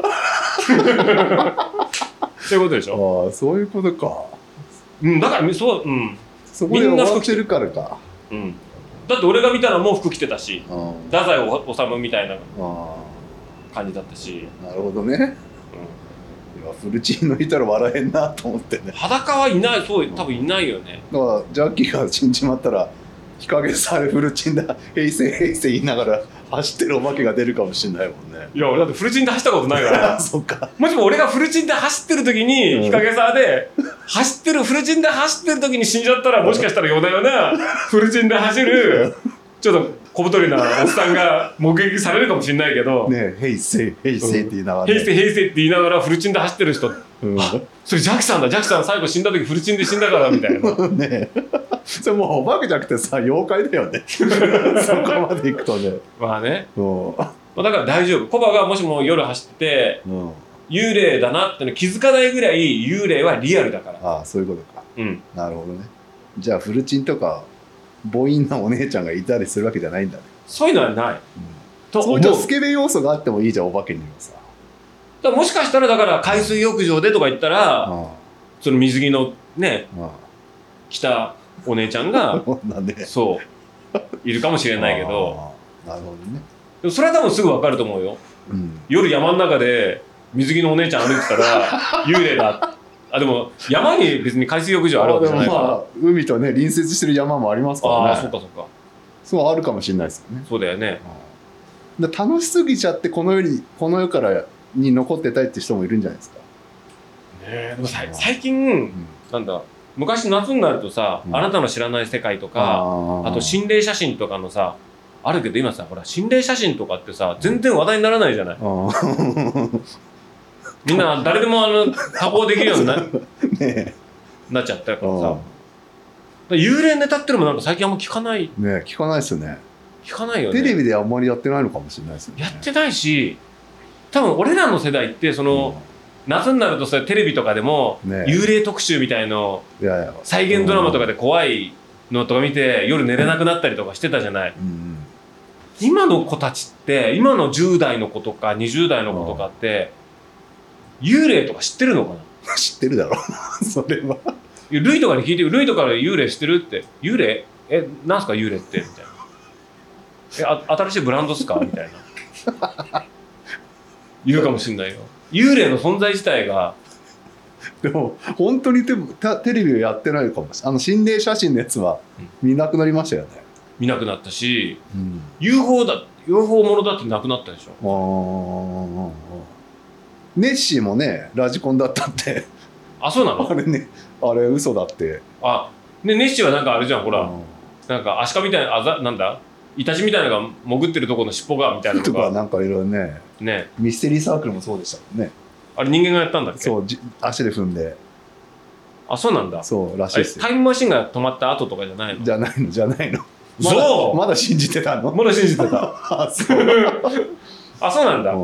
そういうことでしょ。 そういうことか。 だからそこで終わってるからか。 だって俺が見たのも服着てたし太宰治みたいな感じだったし。 なるほどね。フルチンのいたら笑えんなと思ってね。 裸はいない多分いないよね。 だからジャッキーが死んじまったら日陰されフルチンだ平成言いながら走ってるお化けが出るかもしれないもんね。 いや俺だってフルチンで走ったことないからそっか。 もしも俺がフルチンで走ってる時に日陰沢でフルチンで走ってる時に死んじゃったらもしかしたら夜な夜なフルチンで走るちょっと小太りなおっさんが目撃されるかもしれないけどね平成って言いながら、 平成って言いながらフルチンで走ってる人、それジャキさんだジャキさん最後死んだ時フルチンで死んだからみたいなねそれもうお化けじゃなくてさ妖怪だよねそこまで行くとねまあねだから大丈夫コバがもしも夜走ってて、幽霊だなっての気づかないぐらい幽霊はリアルだから。 そういうことか。なるほどね。じゃあフルチンとか母音なお姉ちゃんがいたりするわけじゃないんだね。 そういうのはない、 そうじゃスケベ要素があってもいいじゃんお化けにもさ。 だもしかしたらだから海水浴場でとか言ったら、その水着のね、着たお姉ちゃんがそういるかもしれないけどなるほどね。 でもそれは多分すぐ分かると思うよ、夜山の中で水着のお姉ちゃん歩いてたら幽霊だでも山に別に海水浴場あるわけじゃないから、 海とね隣接してる山もありますからね。 そうかそうかそうあるかもしれないですよね。 そうだよね。 楽しすぎちゃってこの世からに残ってたいって人もいるんじゃないですか。 でも最近、なんだ昔夏になるとさ、あなたの知らない世界とかあと心霊写真とかのさあるけど今さほら心霊写真とかってさ全然話題にならないじゃない。みんな誰でも加工できるように ねなっちゃったからさ。幽霊ネタってのもなんか最近あんま聞かない。 ね、聞かないですよね。 聞かないよね。 テレビであんまりやってないのかもしれないですよね。 やってないし、多分俺らの世代ってその、夏になるとさテレビとかでも、ね、幽霊特集みたいの再現ドラマとかで怖いのとか見て夜寝れなくなったりとかしてたじゃない。今の子たちって今の10代の子とか20代の子とかって幽霊とか知ってるのかな。 知ってるだろそれは。 ルイとかに聞いてルイとかで幽霊知ってるって。幽霊なんすか幽霊ってみたいな。新しいブランドっすかみたいな言うかもしんないよ。幽霊の存在自体が。 でも本当にテレビをやってないかもしれない。心霊写真のやつは見なくなりましたよね。 見なくなったし、UFO ものだってなくなったでしょ。ネッシーもねラジコンだったって。 あ、そうなの。 あれね、あれ嘘だって。 あ、ね、ネッシーはなんかあれじゃん、ほら、なんかアシカみたいな、なんだイタチみたいなのが潜ってるところの尻尾がみたいなのとかなんかいろいろね。ミステリーサークルもそうでしたもんね。 あれ人間がやったんだっけ。 そう、足で踏んで。 あ、そうなんだ。 そうらしいですよ。 タイムマシンが止まった後とかじゃないの。 じゃないの。 そうまだ信じてたの。 まだ信じてた。あ、そうなんだ。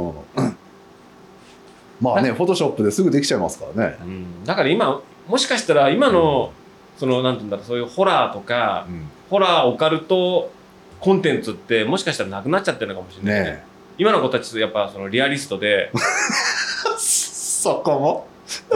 まあね、フォトショップですぐできちゃいますからね。 だから今もしかしたら今のそのなんていうんだろう、そういうホラーとか、ホラーオカルトコンテンツってもしかしたらなくなっちゃってるのかもしれないね。今の子たちとやっぱそのリアリストでそこも、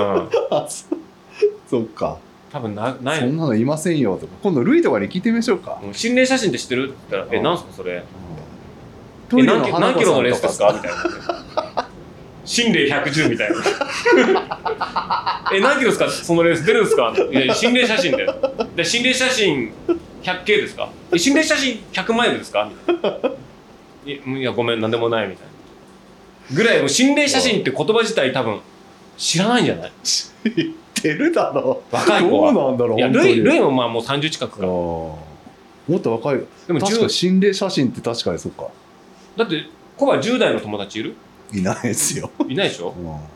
そっか。 多分ないの。 そんなのいませんよとか。今度ルイとかに聞いてみましょうか。 心霊写真って知ってるって言ったらなんすかそれ。何キロのレースですかみたいな。心霊110みたいな。何キロですかそのレース出るんですか。いや心霊写真だよ。で心霊写真 100K ですか。心霊写真100マイルですかみたいな。いやごめんなんでもないみたいなぐらい。もう心霊写真って言葉自体多分知らないんじゃない。 知ってるだろう。 若い子は。 どうなんだろう。 いやルイもまあもう30近くか。 もっと若い。でも確か心霊写真って確かにそっか。 だってコバ10代の友達いる？ いないですよ。 いないでしょ。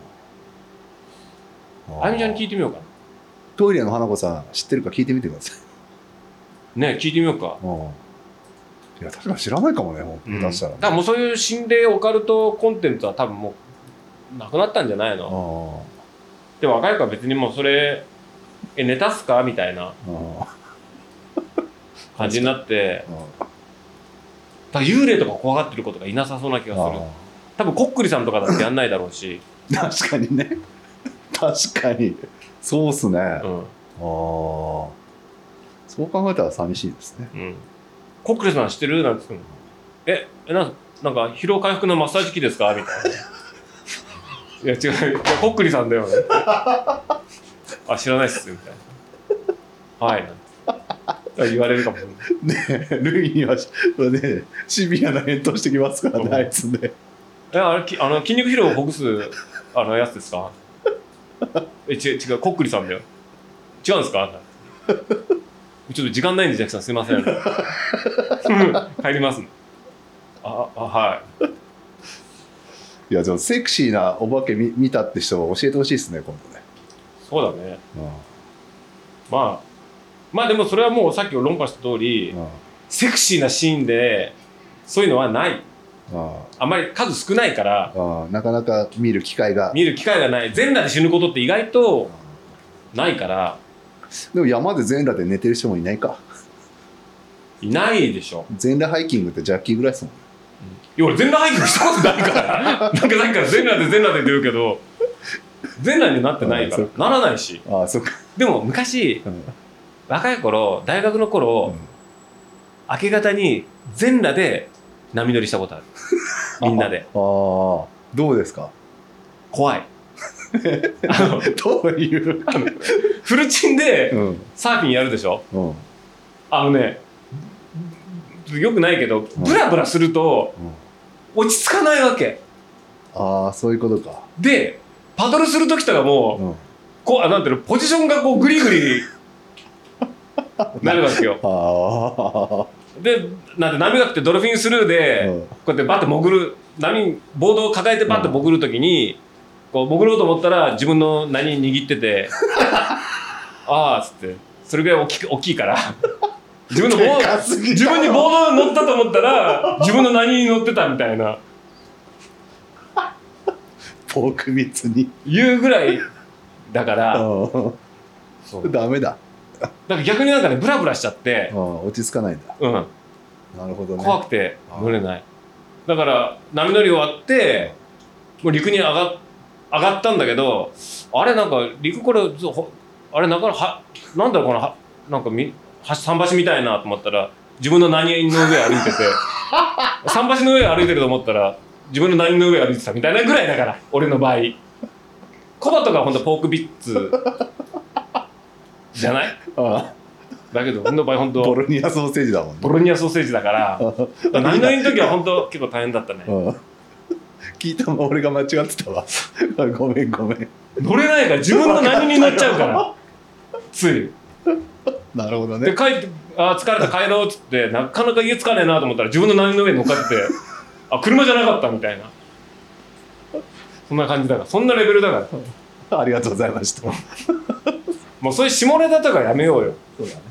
あゆみちゃんに聞いてみようかな。 トイレの花子さん知ってるか聞いてみてください。ね、聞いてみようか。 いや確かに知らないかもね、下手したら。 だからもうそういう心霊オカルトコンテンツは多分もうなくなったんじゃないの。でも若い子は別にもうそれネタっすかみたいな感じになって、だから幽霊とか怖がってる子とかいなさそうな気がする。多分コックリさんとかだってやんないだろうし。 確かにね。確かにそうっすね。そう考えたら寂しいですね。 コックリさん知ってるなんて言っても、なんか疲労回復のマッサージ機ですかみたいな。いや違う、いやコックリさんだよね。あ、知らないっすみたいな。はいなんて言われるかもしれない。 ね、ルイにはねシビアな返答してきますからね、あいつね。 あれ筋肉疲労をほぐすやつですか。違うコックリさんだよ。違うんですか。ちょっと時間ないんでジャックさんすいません。帰ります。はい。 いやでもセクシーなお化け見たって人は教えてほしいですね今度ね。 そうだね。まあでもそれはもうさっき論破した通り、セクシーなシーンでそういうのはない。あんまり数少ないからなかなか見る機会がない。全裸で死ぬことって意外とないから。 でも山で全裸で寝てる人もいないか。 いないでしょ。 全裸ハイキングってジャッキーぐらいですもん。 いや俺全裸ハイキングしたことないからなんかさっきから全裸で出るけど全裸になってないからならないし。 そっか。 でも昔、若い頃大学の頃、明け方に全裸で波乗りしたことある。みんなで。 どうですか。 怖い。 どういうフルチンでサーフィンやるでしょ。よくないけどブラブラすると落ち着かないわけ。 そういうことか。 でパドルする時とかもなんていうのポジションがこうグリグリなるわけよ。 でなんて波が来てドルフィンスルーで、こうやってバッて潜るボードを抱えてバッて潜るときに、こう潜ろうと思ったら自分の何握っててああっつって、それぐらい大きいから自分にボードに乗ったと思ったら自分の何に乗ってたみたいなポーク3つに言うぐらいだからそうダメだ。 だから逆になんかねブラブラしちゃって落ち着かないんだ。なるほどね。 怖くて乗れない。だから波乗り終わってもう陸に上がったんだけど、あれなんか陸これあれなんだろうこのなんか桟橋みたいなと思ったら自分の何の上歩いてて桟橋の上歩いてると思ったら自分の何の上歩いてたみたいなぐらいだから、俺の場合コバとかはほんとポークビッツじゃない？だけど俺の場合ほんとボロニアソーセージだもんね。 ボロニアソーセージだから何々の時はほんと結構大変だったね。 聞いたの俺が間違ってたわごめん乗れないから自分の何に乗っちゃうからついなるほどね。 で帰って疲れた帰ろうっつってなかなか家着かねえなと思ったら自分の何の上に乗っかってて車じゃなかったみたいな、そんな感じだから、そんなレベルだからありがとうございましたもうそういう下ネタとかやめようよ。 そうだね、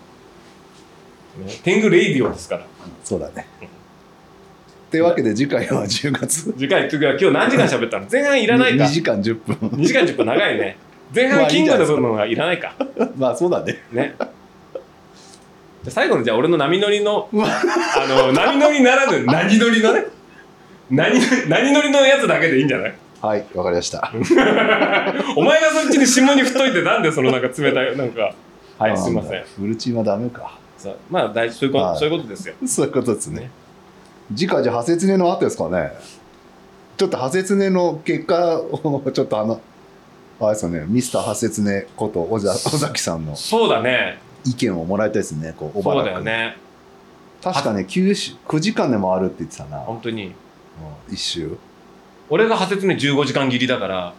天狗レイディオですから。 そうだね、というわけで次回は10月次回今日何時間喋ったの？前半いらないか。 2時間10分 2時間10分長いね。前半キングの部分はいらないかまあそうだね。 じゃ最後のじゃあ俺の波乗りの波乗りならぬ何乗りのね何乗りのやつだけでいいんじゃない？ はい、わかりましたお前がそっちに下に振っといてなんでそのなんか冷たいなんかはいすいません。 フルチンはダメか。 まあそういうことですよ。 そういうことですね。次回じゃあハセツネの後ですかね。ちょっとハセツネの結果をちょっとあれですよね、ミスターハセツネこと尾崎さんのそうだね意見をもらいたいですね。こうそうだよね。 確かね9時間でもあるって言ってたな。 本当に一周。 俺がハセツネ15時間切りだから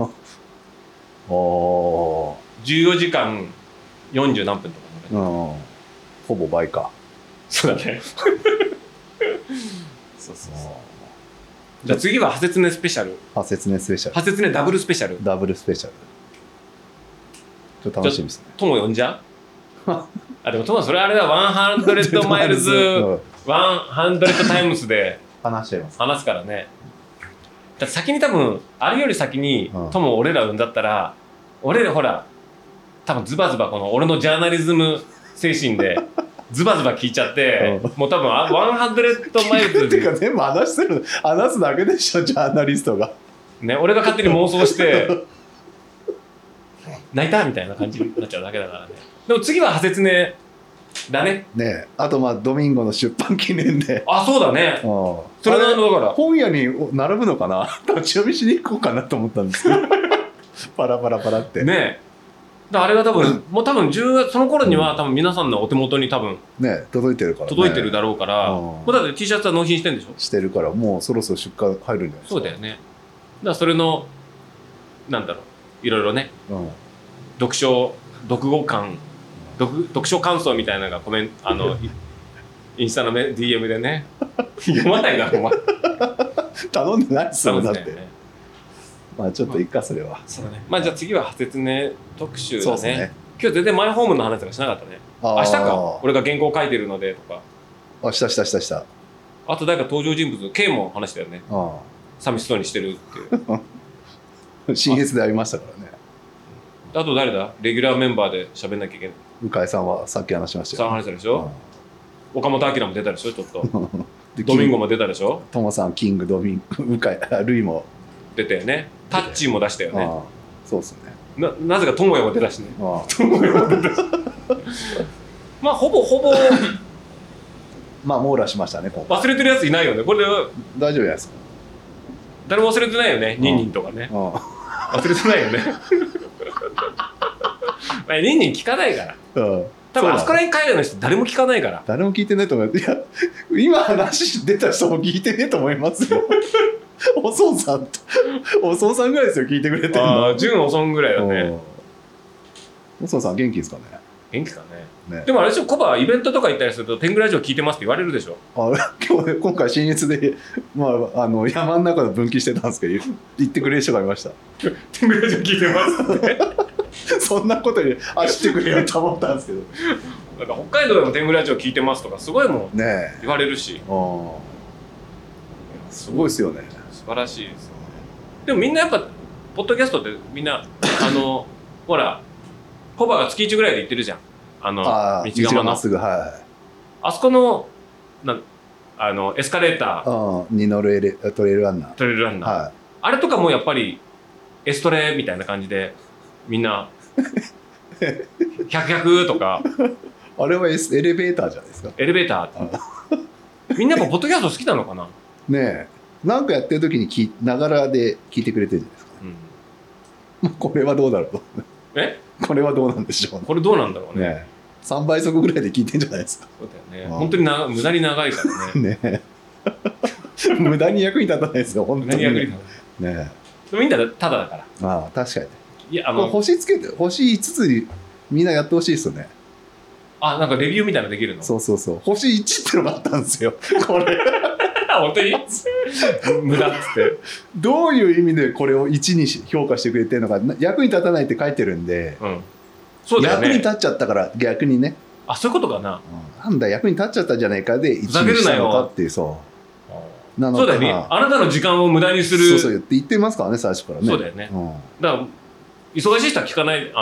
14時間40何分とかね。 ほぼ倍か。 そうだねそうじゃあ次はハセツネスペシャル。 ハセツネスペシャル。 ハセツネダブルスペシャル。 ダブルスペシャル。ちょっと楽しみですね。 友呼んじゃうでも友それあれだ、100マイルズ100タイムスで話しちゃいます。 話すからね。だって先に多分あれより先に友俺ら呼んだったら、俺らほら多分ズバズバこの俺のジャーナリズム精神でズバズバ聞いちゃって、もう多分100マイルズでてか全部話すだけでしょ、ジャーナリストがね。俺が勝手に妄想して泣いたみたいな感じになっちゃうだけだからね。でも次はハセツネだね。 ね、あとまあドミンゴの出版記念で。 そうだね。それだから本屋に並ぶのかな立ち読みしに行こうかなと思ったんですけどパラってね。あれが多分もう多分10月その頃には多分皆さんのお手元に多分ね届いてるからね。 届いてるだろうから、もうだって T シャツは納品してんでしょ。 してるからもうそろそろ出荷入るんじゃないですか。 そうだよね。だからそれのなんだろう、いろいろね、読書感想みたいなのがインスタのDM でね読まないだろお前頼んでないっすよだって、 ね。 まあちょっといいかそれは。 そうだね。まあじゃあ次はハセツネ特集だね。 そうですね。 今日全然マイホームの話とかしなかったね。明日か。俺が原稿書いてるのでとか。 したあと誰か登場人物 K も話したよね。寂しそうにしてるっていう新越でありましたからね。 あと誰だ、レギュラーメンバーで喋んなきゃいけない。 向井さんはさっき話しましたよ。 話したでしょ。岡本明も出たでしょ、ちょっとドミンゴも出たでしょ。 トモさん、キング、ドミンゴ、向井、ルイも出たよね。タッチーも出したよね。 そうっすね。 なぜかトモヤも出たしね。トモヤも出たしまあほぼまあ網羅しましたね。 忘れてるやついないよね。これ大丈夫じゃないですか。 誰も忘れてないよね。ニンニンとかね。忘れてないよねニンニン聞かないから。多分あそこら辺海外の人誰も聞かないから。 誰も聞いてないと思います。いや今話出た人も聞いてねえと思いますよおそんさんぐらいですよ聞いてくれてるの。 純おそんぐらいだね。 おそんさん元気ですかね。 元気かね。でもあれでしょ、コバイベントとか行ったりすると天狗ラジオ聞いてますって言われるでしょ。 今回新越で、山の中で分岐してたんですけど言ってくれる人がいました。 天狗ラジオ聞いてますってそんなことに知ってくれると思ったんですけどなんか北海道でも天狗ラジオ聞いてますとかすごいもんね言われるし、 すごいですよね。 素晴らしいですよね。でもみんなやっぱポッドキャストってみんなほらコバが月1ぐらいで行ってるじゃん。道がまっすぐ、あそこのエスカレーターに乗るトレイルランナー、あれとかもやっぱりエストレみたいな感じでみんな100とかあれはエレベーターじゃないですか。 エレベーターみんなやっぱポッドキャスト好きなのかなねえ、なんかやってる時にながらで聞いてくれてるじゃないですか、これはどうだろうこれはどうなんでしょうね。 これどうなんだろうね。 3倍速ぐらいで聞いてんじゃないですか。 そうだよね。本当に無駄に長いからね。 ね無駄に役に立たないですよ、本当に。無駄に役に立たない。ねみんなただだから。 確かに。いや星つけて、星5つみんなやってほしいですよね。 なんかレビューみたいなのできるの？ そう。星1ってのがあったんですよ。これ。 本当に無駄っつって。 どういう意味でこれを1に評価してくれてるのか、役に立たないって書いてるんで、 そうだよね、 役に立っちゃったから逆にね。 そういうことかな。 なんだ役に立っちゃったんじゃないかで1にしたのかっていう。 そうだよね。あなたの時間を無駄にする。 そうって言ってますからね、最初からね。 そうだよね。だから忙しい人は聞かない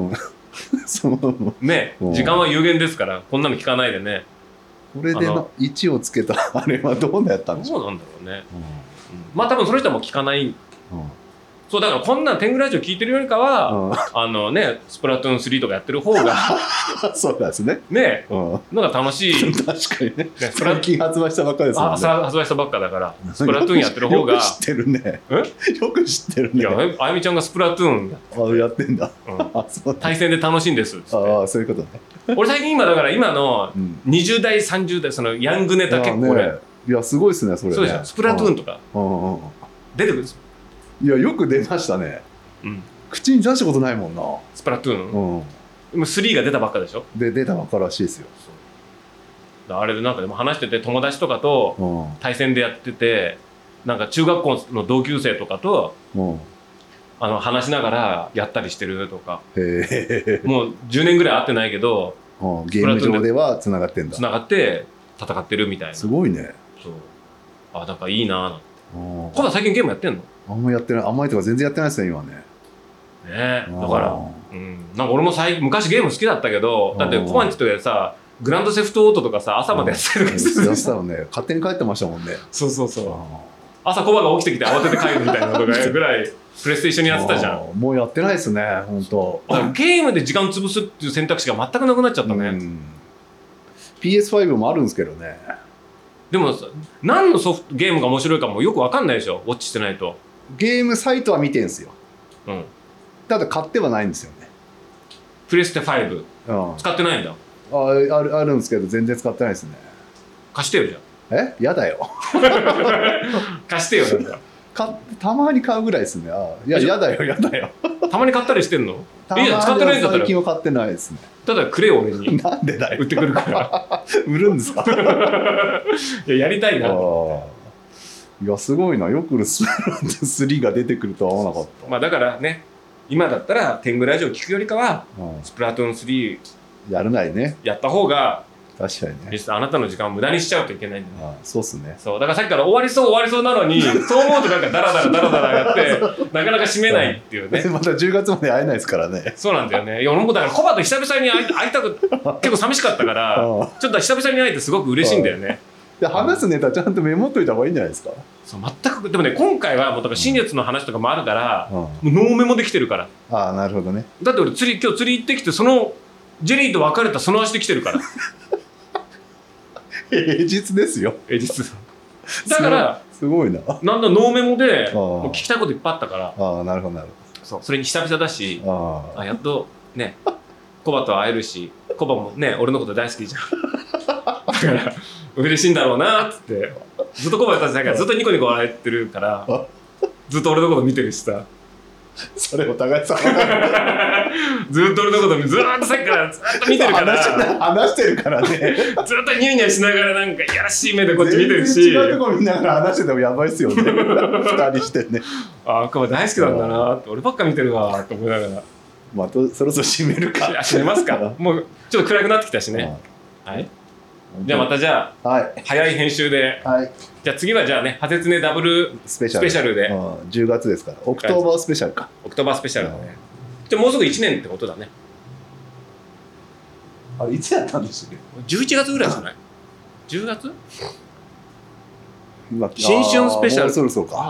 ね、時間は有限ですからこんなの聞かないでね。 これで1をつけたあれはどうやったんでしょう。 そうなんだろうね。まあ多分その人はもう聞かない。そうだからこんな天狗ラジオ聞いてるよりかはスプラトゥーン3とかやってる方がそうですね。 ねのが楽しい。 確かにね。最近発売したばっかですもんね。 発売したばっかだからスプラトゥーンやってる方がよく知ってるね。よく知ってるね。 いやあゆみちゃんがスプラトゥーンやってんだ。 対戦で楽しいんです。 そういうことね。 俺最近だから今の20代30代そのヤングネタ結構俺いやすごいですねそれね。 そうでしょ。スプラトゥーンとか出てくるんですよ。 いやよく出ましたね。口に出したことないもんな。 スプラトゥーン。今3が出たばっかでしょ。 出たばっからしいですよ。 あれでなんかでも話してて友達とかと対戦でやっててなんか中学校の同級生とかと話しながらやったりしてるとか。もう10年ぐらい会ってないけどゲーム上ではつながってんだ。 つながって戦ってるみたいな。 すごいね。 そうなんかいいなー。コバ最近ゲームやってんの？ あんまやってない。あんまりとか全然やってないですね今ね。 だからなんか俺も昔ゲーム好きだったけどだってコバんちとかでさグランドセフトオートとかさ朝までやってたりとかする。 やってたのね。勝手に帰ってましたもんね。 そう朝コバが起きてきて慌てて帰るみたいなのとかぐらいプレステ一緒にやってたじゃん。 もうやってないですね本当。 ゲームで時間潰すっていう選択肢が全くなくなっちゃったね。 PS5 もあるんですけどね。 でも何のゲームが面白いかもよく分かんないでしょウォッチしてないと。 ゲームサイトは見てんすよ。ただ買ってはないんですよね。 プレステ5、使ってないんだ。 あるんですけど全然使ってないですね。 貸してよじゃん。やだよ貸してよなんかたまに買うぐらいですね。やだよたまに買ったりしてんの？いや使ってないんだったら最近は買ってないですね。 ただくれよ俺に。 なんでだよ。 売ってくるから売るんですかやりたいな。 いやすごいな。よくスプラトゥーン3が出てくるとは思わなかった。 だからね今だったら天狗ラジオ聞くよりかはスプラトゥーン3 やらないね。 やった方が確かにね。 あなたの時間を無駄にしちゃうといけないんだね。 そうっすね。 そうだからさっきから終わりそうなのにそう思うとなんかダラダラやってなかなか締めないっていうね。 また10月まで会えないですからね。 そうなんだよね。いや俺もだからコバと久々に会いたく結構寂しかったからちょっと久々に会えてすごく嬉しいんだよね。 で話すネタちゃんとメモっといた方がいいんじゃないですか。 そう全くでもね今回はもうだから新月の話とかもあるから、もうノーメモできてるから。 なるほどね。 だって俺今日釣り行ってきてそのジェリーと別れたその足で来てるから平日ですよ。 平日だからすごいな。 なんだノーメモでもう聞きたいこといっぱいあったから。 なるほどそれに久々だしやっとねコバと会えるしコバもね俺のこと大好きじゃんだから嬉しいんだろうなっつってずっとコバやったんじゃないからずっとニコニコ笑ってるからずっと俺のこと見てるしさ。 それお互いさずっと俺のことずーっとさっきからずっと見てるから話してるからねずっとニヤニヤしながらなんかいやらしい目でこっち見てるし全然違うとこ見ながら話しててもやばいっすよね2人してね赤羽大好きなんだなって俺ばっか見てるわって思いながらまあそろそろ締めるか締めますかもうちょっと暗くなってきたしねはいじゃあまたじゃあ、はい、早い編集で、はい、じゃあ次はじゃあね、ハゼツネダブルスペシャルで、 10月ですから、オクトーバースペシャルか。 オクトーバースペシャルだね。じゃあもうすぐ1年ってことだね。 あれ、いつやったんですか ?11 月ぐらいじゃない ?10 月新春スペシャル。 そろそろか。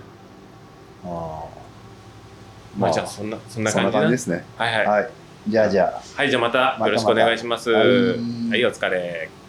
まあじゃあそんな感じですね。 はいはい。 じゃあ。 はい、じゃあまたよろしくお願いします。はい、お疲れ。